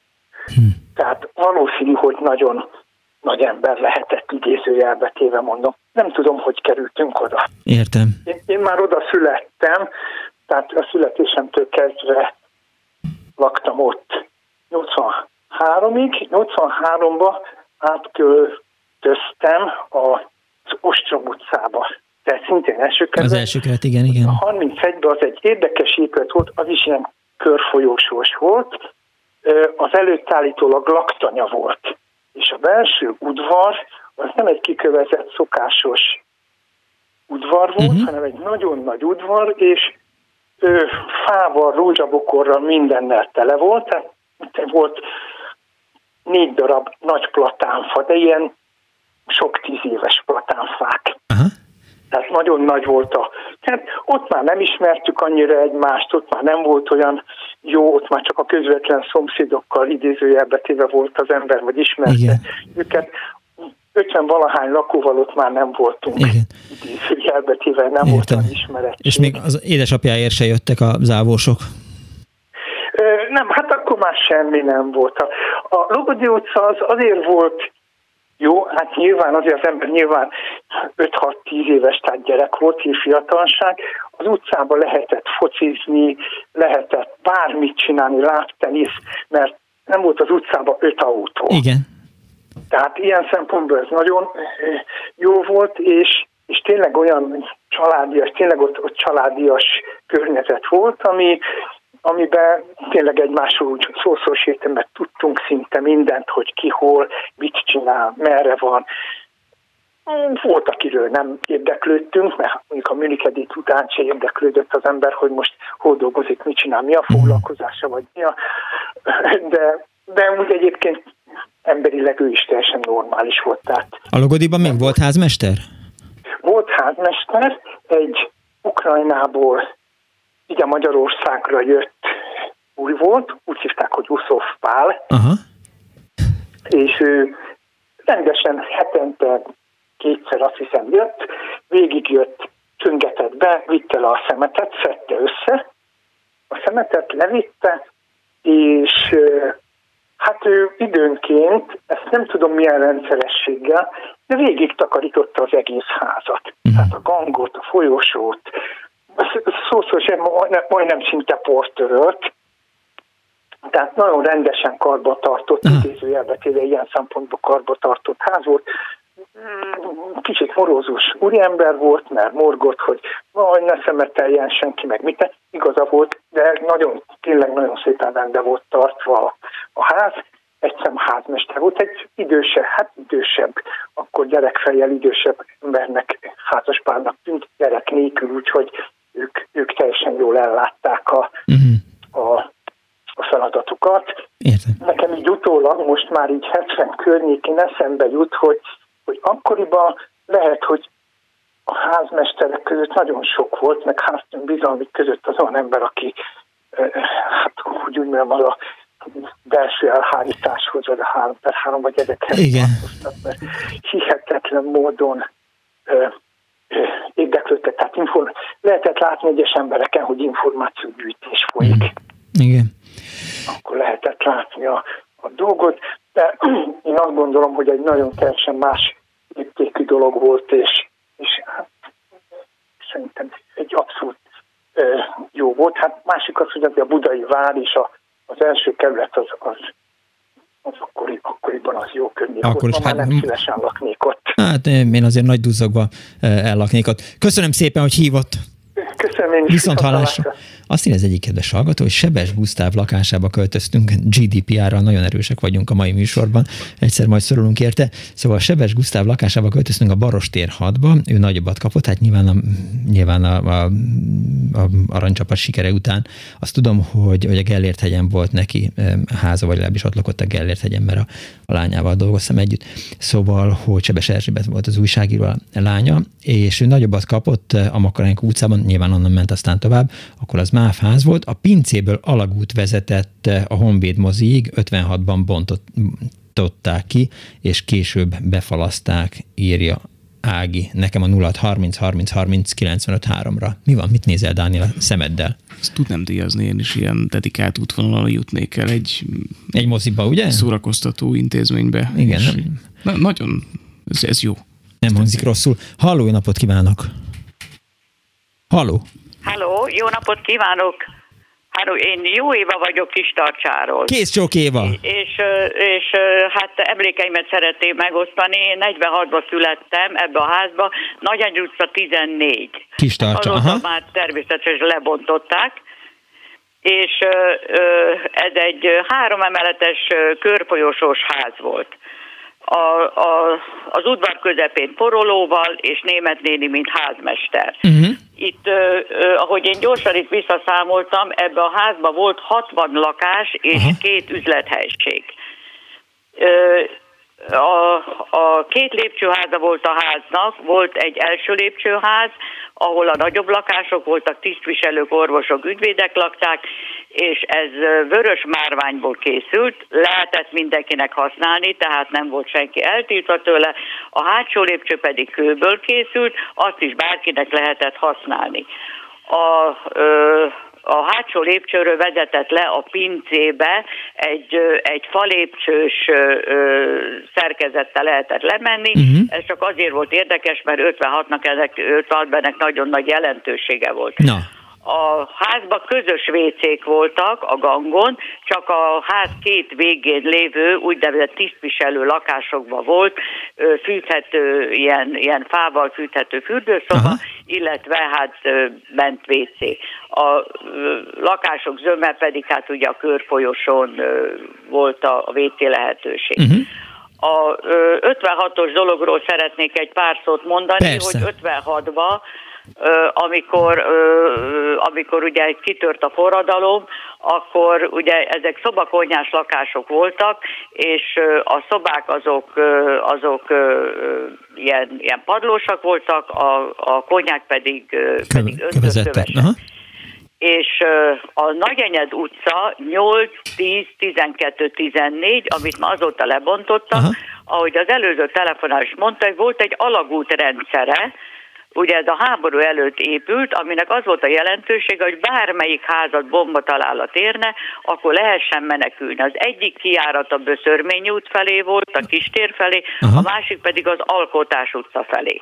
Tehát valószínű, hogy nagyon nagy ember lehetett, idézőjelbe téve mondom. Nem tudom, hogy kerültünk oda. Értem. Én, én már oda születtem, tehát a születésemtől kezdve laktam ott nyolcvanháromig. nyolcvanháromban átköltöztem az Ostrom utcába. Tehát szintén első kerület. Az első kerület, igen, igen. A harmincegyben az egy érdekes épület volt, az is ilyen körfolyósós volt. Az előtt állítólag laktanya volt. És a belső udvar az nem egy kikövezett szokásos udvar volt, uh-huh. hanem egy nagyon nagy udvar, és ö, fával, rózsabokorral mindennel tele volt. Tehát volt négy darab nagy platánfa, de ilyen sok tíz éves platánfák. Uh-huh. Tehát nagyon nagy volt a... Tehát ott már nem ismertük annyira egymást, ott már nem volt olyan jó, ott már csak a közvetlen szomszédokkal idézőjelbe téve volt az ember, vagy ismerte igen. őket. ötven-valahány lakóval ott már nem voltunk. Igen. Idézőjelbe téve nem Értem. volt olyan ismeretség. És még az édesapjáért se jöttek a závósok? Ö, nem, hát akkor már semmi nem volt. A, a Logodi utca az azért volt jó, hát nyilván azért az ember nyilván öt-hat-tíz éves, tehát gyerek volt, és fiatalság. Az utcában lehetett focizni, lehetett bármit csinálni, lábtenisz, mert nem volt az utcában öt autó. Igen. Tehát ilyen szempontból ez nagyon jó volt, és, és tényleg olyan családias, tényleg ott, ott családias környezet volt, ami amiben tényleg egymásról úgy szó-szós értelemben tudtunk szinte mindent, hogy ki hol, mit csinál, merre van. Volt, akiről nem érdeklődtünk, mert mondjuk a Munich Edit után se érdeklődött az ember, hogy most hol dolgozik, mit csinál, mi a foglalkozása, vagy mi a... De, de úgy egyébként emberileg ő is teljesen normális volt. Tehát a Logodiban még volt házmester? Volt házmester, egy Ukrajnából ide Magyarországra jött új volt, úgy hívták, hogy Uszov Pál, aha. és ő rendesen hetente kétszer azt hiszem jött, végig jött, csöngetett be, vitte le a szemetet, szedte össze, a szemetet levitte, és hát ő időnként, ezt nem tudom milyen rendszerességgel, de végig takarította az egész házat. Uh-huh. Tehát a gangot, a folyosót, szó-szó sem majdnem, majdnem szinte portörölt, tehát nagyon rendesen karba tartott, uh-huh. idézőjelbe téve ilyen szempontból karba tartott ház volt. Kicsit morózus úriember volt, mert morgott, hogy majd ne szemeteljen senki, meg mit, igaza volt, de nagyon, tényleg nagyon szépen rende volt tartva a, a ház. Egyszerűen házmester volt, egy idősebb, hát idősebb, akkor gyerekfejjel idősebb embernek, házaspárnak tűnt, gyerek nélkül, úgyhogy ők, ők teljesen jól ellátták a, uh-huh. a, a feladatukat. Értem. Nekem így utólag, most már így hetven környékén eszembe jut, hogy, hogy akkoriban lehet, hogy a házmesterek között nagyon sok volt, meg háztön bizalmi között az olyan ember, aki hát hogy úgy mondjam, a belső elhárításhoz, vagy a három per három vagy ezekhez tartoztak, mert hihetetlen módon ö, ö, érdeklődtek. Tehát inform- lehetett látni egyes embereken, hogy információgyűjtés folyik. Igen. Akkor lehetett látni a, a dolgot, de én azt gondolom, hogy egy nagyon teljesen más léptékű dolog volt, és, és hát, szerintem egy abszolút ö, jó volt. Hát másik az, hogy az a budai vár és a az első kerület az, az, az akkori, akkoriban az jó környék akkor volt, hát, már nem szívesen laknék ott. Hát én azért nagy duzzogva ellaknék ott. Köszönöm szépen, hogy hívott. Köszönöm én is. Viszont hallásra. Azt írja az egyik kedves hallgató, hogy Sebes Gusztáv lakásába költöztünk, gé dé pé er-ral nagyon erősek vagyunk a mai műsorban, egyszer majd szorulunk érte. Szóval Sebes Gusztáv lakásába költöztünk a Barostér hatba, ő nagyobbat kapott, hát nyilván a, nyilván a, a, a aranycsapat sikere után. Azt tudom, hogy, hogy a Gellért-hegyen volt neki háza, vagy legalábbis ott lakott a Gellért-hegyen, mert a, a lányával dolgoztam együtt. Szóval, hogy Sebes Erzsébet volt az újságíró lánya, és ő nagyobbat kapott a Makaránk utcában, nyilván onnan ment aztán tovább, akkor az MÁV ház volt, a pincéből alagút vezetett a Honvéd moziig, ötvenhatban bontották ki, és később befalaszták, írja Ági, nekem a nulla hat harminc harminc harminc kilencvenöt háromra. Mi van? Mit nézel, Dániel, a szemeddel? Ezt tudnám díjazni, én is ilyen dedikált útvonalon jutnék el egy... Egy moziba, ugye? Szórakoztató intézménybe. Igen. Na, nagyon, ez, ez jó. Nem hangzik rosszul. Halló, jó napot kívánok! Halló! Halló, jó napot kívánok! Halló, én Jó Éva vagyok Kistarcsáról. Kész csók Éva! És, és hát emlékeimet szeretném megosztani. Én negyvenhatban születtem ebbe a házba, Nagyány utca tizennégy. Kistarcsa, azóta aha. már természetesen lebontották. És ez egy három emeletes körfolyosós ház volt. A, a, az udvar közepén porolóval, és Németh néni, mint házmester. Uh-huh. Itt, ö, ö, ahogy én gyorsan itt visszaszámoltam, ebbe a házba volt hatvan lakás és uh-huh. két üzlethelység. Ö, a, a két lépcsőháza volt a háznak, volt egy első lépcsőház, ahol a nagyobb lakások voltak, tisztviselők, orvosok, ügyvédek lakták, és ez vörös márványból készült, lehetett mindenkinek használni, tehát nem volt senki eltiltva tőle, a hátsó lépcső pedig kőből készült, azt is bárkinek lehetett használni. A, ö, a hátsó lépcsőről vezetett le a pincébe, egy, egy falépcsős szerkezettel lehetett lemenni. Uh-huh. Ez csak azért volt érdekes, mert ötvenhatnak ennek, ötvenhatban nagyon nagy jelentősége volt. Na. A házban közös vécék voltak a gangon, csak a ház két végén lévő úgynevezett tisztviselő lakásokban volt fűthető, ilyen, ilyen fával fűthető fürdőszoba, aha. illetve hát bent vécé. A lakások zöme pedig hát ugye a körfolyosón volt a vécé lehetőség. Uh-huh. A ötvenhatos dologról szeretnék egy pár szót mondani, persze. hogy ötvenhatban amikor, amikor ugye kitört a forradalom, akkor ugye ezek szobakonyhás lakások voltak, és a szobák azok, azok ilyen, ilyen padlósak voltak, a, a konyhák pedig, pedig öntözővesek. És a Nagyenyed utca nyolc, tíz, tizenkettő, tizennégy, amit ma azóta lebontottak, aha. ahogy az előző telefonál is mondta, hogy volt egy alagút rendszere. Ugye ez a háború előtt épült, aminek az volt a jelentősége, hogy bármelyik házat bombatalálat érne, akkor lehessen menekülni. Az egyik kijárat a Böszörmény út felé volt, a Kistér felé, aha. a másik pedig az Alkotás utca felé.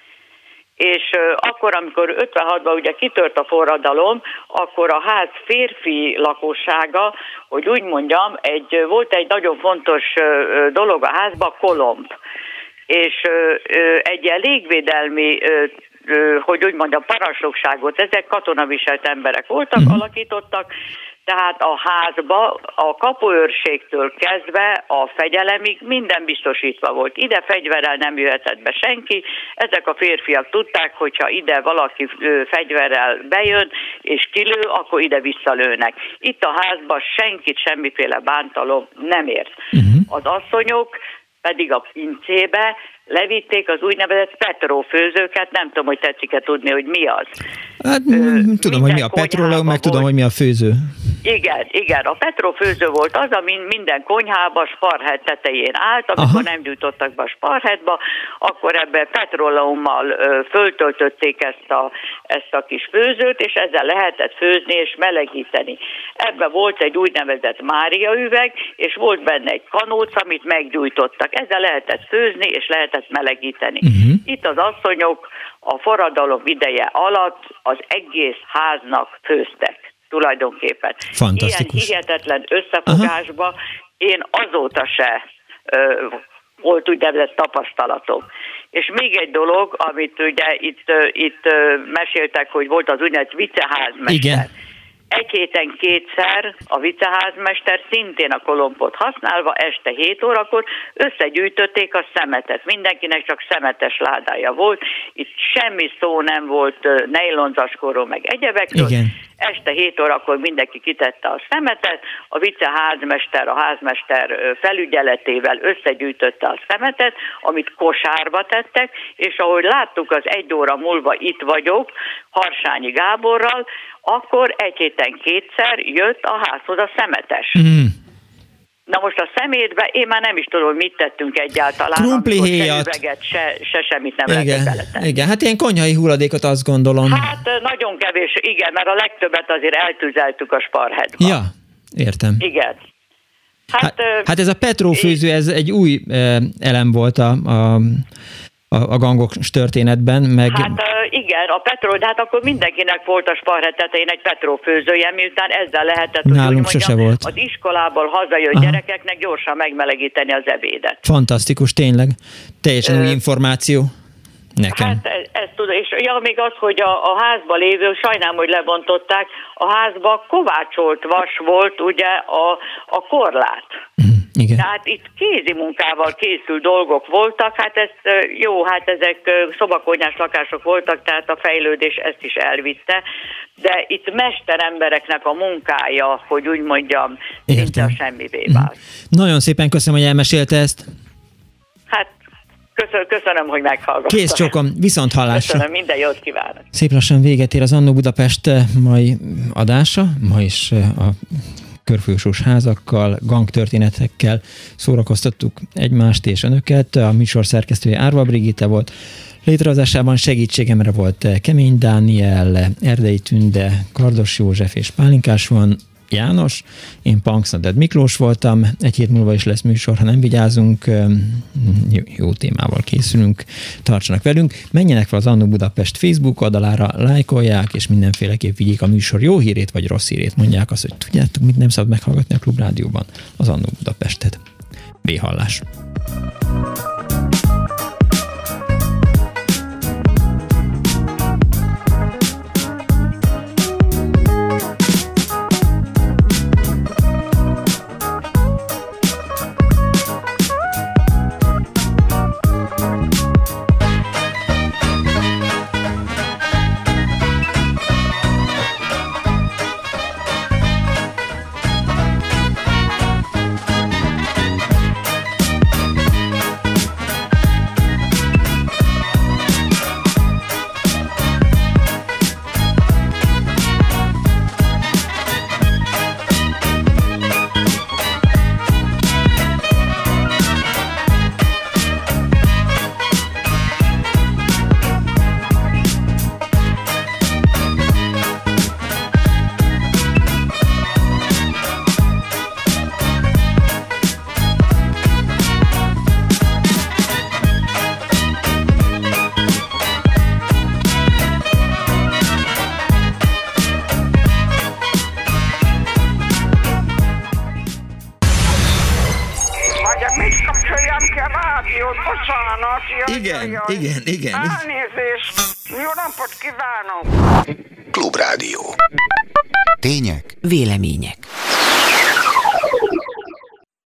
És uh, akkor, amikor ötvenhatban ugye kitört a forradalom, akkor a ház férfi lakossága, hogy úgy mondjam, egy, volt egy nagyon fontos uh, dolog a házban, kolomb. És ö, ö, egy ilyen légvédelmi, ö, ö, hogy úgy mondjam, parancsnokságot, ezek katonaviselt emberek voltak, uh-huh. alakítottak, tehát a házba a kapuőrségtől kezdve a fegyelemig minden biztosítva volt. Ide fegyverrel nem jöhetett be senki, ezek a férfiak tudták, hogyha ide valaki ö, fegyverrel bejön és kilő, akkor ide visszalőnek. Itt a házban senkit semmiféle bántalom nem ért. Uh-huh. Az asszonyok pedig a pincébe levitték az úgynevezett petrófőzőket, nem tudom, hogy tetszik-e tudni, hogy mi az. Hát Ö, tudom, hogy mi a petróleum, meg tudom, hogy mi a főző. Igen, igen, a petrófőző volt az, ami minden konyhába sparhet tetején állt, amikor aha. nem gyújtottak be a sparhetba, akkor ebben petróleummal ö, föltöltötték ezt a, ezt a kis főzőt, és ezzel lehetett főzni és melegíteni. Ebben volt egy úgynevezett Mária üveg, és volt benne egy kanóc, amit meggyújtottak. Ezzel lehetett főzni, és lehetett melegíteni. Uh-huh. Itt az asszonyok a forradalom ideje alatt az egész háznak főztek. Tulajdonképpen. Ilyen hihetetlen összefogásba aha. én azóta se ö, volt úgynevezett tapasztalatom. És még egy dolog, amit ugye itt, itt meséltek, hogy volt az úgynevezett viceházmester. Igen. Egy héten kétszer a viceházmester szintén a kolompot használva este hét órakor összegyűjtötték a szemetet. Mindenkinek csak szemetes ládája volt. Itt semmi szó nem volt nejlonzacskóról meg egyebekről. Igen. Este hét órakor mindenki kitette a szemetet, a viceházmester, a házmester felügyeletével összegyűjtötte a szemetet, amit kosárba tettek, és ahogy láttuk, az egy óra múlva itt vagyok, Harsányi Gáborral, akkor egy héten kétszer jött a házhoz a szemetes. Mm. Na most a szemétbe én már nem is tudom, hogy mit tettünk egyáltalán, krumplihéjat. Se üveget, se, se semmit nem igen, lehetett beletenni. Igen, hát ilyen konyhai hulladékot azt gondolom. Hát nagyon kevés, igen, mert a legtöbbet azért eltűzeltük a Sparheadba. Ja, értem. Igen. Hát, hát, hát ez a petrófőző, ez egy új elem volt a, a, a gangok történetben, meg... Hát igen, a petró, de hát akkor mindenkinek volt a Sparhead tetején egy petrófőzője, miután ezzel lehetett, hogy nálunk úgy mondjam, volt. Az iskolából hazajött Aha. gyerekeknek gyorsan megmelegíteni az ebédet. Fantasztikus, tényleg. Teljesen új információ. Nekem. Hát ez, ez tud, és ja, még az, hogy a, a házba lévő, sajnálom, hogy lebontották, a házba kovácsolt vas volt ugye a, a korlát. Mm, igen. Tehát itt kézi munkával készült dolgok voltak, hát ez jó, hát ezek szobakonyhás lakások voltak, tehát a fejlődés ezt is elvitte, de itt mesterembereknek a munkája, hogy úgy mondjam, szinte a semmivé vált. Mm. Nagyon szépen köszönöm, hogy elmesélte ezt. Hát Köszönöm, köszönöm, hogy meghallgattak. Kész csokom, viszont hallásra. Köszönöm, minden jót kívánok. Szép lassan véget ér az Annó Budapest mai adása. Ma is a körfolyosós házakkal, gangtörténetekkel szórakoztattuk egymást és önöket. A műsor szerkesztője Árva Brigitte volt. Létrehozásában segítségemre volt Kemény Dániel, Erdei Tünde, Kardos József és Pálinkás van János, én Punks Not Dead Miklós voltam, egy hét múlva is lesz műsor, ha nem vigyázunk, jó témával készülünk, tartsanak velünk, menjenek fel az Annó Budapest Facebook oldalára, lájkolják, és mindenféleképp vigyék a műsor jó hírét, vagy rossz hírét, mondják azt, hogy tudjátok, mit nem szabad meghallgatni a Klubrádióban, az Annó Budapestet. B-hallás. Igen, igen, igen. Elnézést! Jó napot kívánok! Klubrádió. Tények. Vélemények.